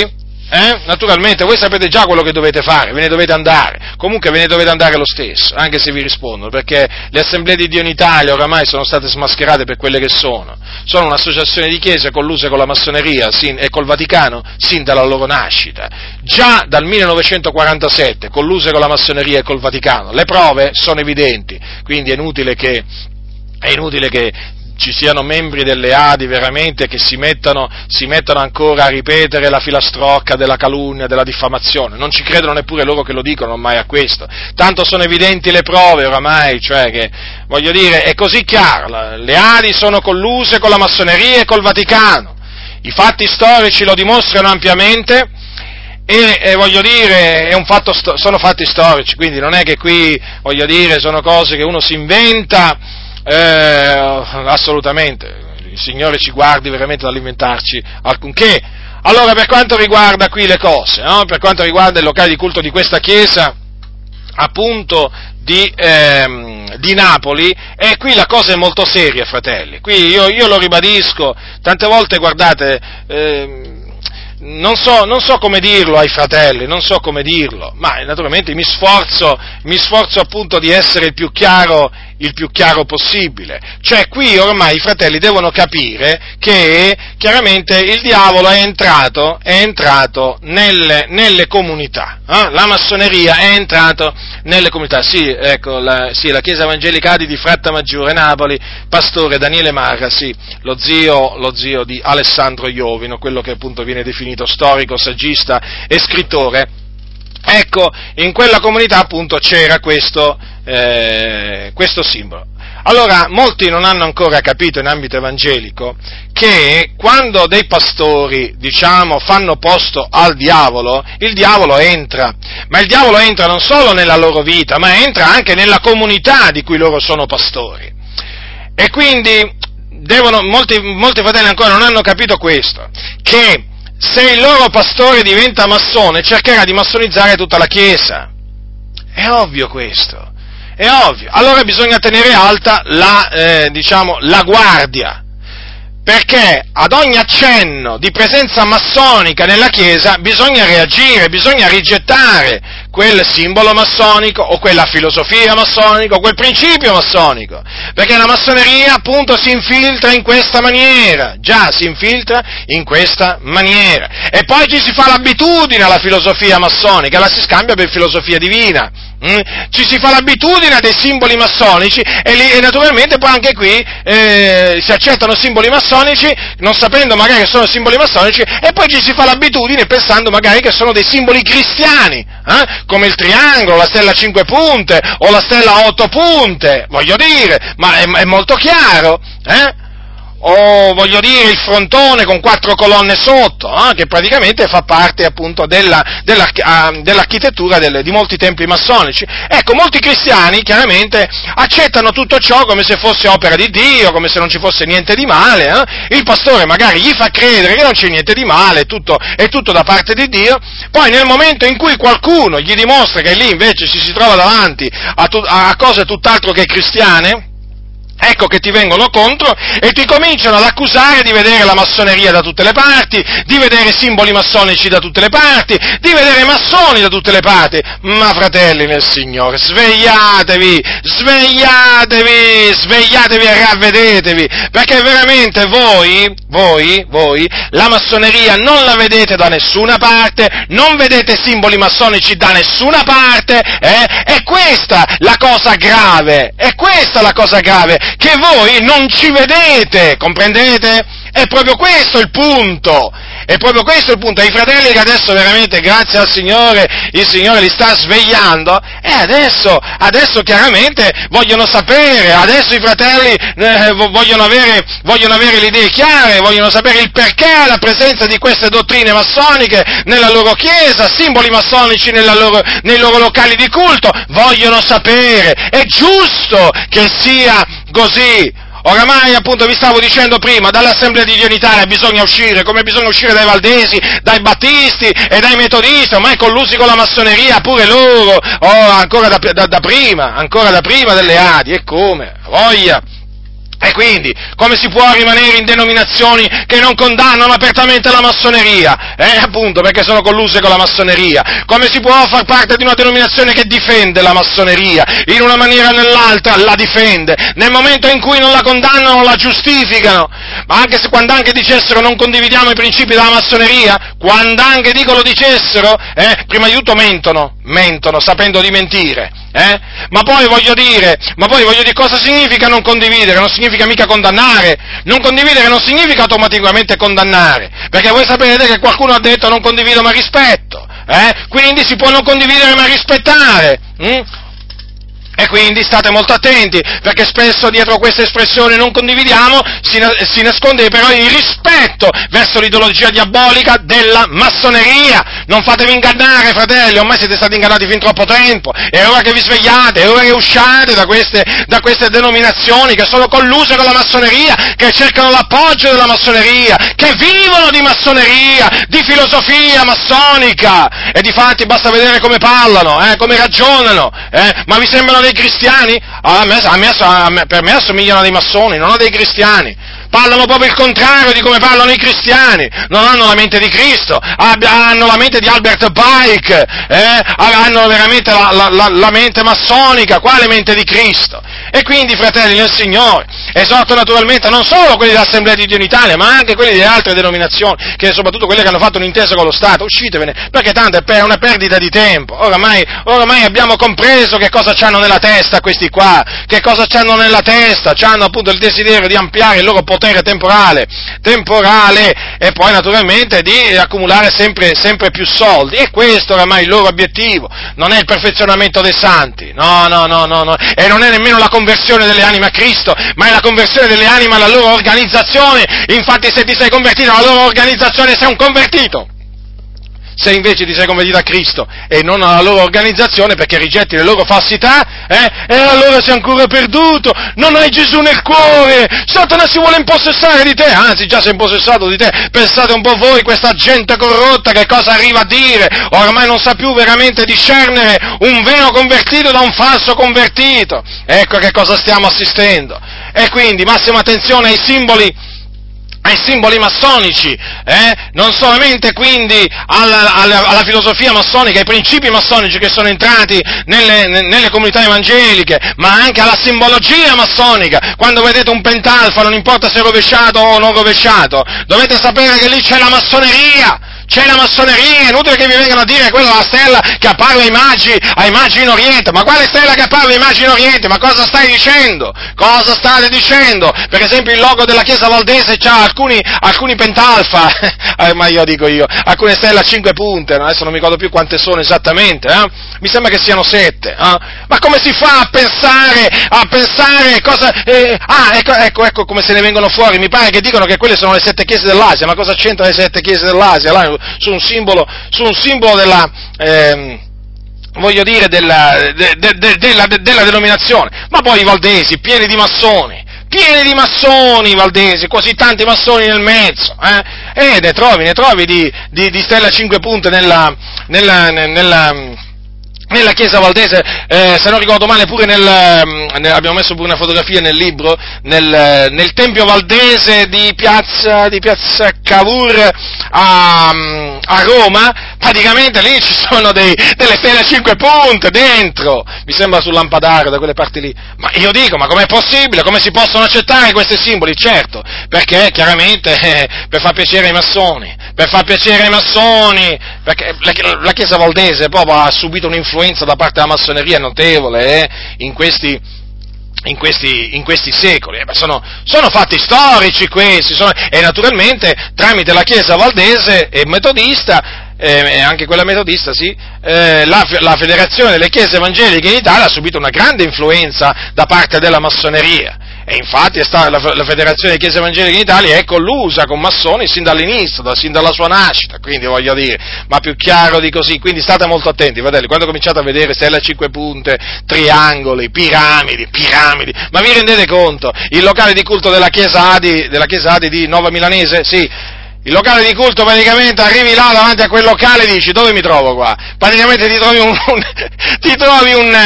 Eh? Naturalmente, voi sapete già quello che dovete fare, ve ne dovete andare, comunque ve ne dovete andare lo stesso, anche se vi rispondono, perché le assemblee di Dio in Italia oramai sono state smascherate per quelle che sono, sono un'associazione di chiese colluse con la massoneria sin, e col Vaticano sin dalla loro nascita, già dal millenovecentoquarantasette colluse con la massoneria e col Vaticano, le prove sono evidenti, quindi è inutile che, è inutile che ci siano membri delle A D I veramente che si mettano, si mettano ancora a ripetere la filastrocca della calunnia, della diffamazione, non ci credono neppure loro che lo dicono ormai a questo, tanto sono evidenti le prove oramai, cioè che, voglio dire, è così chiaro, le A D I sono colluse con la massoneria e col Vaticano, i fatti storici lo dimostrano ampiamente, e, e voglio dire, è un fatto, sono fatti storici, quindi non è che qui, voglio dire, sono cose che uno si inventa. Eh, assolutamente, il Signore ci guardi veramente dall'inventarci alcunché. Allora, per quanto riguarda qui le cose, no? Per quanto riguarda il locale di culto di questa chiesa, appunto, di, ehm, di Napoli, e qui la cosa è molto seria, fratelli, qui io, io lo ribadisco, tante volte, guardate, ehm, Non so, non so come dirlo ai fratelli, non so come dirlo, ma naturalmente mi sforzo, mi sforzo appunto di essere il più chiaro, il più chiaro possibile. Cioè qui ormai i fratelli devono capire che chiaramente il diavolo è entrato, è entrato nelle, nelle comunità, eh? La massoneria è entrato nelle comunità. Sì, ecco, la, sì, la Chiesa Evangelica di Frattamaggiore, Napoli, pastore Daniele Marra, sì, lo zio, lo zio di Alessandro Iovino, quello che appunto viene definito storico, saggista e scrittore. Ecco, in quella comunità appunto c'era questo, eh, questo simbolo. Allora, molti non hanno ancora capito in ambito evangelico che quando dei pastori, diciamo, fanno posto al diavolo, il diavolo entra, ma il diavolo entra non solo nella loro vita, ma entra anche nella comunità di cui loro sono pastori. E quindi devono, molti, molti fratelli ancora non hanno capito questo, che se il loro pastore diventa massone, cercherà di massonizzare tutta la Chiesa. È ovvio questo, è ovvio. Allora bisogna tenere alta la, eh, diciamo, la guardia, perché ad ogni accenno di presenza massonica nella Chiesa bisogna reagire, bisogna rigettare quel simbolo massonico o quella filosofia massonica o quel principio massonico, perché la massoneria appunto si infiltra in questa maniera, già si infiltra in questa maniera, e poi ci si fa l'abitudine alla filosofia massonica, la si scambia per filosofia divina. Mm? Ci si fa l'abitudine a dei simboli massonici e, li, e naturalmente poi anche qui eh, si accettano simboli massonici non sapendo magari che sono simboli massonici, e poi ci si fa l'abitudine pensando magari che sono dei simboli cristiani, eh? Come il triangolo, la stella a cinque punte o la stella a otto punte, voglio dire, ma è, è molto chiaro, eh? O voglio dire il frontone con quattro colonne sotto, eh, che praticamente fa parte appunto della, della, uh, dell'architettura del, di molti templi massonici. Ecco, molti cristiani chiaramente accettano tutto ciò come se fosse opera di Dio, come se non ci fosse niente di male, eh? Il pastore magari gli fa credere che non c'è niente di male, è tutto, è tutto da parte di Dio, poi nel momento in cui qualcuno gli dimostra che lì invece ci si trova davanti a, tu, a cose tutt'altro che cristiane, ecco che ti vengono contro e ti cominciano ad accusare di vedere la massoneria da tutte le parti, di vedere simboli massonici da tutte le parti, di vedere massoni da tutte le parti. Ma fratelli nel Signore, svegliatevi, svegliatevi, svegliatevi e ravvedetevi, perché veramente voi, voi, voi, la massoneria non la vedete da nessuna parte, non vedete simboli massonici da nessuna parte, eh? È questa la cosa grave, è questa la cosa grave, che voi non ci vedete, comprendete? È proprio questo il punto, è proprio questo il punto, ai fratelli che adesso veramente, grazie al Signore, il Signore li sta svegliando, e adesso, adesso chiaramente vogliono sapere, adesso i fratelli eh, vogliono avere, vogliono avere le idee chiare, vogliono sapere il perché la presenza di queste dottrine massoniche nella loro chiesa, simboli massonici nella loro, nei loro locali di culto, vogliono sapere, è giusto che sia così. Oramai, appunto, vi stavo dicendo prima, dall'Assemblea di Dio in Italia bisogna uscire, come bisogna uscire dai Valdesi, dai Battisti e dai Metodisti, ormai collusi con la massoneria pure loro, oh, ancora da, da, da prima, ancora da prima delle A D I, e come, voglia. E quindi, come si può rimanere in denominazioni che non condannano apertamente la massoneria? Eh, appunto, perché sono colluse con la massoneria. Come si può far parte di una denominazione che difende la massoneria? In una maniera o nell'altra la difende. Nel momento in cui non la condannano, la giustificano. Ma anche se, quando anche dicessero non condividiamo i principi della massoneria, quando anche dico lo dicessero, eh, prima di tutto mentono, mentono, sapendo di mentire. Eh? Ma poi voglio dire, ma poi voglio dire cosa significa non condividere? Non significa mica condannare. Non condividere non significa automaticamente condannare, perché voi sapete che qualcuno ha detto non condivido ma rispetto, eh? Quindi si può non condividere ma rispettare. Hm? E quindi state molto attenti, perché spesso dietro queste espressioni non condividiamo si, si nasconde però il rispetto verso l'ideologia diabolica della massoneria. Non fatevi ingannare, fratelli, ormai siete stati ingannati fin troppo tempo, è ora che vi svegliate, è ora che usciate da queste, da queste denominazioni che sono colluse con la massoneria, che cercano l'appoggio della massoneria, che vivono di massoneria, di filosofia massonica, e difatti basta vedere come parlano, eh, come ragionano, eh, ma vi sembrano dei cristiani? A me, a me, a me, per me assomigliano a dei massoni, non a dei cristiani. Parlano proprio il contrario di come parlano i cristiani, non hanno la mente di Cristo, hanno la mente di Albert Pike, eh? hanno veramente la, la, la, la mente massonica, quale mente di Cristo? E quindi, fratelli nel Signore, esorto naturalmente non solo quelli dell'Assemblea di Dio in Italia, ma anche quelli delle altre denominazioni, che soprattutto quelle che hanno fatto un'intesa con lo Stato, uscitevene, perché tanto è per una perdita di tempo. Oramai, oramai abbiamo compreso che cosa c'hanno nella testa questi qua, che cosa c'hanno nella testa, c'hanno appunto il desiderio di ampliare il loro potere temporale, temporale, e poi naturalmente di accumulare sempre, sempre più soldi, e questo oramai il loro obiettivo. Non è il perfezionamento dei santi, no, no, no, no, no, e non è nemmeno la conversione delle anime a Cristo, ma è la conversione delle anime alla loro organizzazione. Infatti, se ti sei convertito alla loro organizzazione sei un convertito. Se invece ti sei convertito a Cristo e non alla loro organizzazione, perché rigetti le loro falsità, eh, e allora sei ancora perduto, non hai Gesù nel cuore, Satana si vuole impossessare di te, anzi già sei impossessato di te. Pensate un po' voi, questa gente corrotta che cosa arriva a dire, ormai non sa più veramente discernere un vero convertito da un falso convertito. Ecco che cosa stiamo assistendo. E quindi massima attenzione ai simboli, ai simboli massonici, eh? Non solamente quindi alla, alla, alla filosofia massonica, ai principi massonici che sono entrati nelle, nelle comunità evangeliche, ma anche alla simbologia massonica. Quando vedete un pentalfa, non importa se è rovesciato o non rovesciato, dovete sapere che lì c'è la massoneria. C'è la massoneria, è inutile che vi vengano a dire quella è la stella che appare ai magi, ai magi in Oriente. Ma quale stella che appare ai magi in Oriente? Ma cosa stai dicendo? Cosa state dicendo? Per esempio il logo della Chiesa Valdese c'ha alcuni, alcuni pentalfa, eh, ma io dico io, alcune stelle a cinque punte, adesso non mi ricordo più quante sono esattamente, eh? Mi sembra che siano sette, eh? Ma come si fa a pensare, a pensare cosa, eh, ah, ecco, ecco, ecco come se ne vengono fuori, mi pare che dicono che quelle sono le sette chiese dell'Asia, ma cosa c'entra le sette chiese dell'Asia? Là, su un simbolo, su un simbolo della, eh, voglio dire, della, de, de, de, della, de, della denominazione. Ma poi i valdesi, pieni di massoni, pieni di massoni i valdesi, così tanti massoni nel mezzo, eh? E ne trovi, ne trovi di, di, di stelle a cinque punte nella, nella, nella nella chiesa valdese, eh, se non ricordo male pure nel, nel, abbiamo messo pure una fotografia nel libro, nel, nel tempio valdese di piazza, di piazza Cavour a, a Roma, praticamente lì ci sono dei, delle stelle a cinque punte dentro, mi sembra sul lampadario, da quelle parti lì. Ma io dico, ma com'è possibile? Come si possono accettare questi simboli? Certo, perché chiaramente eh, per far piacere ai massoni, per far piacere ai massoni, perché la, la chiesa valdese proprio ha subito un'influenza da parte della massoneria notevole eh, in questi in questi, in questi secoli, eh, sono, sono fatti storici questi, sono, e naturalmente tramite la Chiesa valdese e metodista, eh, anche quella metodista, sì, eh, la, la Federazione delle Chiese Evangeliche in Italia ha subito una grande influenza da parte della massoneria. E infatti è stata, la, la Federazione delle Chiese Evangeliche in Italia è collusa con massoni sin dall'inizio, da, sin dalla sua nascita, quindi voglio dire, ma più chiaro di così, quindi state molto attenti, fratelli, quando cominciate a vedere stelle a cinque punte, triangoli, piramidi, piramidi, ma vi rendete conto? Il locale di culto della Chiesa Adi, della Chiesa Adi di Nova Milanese, sì, il locale di culto praticamente arrivi là davanti a quel locale e dici dove mi trovo qua? Praticamente ti trovi un, un, ti trovi un,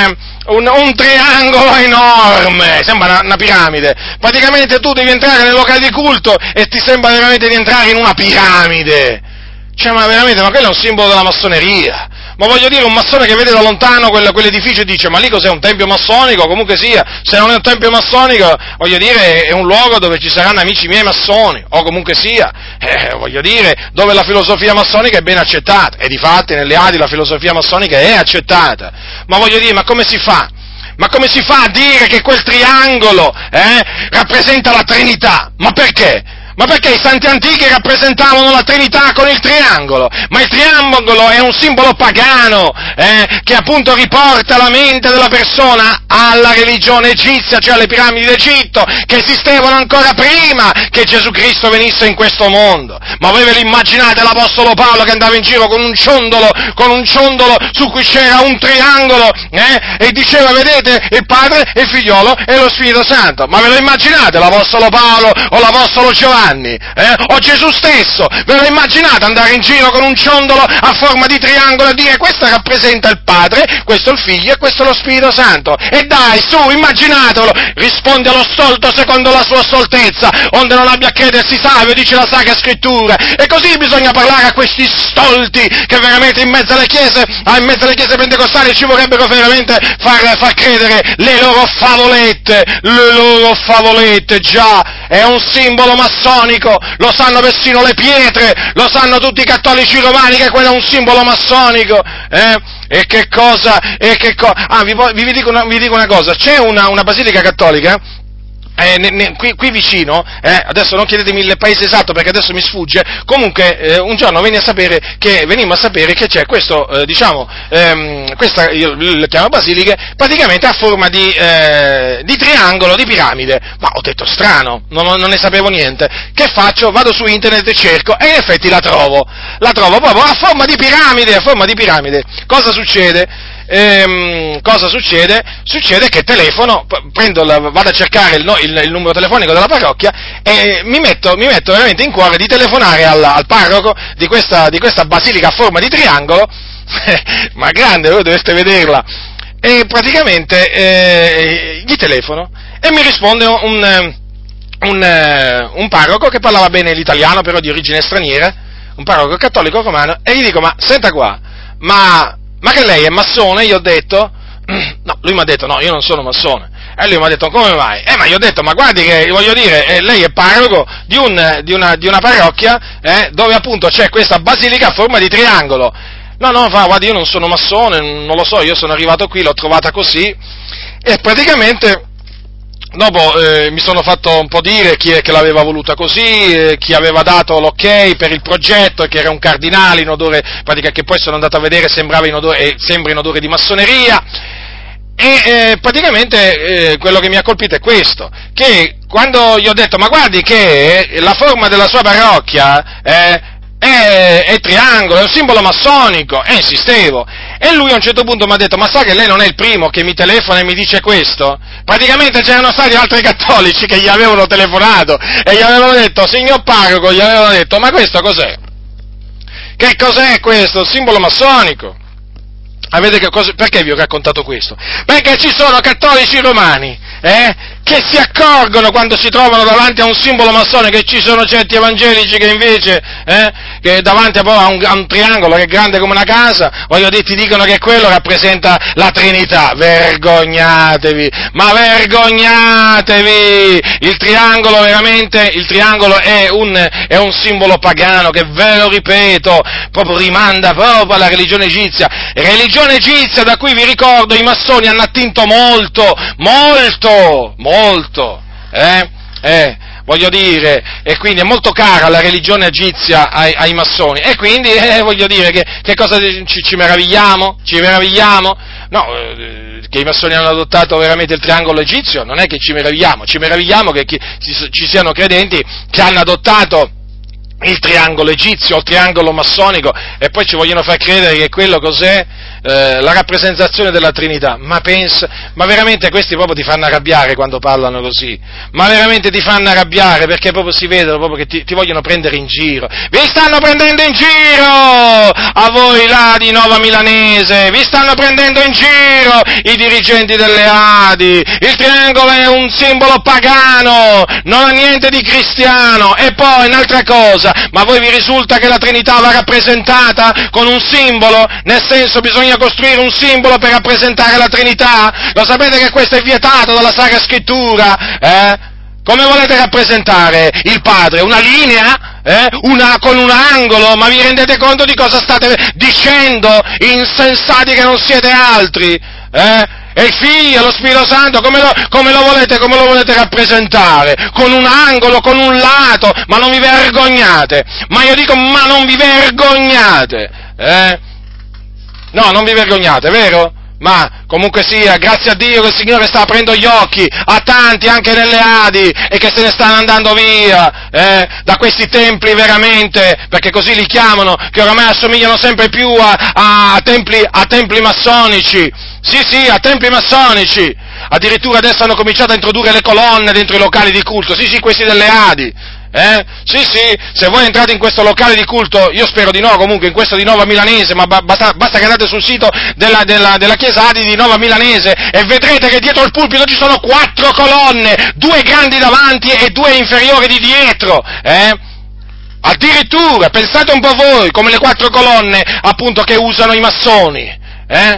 un, un triangolo enorme, sembra una, una piramide. Praticamente tu devi entrare nel locale di culto e ti sembra veramente di entrare in una piramide. Cioè, ma veramente, ma quello è un simbolo della massoneria. Ma voglio dire, un massone che vede da lontano quel, quell'edificio e dice, ma lì cos'è, un tempio massonico? Comunque sia, se non è un tempio massonico, voglio dire, è un luogo dove ci saranno amici miei massoni, o comunque sia, eh, voglio dire, dove la filosofia massonica è ben accettata, e difatti nelle Adi la filosofia massonica è accettata. Ma voglio dire, ma come si fa? Ma come si fa a dire che quel triangolo, eh, rappresenta la Trinità? Ma perché? Ma perché i santi antichi rappresentavano la Trinità con il triangolo? Ma il triangolo è un simbolo pagano, eh, che appunto riporta la mente della persona alla religione egizia, cioè alle piramidi d'Egitto, che esistevano ancora prima che Gesù Cristo venisse in questo mondo. Ma voi ve l'immaginate l'Apostolo Paolo che andava in giro con un ciondolo, con un ciondolo su cui c'era un triangolo, eh, e diceva, vedete, il Padre, il Figliolo e lo Spirito Santo? Ma ve lo immaginate l'Apostolo Paolo o l'Apostolo Giovanni? Eh? O Gesù stesso, ve lo immaginate andare in giro con un ciondolo a forma di triangolo e dire questo rappresenta il Padre, questo il Figlio e questo lo Spirito Santo? E dai, su, immaginatelo, risponde allo stolto secondo la sua stoltezza, onde non abbia a credersi savio, dice la Sacra Scrittura. E così bisogna parlare a questi stolti che veramente in mezzo alle chiese, ah, in mezzo alle chiese pentecostali ci vorrebbero veramente far, far credere le loro favolette, le loro favolette, già, è un simbolo massonico. Lo sanno persino le pietre, lo sanno tutti i cattolici romani che quello è un simbolo massonico, eh? E che cosa, e che cosa, ah, vi, vi, dico una, vi dico una cosa, c'è una, una basilica cattolica, Eh, ne, ne, qui, qui vicino, eh, adesso non chiedetemi il paese esatto perché adesso mi sfugge, comunque eh, un giorno venni a sapere che, venimmo a sapere che c'è questo, eh, diciamo, ehm, questa, io la chiamo basilica, praticamente a forma di, eh, di triangolo, di piramide, ma ho detto strano, non, non ne sapevo niente, che faccio? Vado su internet e cerco, e in effetti la trovo, la trovo proprio a forma di piramide, a forma di piramide. Cosa succede? Ehm, cosa succede? Succede che telefono, prendo la, vado a cercare il, il, il numero telefonico della parrocchia e mi metto, mi metto veramente in cuore di telefonare al, al parroco di questa, di questa basilica a forma di triangolo, ma grande, voi dovreste vederla, e praticamente eh, gli telefono e mi risponde un, un, un parroco che parlava bene l'italiano, però di origine straniera, un parroco cattolico romano, e gli dico, ma senta qua, ma... ma che lei è massone? Io ho detto, no, lui mi ha detto, no, io non sono massone. E lui mi ha detto, come mai? Eh, ma io ho detto, ma guardi che, voglio dire, eh, lei è parroco di, un, di, una, di una parrocchia, eh, dove appunto c'è questa basilica a forma di triangolo. No, no, fa, guardi, io non sono massone, non lo so, io sono arrivato qui, l'ho trovata così, e praticamente... Dopo eh, mi sono fatto un po' dire chi è che l'aveva voluta così, eh, chi aveva dato l'ok per il progetto, che era un cardinale in odore, pratica, che poi sono andato a vedere, sembrava in odore, eh, sembra in odore di massoneria, e eh, praticamente eh, quello che mi ha colpito è questo, che quando gli ho detto, ma guardi che la forma della sua parrocchia eh, è, è triangolo, è un simbolo massonico, e insistevo, e lui a un certo punto mi ha detto, ma sa che lei non è il primo che mi telefona e mi dice questo? Praticamente c'erano stati altri cattolici che gli avevano telefonato e gli avevano detto, signor parroco, gli avevano detto, ma questo cos'è? Che cos'è questo? Un simbolo massonico. Avete che cosa, perché vi ho raccontato questo? Perché ci sono cattolici romani, eh, che si accorgono quando si trovano davanti a un simbolo massonico, che ci sono certi evangelici che invece, eh, che davanti a un, a un triangolo che è grande come una casa, voglio dire, ti dicono che quello rappresenta la Trinità. Vergognatevi, ma vergognatevi! Il triangolo veramente, il triangolo è un, è un simbolo pagano che, ve lo ripeto, proprio rimanda proprio alla religione egizia, religione egizia da cui vi ricordo i massoni hanno attinto molto, molto, molto, eh, eh, voglio dire, e quindi è molto cara la religione egizia ai, ai massoni, e quindi, eh, voglio dire, che, che cosa ci, ci meravigliamo? Ci meravigliamo? No, eh, che i massoni hanno adottato veramente il triangolo egizio, non è che ci meravigliamo, ci meravigliamo che chi, ci, ci siano credenti che hanno adottato il triangolo egizio, il triangolo massonico, e poi ci vogliono far credere che quello cos'è? Eh, la rappresentazione della Trinità. Ma pensa, ma veramente questi proprio ti fanno arrabbiare quando parlano così, ma veramente ti fanno arrabbiare, perché proprio si vedono proprio che ti, ti vogliono prendere in giro. Vi stanno prendendo in giro a voi là di Nova Milanese, vi stanno prendendo in giro i dirigenti delle A D I. Il triangolo è un simbolo pagano, non ha niente di cristiano. E poi un'altra cosa, ma a voi vi risulta che la Trinità va rappresentata con un simbolo? Nel senso, bisogna costruire un simbolo per rappresentare la Trinità? Lo sapete che questo è vietato dalla Sacra Scrittura? Eh? Come volete rappresentare il Padre? Una linea? Eh? Una, con un angolo? Ma vi rendete conto di cosa state dicendo? Insensati che non siete altri? Eh? E il Figlio, lo Spirito Santo, come lo, come lo volete, come lo volete rappresentare? Con un angolo, con un lato? Ma non vi vergognate? Ma io dico, ma non vi vergognate? Eh? No, non vi vergognate, vero? Ma comunque sia, grazie a Dio che il Signore sta aprendo gli occhi a tanti anche nelle A D I e che se ne stanno andando via eh, da questi templi veramente, perché così li chiamano, che oramai assomigliano sempre più a, a, templi, a templi massonici. Sì, sì, a templi massonici. Addirittura adesso hanno cominciato a introdurre le colonne dentro i locali di culto. Sì, sì, questi delle A D I. Eh? Sì, sì, se voi entrate in questo locale di culto, io spero di no, comunque in questo di Nova Milanese, ma basta, basta che andate sul sito della, della, della chiesa A D I di Nova Milanese e vedrete che dietro il pulpito ci sono quattro colonne, due grandi davanti e due inferiori di dietro, eh? Addirittura, pensate un po' voi, come le quattro colonne, appunto, che usano i massoni, eh?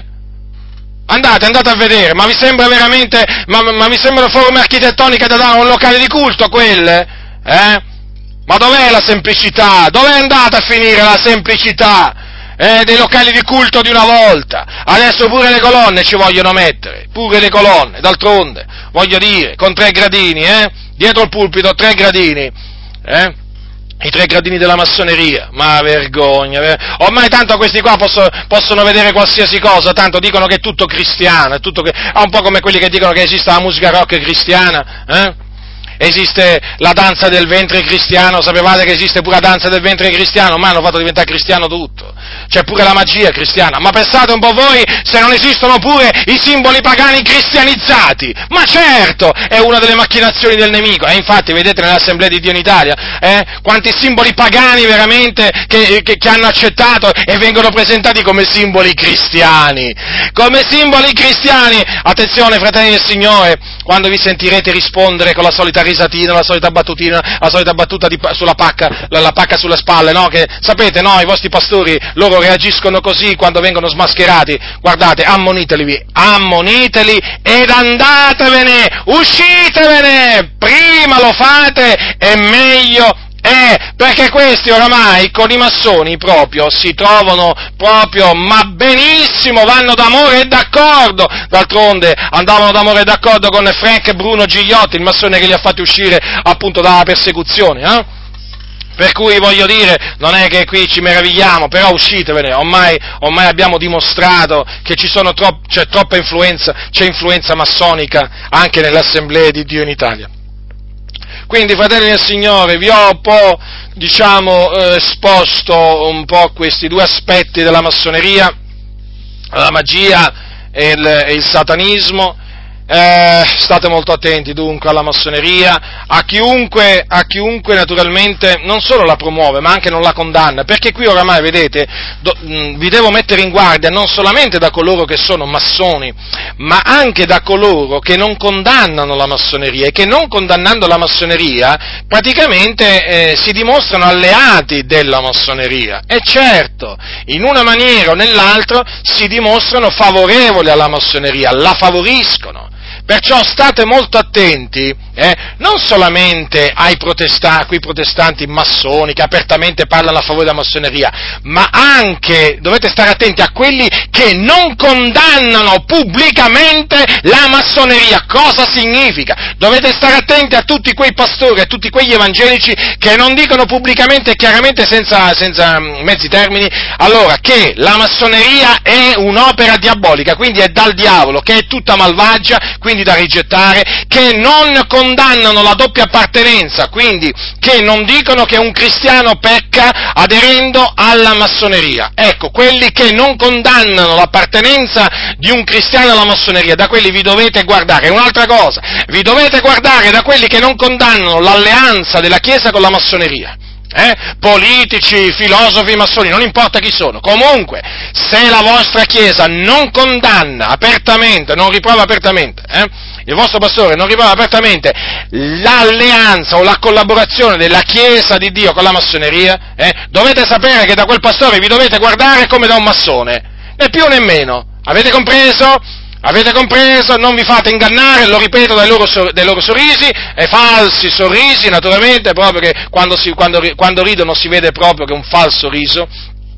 Andate, andate a vedere, ma vi sembra veramente, ma, ma vi sembrano forme architettoniche da dare a un locale di culto, quelle? Eh? Ma dov'è la semplicità? Dov'è andata a finire la semplicità eh, dei locali di culto di una volta? Adesso pure le colonne ci vogliono mettere, pure le colonne, d'altronde, voglio dire, con tre gradini, eh? Dietro il pulpito tre gradini, eh? I tre gradini della massoneria, ma vergogna, ver- ormai tanto questi qua possono, possono vedere qualsiasi cosa, tanto dicono che è tutto cristiano, è tutto, è un po' come quelli che dicono che esiste la musica rock cristiana, eh? Esiste la danza del ventre cristiano, sapevate che esiste pure la danza del ventre cristiano? Ma hanno fatto diventare cristiano tutto, c'è pure la magia cristiana, ma pensate un po' voi se non esistono pure i simboli pagani cristianizzati, ma certo, è una delle macchinazioni del nemico, e infatti vedete nell'Assemblea di Dio in Italia, eh, quanti simboli pagani veramente che, che, che hanno accettato e vengono presentati come simboli cristiani, come simboli cristiani. Attenzione, fratelli del Signore, quando vi sentirete rispondere con la solita risatina, la solita battutina, la solita battuta di, sulla pacca, la, la pacca sulle spalle, no? Che sapete, no? I vostri pastori, loro reagiscono così quando vengono smascherati. Guardate, ammoniteli, ammoniteli ed andatevene, uscitevene, prima lo fate e meglio è, perché questi oramai con i massoni proprio si trovano proprio, ma benissimo, vanno d'amore e d'accordo, d'altronde andavano d'amore e d'accordo con Frank Bruno Gigliotti, il massone che li ha fatti uscire appunto dalla persecuzione, eh? Per cui voglio dire, non è che qui ci meravigliamo, però uscitevene, ormai, ormai abbiamo dimostrato che ci sono tro- c'è troppa influenza, c'è influenza massonica anche nelle assemblee di Dio in Italia. Quindi, fratelli del Signore, vi ho un po', diciamo, eh, esposto un po' questi due aspetti della massoneria, la magia e il, e il satanismo. Eh, state molto attenti dunque alla massoneria, a chiunque, a chiunque naturalmente non solo la promuove ma anche non la condanna, perché qui oramai vedete do, mh, vi devo mettere in guardia non solamente da coloro che sono massoni ma anche da coloro che non condannano la massoneria e che non condannando la massoneria praticamente eh, si dimostrano alleati della massoneria, e certo in una maniera o nell'altra si dimostrano favorevoli alla massoneria, la favoriscono. Perciò state molto attenti, eh, non solamente ai protesta- a quei protestanti massoni che apertamente parlano a favore della massoneria, ma anche dovete stare attenti a quelli che non condannano pubblicamente la massoneria. Cosa significa? Dovete stare attenti a tutti quei pastori, a tutti quegli evangelici che non dicono pubblicamente e chiaramente senza, senza mezzi termini, allora, che la massoneria è un'opera diabolica, quindi è dal diavolo, che è tutta malvagia, quindi da rigettare, che non condannano condannano la doppia appartenenza, quindi che non dicono che un cristiano pecca aderendo alla massoneria. Ecco, quelli che non condannano l'appartenenza di un cristiano alla massoneria, da quelli vi dovete guardare. Un'altra cosa, vi dovete guardare da quelli che non condannano l'alleanza della Chiesa con la massoneria. Eh? Politici, filosofi, massoni, non importa chi sono. Comunque, se la vostra Chiesa non condanna apertamente, non riprova apertamente, eh? il vostro pastore non riprova apertamente l'alleanza o la collaborazione della Chiesa di Dio con la massoneria, eh? dovete sapere che da quel pastore vi dovete guardare come da un massone, né più né meno. Avete compreso? Avete compreso? Non vi fate ingannare, lo ripeto, dai loro, dai loro sorrisi, e falsi sorrisi, naturalmente, proprio che quando, si, quando, quando ridono si vede proprio che è un falso riso,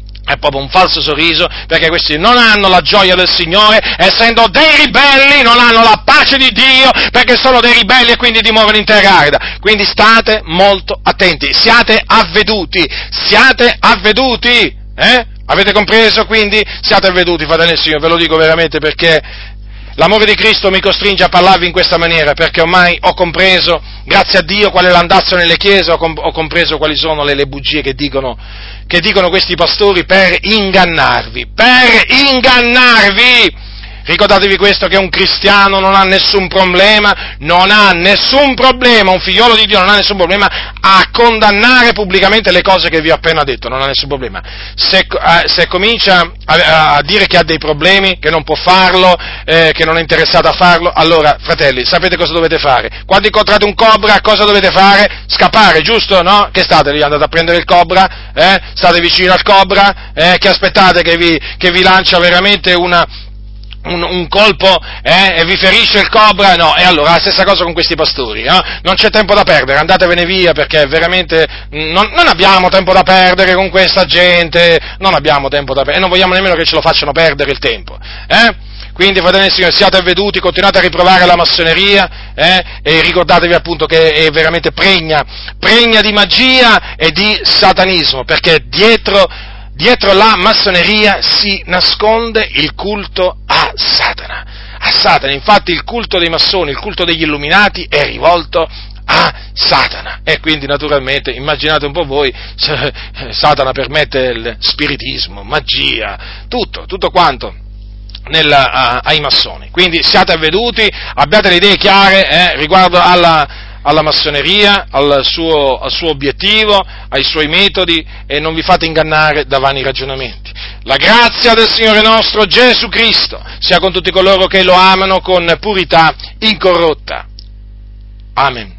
è proprio un falso sorriso, perché questi non hanno la gioia del Signore, essendo dei ribelli, non hanno la pace di Dio, perché sono dei ribelli e quindi dimoravano in terra arida. Quindi state molto attenti, siate avveduti, siate avveduti, eh? Avete compreso? Quindi siate avveduti, fratelli del Signore, ve lo dico veramente perché l'amore di Cristo mi costringe a parlarvi in questa maniera, perché ormai ho compreso, grazie a Dio, qual è l'andazzo nelle chiese, ho, comp- ho compreso quali sono le, le bugie che dicono, che dicono questi pastori per ingannarvi, per ingannarvi! Ricordatevi questo, che un cristiano non ha nessun problema, non ha nessun problema, un figliolo di Dio non ha nessun problema a condannare pubblicamente le cose che vi ho appena detto, non ha nessun problema. Se, eh, se comincia a, a dire che ha dei problemi, che non può farlo, eh, che non è interessato a farlo, allora, fratelli, sapete cosa dovete fare? Quando incontrate un cobra, cosa dovete fare? Scappare, giusto? No? Che state lì? Andate a prendere il cobra? Eh? State vicino al cobra? Eh? Che aspettate che vi, che vi lancia veramente una... Un, un colpo eh, e vi ferisce il cobra? No, e allora la stessa cosa con questi pastori, eh? Non c'è tempo da perdere, andatevene via, perché veramente non, non abbiamo tempo da perdere con questa gente, non abbiamo tempo da perdere, e non vogliamo nemmeno che ce lo facciano perdere il tempo, eh? Quindi, fratelli del Signore, siate avveduti, continuate a riprovare la massoneria, eh? E ricordatevi appunto che è veramente pregna, pregna di magia e di satanismo, perché dietro Dietro la massoneria si nasconde il culto a Satana, a Satana. Infatti il culto dei massoni, il culto degli illuminati è rivolto a Satana. E quindi naturalmente, immaginate un po' voi, Satana permette il spiritismo, magia, tutto, tutto quanto nel, a, ai massoni. Quindi siate avveduti, abbiate le idee chiare eh, riguardo alla... alla massoneria, al suo, al suo obiettivo, ai suoi metodi, e non vi fate ingannare da vani ragionamenti. La grazia del Signore nostro Gesù Cristo sia con tutti coloro che lo amano con purità incorrotta. Amen.